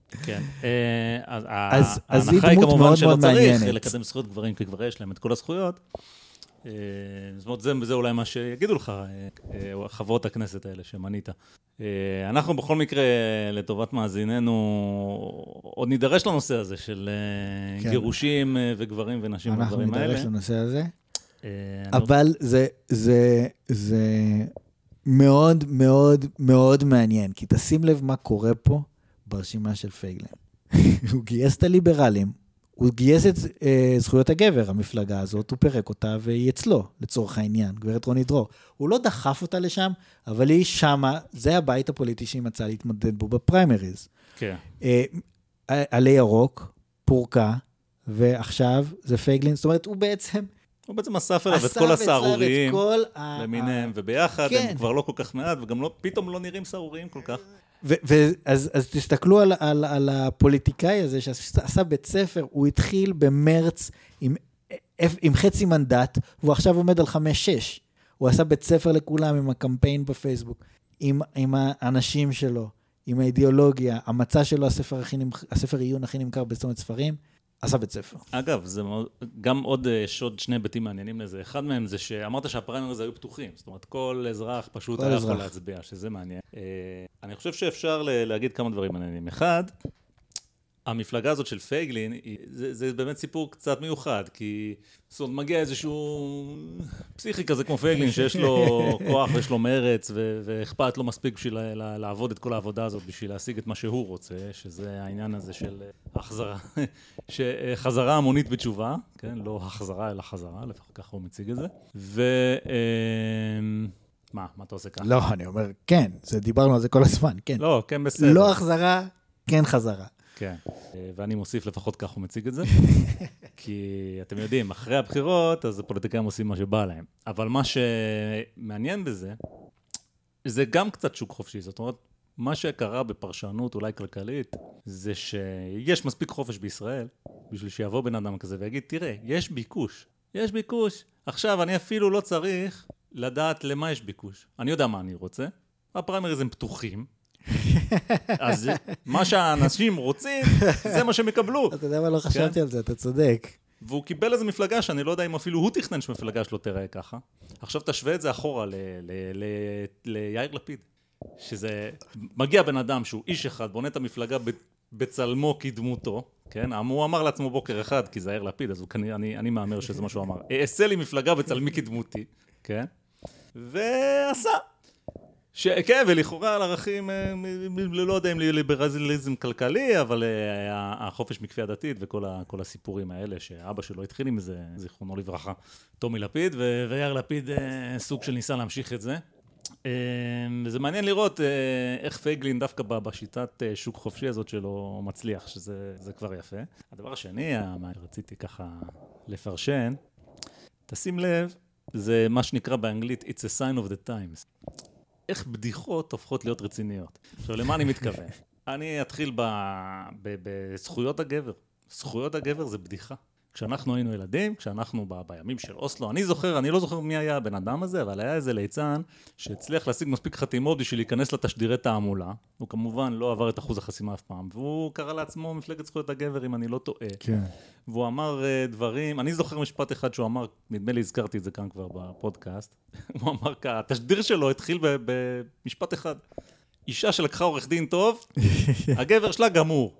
כן. אז ההנחה היא כמובן שלא צריך לקדם זכויות גברים, כי כבר יש להם את כל הזכויות. זאת אומרת, זה אולי מה שיגידו לך, חברות הכנסת האלה שמנית. אנחנו בכל מקרה, לטובת מאזיננו, עוד נידרש לנושא הזה של גירושים וגברים ונשים ודברים האלה. אנחנו נידרש לנושא הזה. אבל זה מאוד מאוד מאוד מעניין, כי תשים לב מה קורה פה ברשימה של פייגלין. הוא גייס את הליברלים, הוא גייס את אה, זכויות הגבר, המפלגה הזאת, הוא פרק אותה והיא אצלו, לצורך העניין, גברת רוני דרור. הוא לא דחף אותה לשם, אבל היא שמה, זה הבית הפוליטי שהיא מצאה להתמודד בו בפריימריז. כן. אה, עלי ירוק, פורקה, ועכשיו זה פייגלין, זאת אומרת, הוא בעצם... הוא בעצם אסף אליו את כל הסערוריים למיניהם, וביחד הם כבר לא כל כך מעט, וגם פתאום לא נראים סערוריים כל כך. אז תסתכלו על הפוליטיקאי הזה שעשה בית ספר, הוא התחיל במרץ עם חצי מנדט, והוא עכשיו עומד על חמש שש. הוא עשה בית ספר לכולם עם הקמפיין בפייסבוק, עם האנשים שלו, עם האידיאולוגיה, המצע שלו, הספר עיון הכי נמכר בצומת ספרים, עשה בית ספר. אגב, זה גם עוד, יש עוד שני ביתים מעניינים לזה. אחד מהם זה שאמרת שהפריימריז היו פתוחים. זאת אומרת, כל אזרח פשוט היה יכול להצביע, שזה מעניין. אני חושב שאפשר להגיד כמה דברים מעניינים. אחד, המפלגה הזאת של פייגלין, זה, זה באמת סיפור קצת מיוחד, כי זאת אומרת, מגיע איזשהו פסיכי כזה כמו פייגלין, שיש לו כוח ויש לו מרץ, ו- ואכפת לו מספיק בשביל לעבוד את כל העבודה הזאת, בשביל להשיג את מה שהוא רוצה, שזה העניין הזה של החזרה, שחזרה המונית בתשובה, כן? לא החזרה אלא חזרה, לפחות ככה הוא מציג את זה. ו... מה? מה אתה עושה ככה? לא, אני אומר, כן, זה דיברנו על זה כל הזמן, כן. לא, כן בסדר. לא החזרה, כן חזרה. כן, ואני מוסיף לפחות כך הוא מציג את זה, כי אתם יודעים, אחרי הבחירות, אז הפוליטיקאים עושים מה שבא להם. אבל מה שמעניין בזה, זה גם קצת שוק חופשי. זאת אומרת, מה שקרה בפרשנות אולי כלכלית, זה שיש מספיק חופש בישראל, בשביל שיבוא בן אדם כזה ויגיד, תראה, יש ביקוש, יש ביקוש. עכשיו, אני אפילו לא צריך לדעת למה יש ביקוש. אני יודע מה אני רוצה, הפריימריז הם פתוחים, אז מה שהאנשים רוצים, זה מה שהם יקבלו. אתה יודע מה, לא חשבתי על זה, אתה צודק. והוא קיבל איזו מפלגה שאני לא יודע אם אפילו הוא תכנן שמפלגה שלו תראה ככה. עכשיו תשווה את זה אחורה ליאיר לפיד, שזה מגיע בן אדם שהוא איש אחד, בונה את המפלגה בצלמו כדמותו, כן? הוא אמר לעצמו בוקר אחד, כי זה יאיר לפיד, אז אני מאמר שזה מה שהוא אמר. אעשה לי מפלגה בצלמי כדמותי, כן? ועשה. כן, ולכאורה על ערכים, לא יודע אם ליברליזם כלכלי, אבל החופש מכפייה דתית וכל הסיפורים האלה, שאבא שלו התחיל עם זה, זיכרונו לברכה, טומי לפיד, ויאיר לפיד סוג של ניסה להמשיך את זה. וזה מעניין לראות איך פייגלין דווקא בשיטת שוק חופשי הזאת שלו מצליח, שזה כבר יפה. הדבר השני, מה רציתי ככה לפרשן, תשים לב, זה מה שנקרא באנגלית, it's a sign of the times. איך בדיחות הופכות להיות רציניות. עכשיו, למה אני מתכוון? אני אתחיל בזכויות הגבר. זכויות הגבר זה בדיחה. כשאנחנו היינו ילדים, כשאנחנו בימים של אוסלו, אני זוכר, אני לא זוכר מי היה הבן אדם הזה, אבל היה איזה ליצן שהצליח להשיג מספיק חתימות בשביל להיכנס לתשדירי תעמולה. הוא כמובן לא עבר את אחוז החסימה אף פעם, והוא קרא לעצמו מפלגת זכויות הגבר, אם אני לא טועה. כן. והוא אמר דברים, אני זוכר משפט אחד שהוא אמר, נדמה לי הזכרתי את זה כאן כבר בפודקאסט, הוא אמר ככה, התשדיר שלו התחיל במשפט אחד. אישה שלקחה עורך דין טוב, הגבר שלה גמור.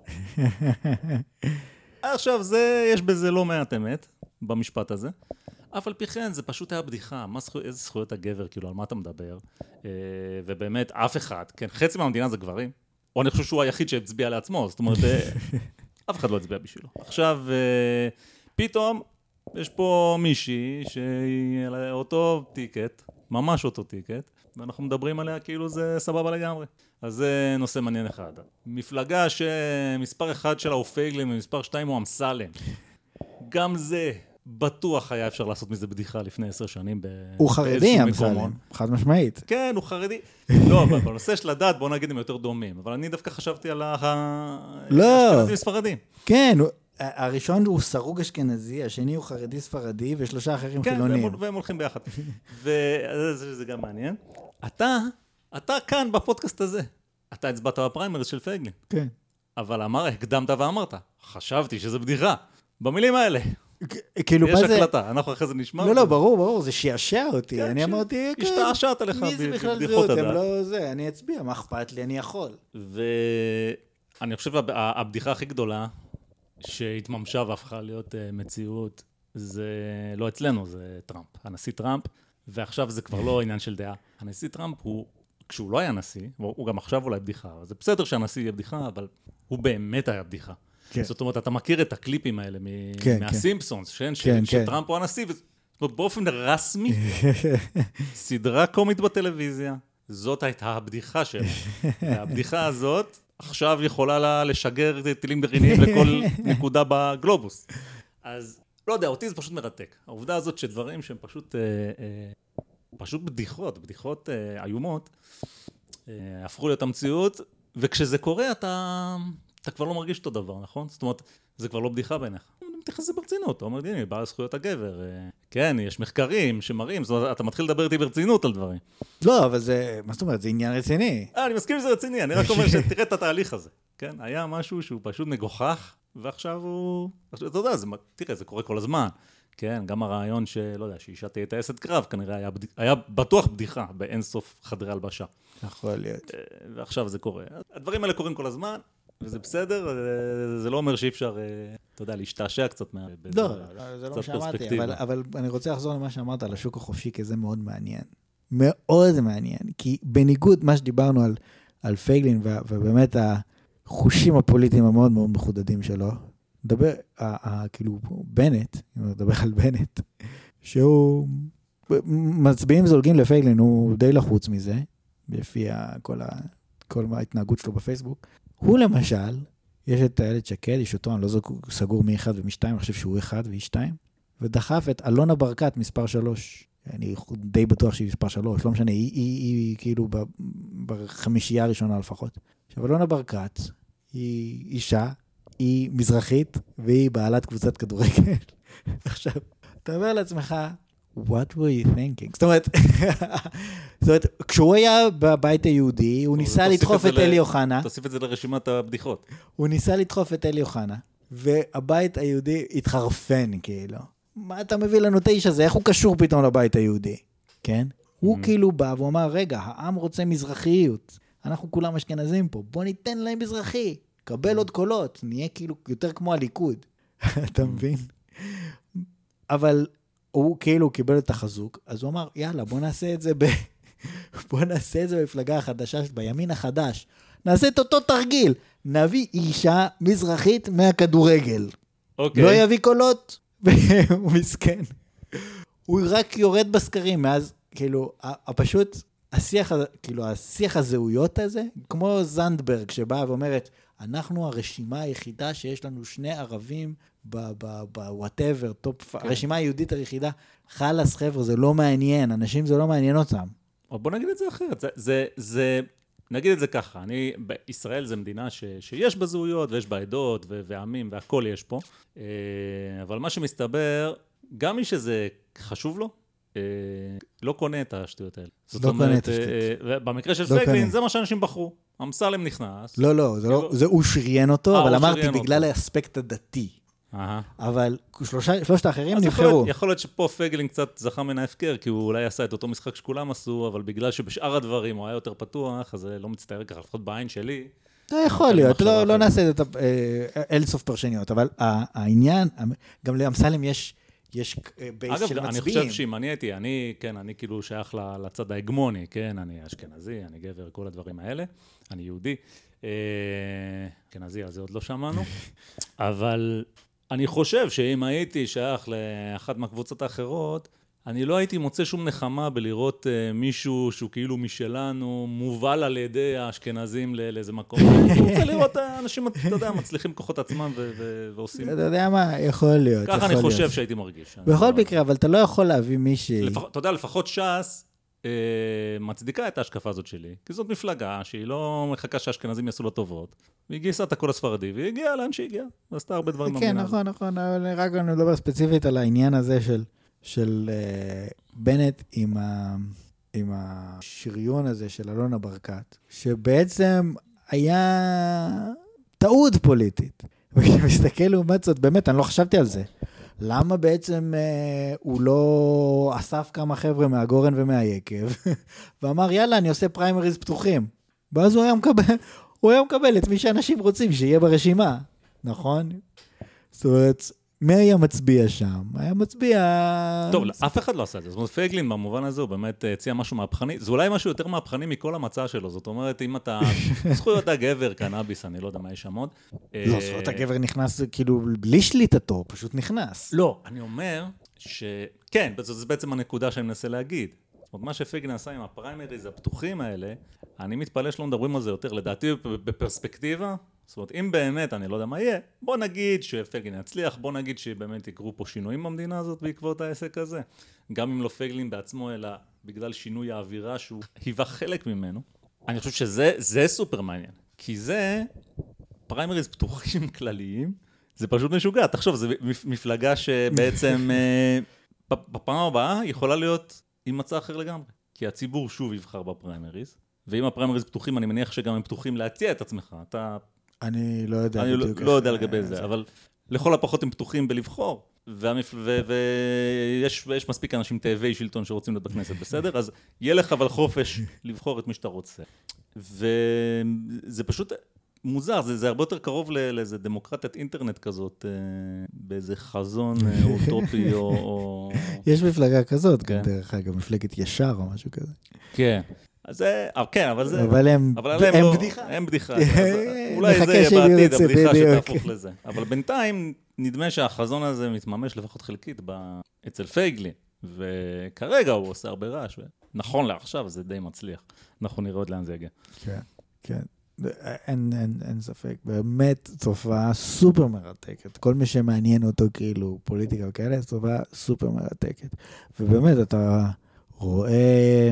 עכשיו, זה, יש בזה לא מעט אמת, במשפט הזה. אף על פי כן, זה פשוט היה בדיחה. מה זכו, איזה זכויות הגבר, כאילו, על מה אתה מדבר? ובאמת, אף אחד, כן, חצי מהמדינה זה גברים. או אני חושב שהוא היחיד שהצביע לעצמו, זאת אומרת, אף אחד לא הצביע בשבילו. עכשיו, פתאום, יש פה מישהי שהיא אותו טיקט, ממש אותו טיקט, ואנחנו מדברים עליה כאילו זה סבבה לגמרי. אז זה נושא מעניין אחד. מפלגה שמספר אחד שלה הוא פייגלין ומספר שתיים הוא אמסלם. גם זה בטוח היה אפשר לעשות מזה בדיחה לפני עשר שנים. הוא חרדי אמסלם, חד משמעית. כן, הוא חרדי. לא, אבל בנושא של הדת בוא נגיד הם יותר דומים. אבל אני דווקא חשבתי על האשכנזים ספרדים. כן, הראשון הוא סרוג אשכנזי, השני הוא חרדי ספרדי ושלושה אחרים חילונים. כן, והם הולכים ביחד. וזה גם מעניין. אתה, אתה כאן בפודקאסט הזה. אתה הצבעת בפריימריז של פייגלין. כן. אבל אמר, הקדמת ואמרת, חשבתי שזה בדיחה. במילים האלה. כאילו, יש הקלטה, אנחנו אחרי זה נשמע. לא, לא, ברור, ברור, זה שישע אותי. אני אמרתי, השתעשעת לך מי זה בכלל זהות? הם לא זה, אני אצביע, מה אכפת לי, אני יכול. ואני חושב, הבדיחה הכי גדולה, שהתממשה והפכה להיות מציאות, זה לא אצלנו, זה טראמפ. הנשיא טראמפ, ועכשיו זה כבר לא עניין של דעה. הנשיא טראמפ הוא, כשהוא לא היה נשיא, הוא גם עכשיו אולי בדיחה, זה בסדר שהנשיא יהיה בדיחה, אבל הוא באמת היה בדיחה. כן. זאת אומרת, אתה מכיר את הקליפים האלה כן, מהסימפסונס, כן. כן, שטראמפ כן. הוא הנשיא, זאת אומרת, באופן רסמי, סדרה קומית בטלוויזיה, זאת הייתה הבדיחה שלו. והבדיחה הזאת עכשיו יכולה לשגר טילים גרעיניים לכל נקודה בגלובוס. אז לא יודע, אותי זה פשוט מרתק. העובדה הזאת שדברים שהם פשוט, אה, אה, פשוט בדיחות, בדיחות אה, איומות, אה, הפכו להיות המציאות, וכשזה קורה אתה... אתה כבר לא מרגיש אותו דבר, נכון? זאת אומרת, זה כבר לא בדיחה בעיניך. אתה מתייחס לזה ברצינות, אתה אומר, הנה, באה זכויות הגבר. כן, יש מחקרים שמראים, זאת אומרת, אתה מתחיל לדבר איתי ברצינות על דברים. לא, אבל זה, מה זאת אומרת, זה עניין רציני. אה, אני מסכים שזה רציני, אני רק אומר שתראה את התהליך הזה. כן, היה משהו שהוא פשוט מגוחך, ועכשיו הוא... אתה יודע, זה, תראה, זה קורה כל הזמן. כן, גם הרעיון שלא יודע, שאישה תהיה טייסת קרב, כנראה היה, בד... היה בטוח בדיחה באינסוף חדרי הלבשה. יכול להיות. ועכשיו זה קורה. הדברים האלה קורים כל הזמן. וזה בסדר, זה לא אומר שאי אפשר, אתה יודע, להשתעשע קצת מה... לא, זה לא מה שאמרתי, אבל אני רוצה לחזור למה שאמרת על השוק החופשי, כי זה מאוד מעניין. מאוד מעניין, כי בניגוד מה שדיברנו על פייגלין, ובאמת החושים הפוליטיים המאוד מאוד מחודדים שלו, מדבר, כאילו, בנט, אם נדבר על בנט, שהוא מצביעים זולגים לפייגלין, הוא די לחוץ מזה, לפי כל ההתנהגות שלו בפייסבוק, הוא למשל, יש את הילד שקד, יש אותו, אני לא סגור מי אחד ומי שתיים, אני חושב שהוא אחד ואיש שתיים, ודחף את אלונה ברקת מספר שלוש, אני די בטוח שהיא מספר שלוש, לא משנה, היא, היא, היא, היא כאילו בחמישייה הראשונה לפחות. עכשיו, אלונה ברקת היא אישה, היא מזרחית, והיא בעלת קבוצת כדורגל. עכשיו, אתה אומר לעצמך, what were you thinking? זאת אומרת, זאת אומרת, כשהוא היה בבית היהודי, הוא ניסה לדחוף את אלי אוחנה. תוסיף את זה לרשימת הבדיחות. הוא ניסה לדחוף את אלי אוחנה, והבית היהודי התחרפן, כאילו. מה אתה מביא לנו תשע הזה? איך הוא קשור פתאום לבית היהודי? כן? הוא כאילו בא ואומר, רגע, העם רוצה מזרחיות. אנחנו כולם אשכנזים פה. בוא ניתן להם מזרחי. קבל עוד קולות. נהיה כאילו יותר כמו הליכוד. אתה מבין? אבל הוא כאילו קיבל את החזוק, אז הוא אמר, יאללה, בוא נעשה את זה ב... בוא נעשה את זה במפלגה החדשה, בימין החדש. נעשה את אותו תרגיל. נביא אישה מזרחית מהכדורגל. אוקיי. לא יביא קולות, והוא מסכן. הוא רק יורד בסקרים, מאז, כאילו, הפשוט, השיח, כאילו, השיח הזהויות הזה, כמו זנדברג, שבאה ואומרת, אנחנו הרשימה היחידה שיש לנו שני ערבים ב-whatever, טופ, הרשימה היהודית היחידה, חלס חבר'ה, זה לא מעניין, אנשים זה לא מעניין אותם. בוא נגיד את זה אחרת, זה, זה, זה, נגיד את זה ככה, אני, בישראל זה מדינה ש, שיש בה זהויות, ויש בה עדות, ו- ועמים, והכל יש פה, אבל מה שמסתבר, גם מי שזה חשוב לו, לא קונה את השטויות האלה. זאת אומרת, במקרה של פייגלין, זה מה שאנשים בחרו. אמסלם נכנס. לא, לא, זה הוא שריין אותו, אבל אמרתי בגלל האספקט הדתי. אבל שלושת האחרים נבחרו. יכול להיות שפה פייגלין קצת זכה מן ההפקר, כי הוא אולי עשה את אותו משחק שכולם עשו, אבל בגלל שבשאר הדברים הוא היה יותר פתוח, אז זה לא מצטער ככה, לפחות בעין שלי. זה יכול להיות, לא נעשה את אין סוף פרשניות, אבל העניין, גם לאמסלם יש יש בייס של מצביעים. אגב, אני חושב שאם אני הייתי, אני, כן, אני כאילו שייך לצד ההגמוני, כן, אני אשכנזי, אני גבר, כל הדברים האלה, אני יהודי. אשכנזי, על זה עוד לא שמענו, אבל אני חושב שאם הייתי שייך לאחת מהקבוצות האחרות, אני לא הייתי מוצא שום נחמה בלראות מישהו שהוא כאילו משלנו, מובל על ידי האשכנזים לאיזה מקום. אני רוצה לראות אנשים, אתה יודע, מצליחים כוחות עצמם ועושים. אתה יודע מה? יכול להיות. ככה אני חושב שהייתי מרגיש. בכל מקרה, אבל אתה לא יכול להביא מישהי. אתה יודע, לפחות ש"ס מצדיקה את ההשקפה הזאת שלי, כי זאת מפלגה שהיא לא מחכה שהאשכנזים יעשו לה טובות, והיא גייסה את הקול הספרדי, והיא הגיעה לאן שהיא הגיעה, ועשתה הרבה דברים כן, נכון, נכון, אבל רק אני מדבר ספציפית על העניין הזה של של uh, בנט עם, ה, עם השריון הזה של אלונה ברקת, שבעצם היה טעות פוליטית. וכשמסתכל לעומת זאת, באמת, אני לא חשבתי על זה. למה בעצם אה, הוא לא אסף כמה חבר'ה מהגורן ומהיקב, ואמר, יאללה, אני עושה פריימריז פתוחים. ואז הוא היה מקבל, הוא היה מקבל את מי שאנשים רוצים שיהיה ברשימה, נכון? זאת אומרת, מי היה מצביע שם? היה מצביע... טוב, אף אחד לא עשה את זה. זאת אומרת, פייגלין במובן הזה הוא באמת הציע משהו מהפכני. זה אולי משהו יותר מהפכני מכל המצע שלו. זאת אומרת, אם אתה... זכויות הגבר, קנאביס, אני לא יודע מה יש שם עוד. לא, זכויות הגבר נכנס כאילו בלי שליטתו, פשוט נכנס. לא, אני אומר ש... כן, זה בעצם הנקודה שאני מנסה להגיד. זאת אומרת, מה שפייגלין עשה עם הפריימריז הפתוחים האלה, אני מתפלא שלא מדברים על זה יותר. לדעתי, בפרספקטיבה, זאת אומרת, אם באמת, אני לא יודע מה יהיה, בוא נגיד שפייגלין יצליח, בוא נגיד שבאמת יקרו פה שינויים במדינה הזאת בעקבות העסק הזה. גם אם לא פייגלין בעצמו, אלא בגלל שינוי האווירה שהוא היווה חלק ממנו. אני חושב שזה זה סופר מעניין. כי זה פריימריז פתוחים כלליים, זה פשוט משוגע. תחשוב, זה מפלגה שבעצם בפעם הבאה יכולה להיות עם מצע אחר לגמרי. כי הציבור שוב יבחר בפריימריז, ואם הפריימריז פתוחים, אני מניח שגם הם פתוחים להציע את עצמך. אתה... אני לא יודע אני בדיוק. לא, לא יודע לגבי זה, זה, אבל לכל הפחות הם פתוחים בלבחור, ויש ו- ו- מספיק אנשים תאבי שלטון שרוצים להיות בכנסת, בסדר? אז יהיה לך אבל חופש לבחור את מי שאתה רוצה. וזה פשוט מוזר, זה, זה הרבה יותר קרוב לאיזה דמוקרטיית אינטרנט כזאת, באיזה חזון אוטופי או... או... יש מפלגה כזאת, כן. דרך אגב, מפלגת ישר או משהו כזה. כן. אז זה, כן, אבל זה... אבל הם, אבל הם, הם לא, בדיחה. הם בדיחה. אולי זה יהיה בעתיד, הבדיחה שתהפוך לזה. אבל בינתיים, נדמה שהחזון הזה מתממש לפחות חלקית אצל פייגלין. וכרגע הוא עושה הרבה רעש. נכון לעכשיו, זה די מצליח. אנחנו נראה עוד לאן זה יגיע. כן, כן. אין, אין, אין ספק. באמת, תופעה סופר מרתקת. כל מי שמעניין אותו, כאילו, פוליטיקה וכאלה, תופעה סופר מרתקת. ובאמת, אתה רואה...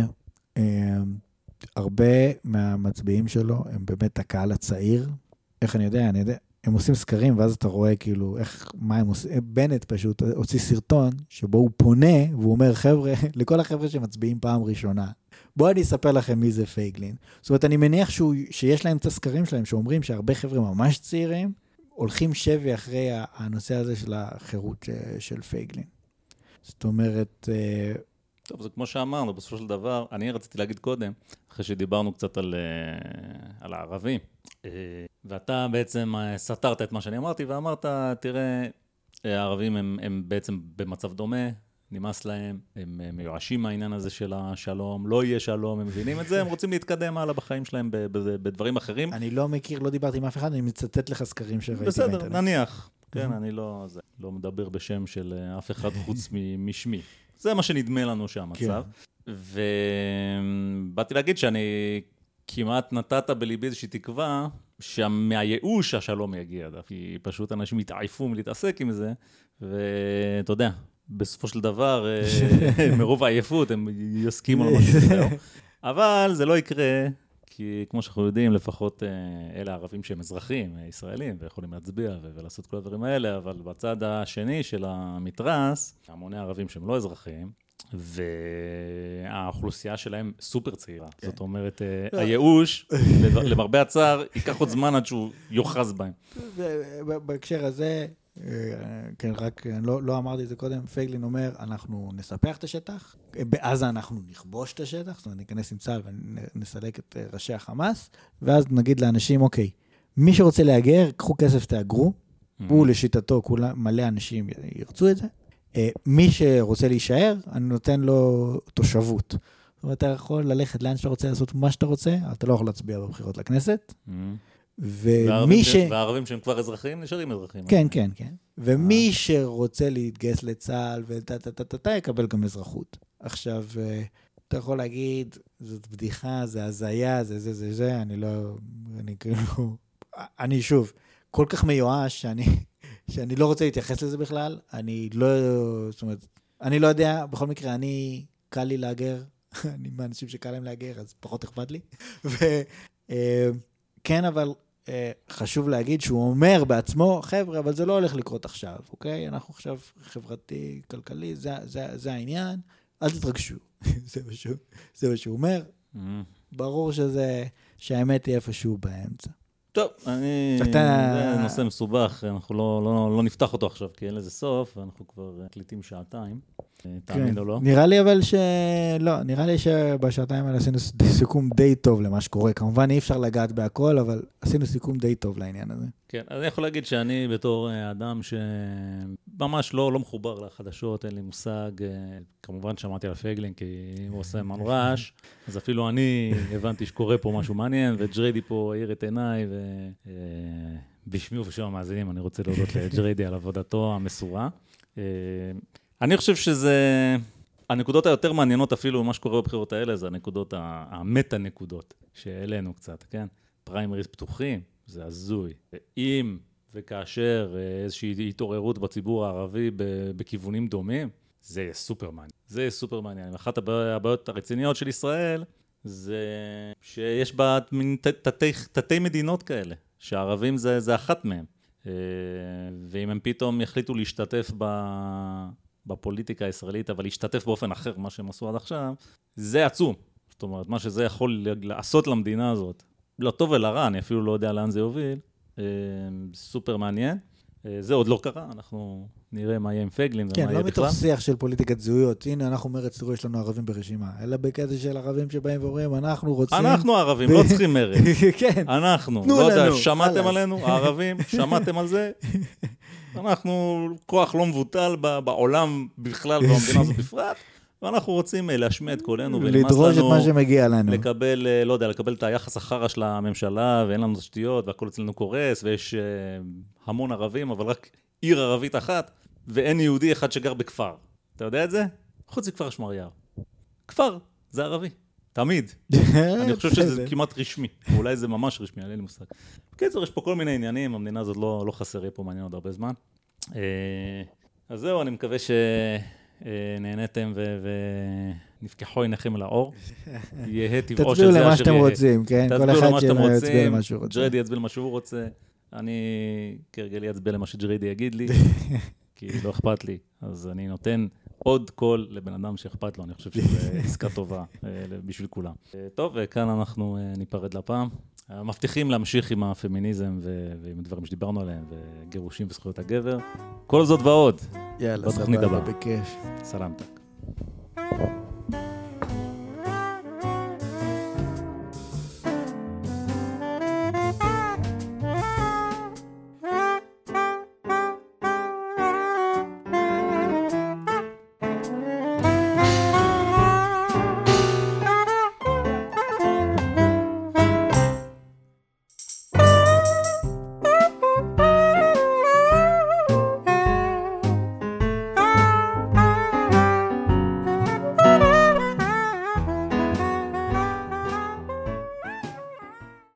הרבה מהמצביעים שלו הם באמת הקהל הצעיר. איך אני יודע? אני יודע, הם עושים סקרים, ואז אתה רואה כאילו איך, מה הם עושים. בנט פשוט הוציא סרטון שבו הוא פונה, והוא אומר, חבר'ה, לכל החבר'ה שמצביעים פעם ראשונה, בואו אני אספר לכם מי זה פייגלין. זאת אומרת, אני מניח שהוא, שיש להם את הסקרים שלהם, שאומרים שהרבה חבר'ה ממש צעירים, הולכים שבי אחרי הנושא הזה של החירות של פייגלין. זאת אומרת... טוב, זה כמו שאמרנו, בסופו של דבר, אני רציתי להגיד קודם, אחרי שדיברנו קצת על, על הערבים, ואתה בעצם סתרת את מה שאני אמרתי, ואמרת, תראה, הערבים הם, הם בעצם במצב דומה, נמאס להם, הם מיואשים מהעניין הזה של השלום, לא יהיה שלום, הם מבינים את זה, הם רוצים להתקדם הלאה בחיים שלהם בדברים אחרים. אני לא מכיר, לא דיברתי עם אף אחד, אני מצטט לך סקרים שראיתי באינטרנט. באינטרנט. בסדר, נניח. כן, אני לא, זה, לא מדבר בשם של אף אחד חוץ משמי. זה מה שנדמה לנו שהמצב. כן. ובאתי להגיד שאני כמעט נתת בליבי איזושהי תקווה, שמהייאוש השלום יגיע, כי פשוט אנשים מתעייפו מלהתעסק עם זה, ואתה יודע, בסופו של דבר, מרוב העייפות, הם יסכימו על משהו אחר. אבל זה לא יקרה, כי כמו שאנחנו יודעים, לפחות אלה הערבים שהם אזרחים, ישראלים, ויכולים להצביע ולעשות כל הדברים האלה, אבל בצד השני של המתרס, המוני הערבים שהם לא אזרחים, והאוכלוסייה שלהם סופר צעירה. זאת אומרת, הייאוש, למרבה הצער, ייקח עוד זמן עד שהוא יוחז בהם. בהקשר הזה, כן, רק לא, לא אמרתי את זה קודם, פייגלין אומר, אנחנו נספח את השטח, בעזה אנחנו נכבוש את השטח, זאת אומרת, ניכנס עם צה"ל ונסלק את ראשי החמאס, ואז נגיד לאנשים, אוקיי, מי שרוצה להגר, קחו כסף, תאגרו, הוא לשיטתו, מלא אנשים ירצו את זה, מי שרוצה להישאר, אני נותן לו תושבות. זאת אומרת, אתה יכול ללכת לאן שאתה רוצה לעשות מה שאתה רוצה, אתה לא יכול להצביע בבחירות לכנסת, ומי ש... והערבים שהם כבר אזרחים, נשארים אזרחים. כן, כן, כן. ומי שרוצה להתגייס לצה"ל, וטטטטטטט, יקבל גם אזרחות. עכשיו, אתה יכול להגיד, זאת בדיחה, זה הזיה, זה זה זה זה, אני לא... אני כאילו... אני שוב, כל כך מיואש שאני... שאני לא רוצה להתייחס לזה בכלל, אני לא... זאת אומרת, אני לא יודע, בכל מקרה, אני... קל לי להגר, אני מהאנשים שקל להם להגר, אז פחות אכפת לי. וכן, אבל... חשוב להגיד שהוא אומר בעצמו, חבר'ה, אבל זה לא הולך לקרות עכשיו, אוקיי? אנחנו עכשיו חברתי, כלכלי, זה, זה, זה העניין, אל תתרגשו. זה מה שהוא, זה מה שהוא אומר. ברור שזה, שהאמת היא איפשהו באמצע. טוב, אני... זה נושא מסובך, אנחנו לא, לא, לא נפתח אותו עכשיו, כי אין לזה סוף, ואנחנו כבר קליטים שעתיים. תאמין או לא? נראה לי אבל ש... לא, נראה לי שבשעתיים האלה עשינו סיכום די טוב למה שקורה. כמובן אי אפשר לגעת בהכל, אבל עשינו סיכום די טוב לעניין הזה. כן, אז אני יכול להגיד שאני בתור אדם שממש לא, לא מחובר לחדשות, אין לי מושג, כמובן שמעתי על פייגלין, כי אם הוא עושה מן רעש, אז אפילו אני הבנתי שקורה פה משהו מעניין, וג'ריידי פה העיר את עיניי, ובשמי ובשם המאזינים אני רוצה להודות לג'ריידי על עבודתו המסורה. אני חושב שזה, הנקודות היותר מעניינות אפילו מה שקורה בבחירות האלה, זה הנקודות, המטה-נקודות, שהעלינו קצת, כן? פריימריז פתוחים, זה הזוי. אם וכאשר איזושהי התעוררות בציבור הערבי בכיוונים דומים, זה יהיה סופר מעניין. זה יהיה סופר מעניין. אחת הבעיות הרציניות של ישראל, זה שיש בה תתי, תתי מדינות כאלה, שהערבים זה, זה אחת מהם. ואם הם פתאום יחליטו להשתתף ב... בפוליטיקה הישראלית, אבל להשתתף באופן אחר, מה שהם עשו עד עכשיו, זה עצום. זאת אומרת, מה שזה יכול לעשות למדינה הזאת, לא טוב ולרע, אני אפילו לא יודע לאן זה יוביל, סופר מעניין. זה עוד לא קרה, אנחנו נראה מה יהיה עם פייגלין ומה כן, יהיה לא בכלל. מתוך שיח של פוליטיקת זהויות, הנה אנחנו מרץ תראו, יש לנו ערבים ברשימה, אלא בקטע של ערבים שבאים ואומרים, אנחנו רוצים... אנחנו ערבים, לא צריכים מרץ. כן. אנחנו, לא יודע, שמעתם עלינו, הערבים, שמעתם על זה? אנחנו כוח לא מבוטל בעולם בכלל, במדינה הזאת בפרט, ואנחנו רוצים להשמיע את קולנו, לדרוש את מה שמגיע לנו. לקבל, לא יודע, לקבל את היחס החרא של הממשלה, ואין לנו תשתיות, והכל אצלנו קורס, ויש המון ערבים, אבל רק עיר ערבית אחת, ואין יהודי אחד שגר בכפר. אתה יודע את זה? חוץ מכפר שמריהו. כפר, זה ערבי. תמיד. אני חושב שזה כמעט רשמי. אולי זה ממש רשמי, אין לי מושג. בקיצור, יש פה כל מיני עניינים, המדינה הזאת לא, לא חסר, יהיה פה מעניין עוד הרבה זמן. אז זהו, אני מקווה שנהנתם ונפקחו עיניכם אל האור. יהיה טבעו של זה תצביעו למה שאתם רוצים, כן? כל אחד שיצביע למה שהוא רוצה. ג'ריידי יצביע למה שהוא רוצה. אני כרגלי אצביע למה שג'ריידי יגיד לי, כי לא אכפת לי. אז אני נותן עוד קול לבן אדם שאכפת לו, אני חושב שזו עסקה טובה בשביל כולם. טוב, וכאן אנחנו ניפרד לפעם. מבטיחים להמשיך עם הפמיניזם ועם הדברים שדיברנו עליהם, וגירושים וזכויות הגבר. כל זאת ועוד. יאללה, סבבה, בכיף. סלמתק.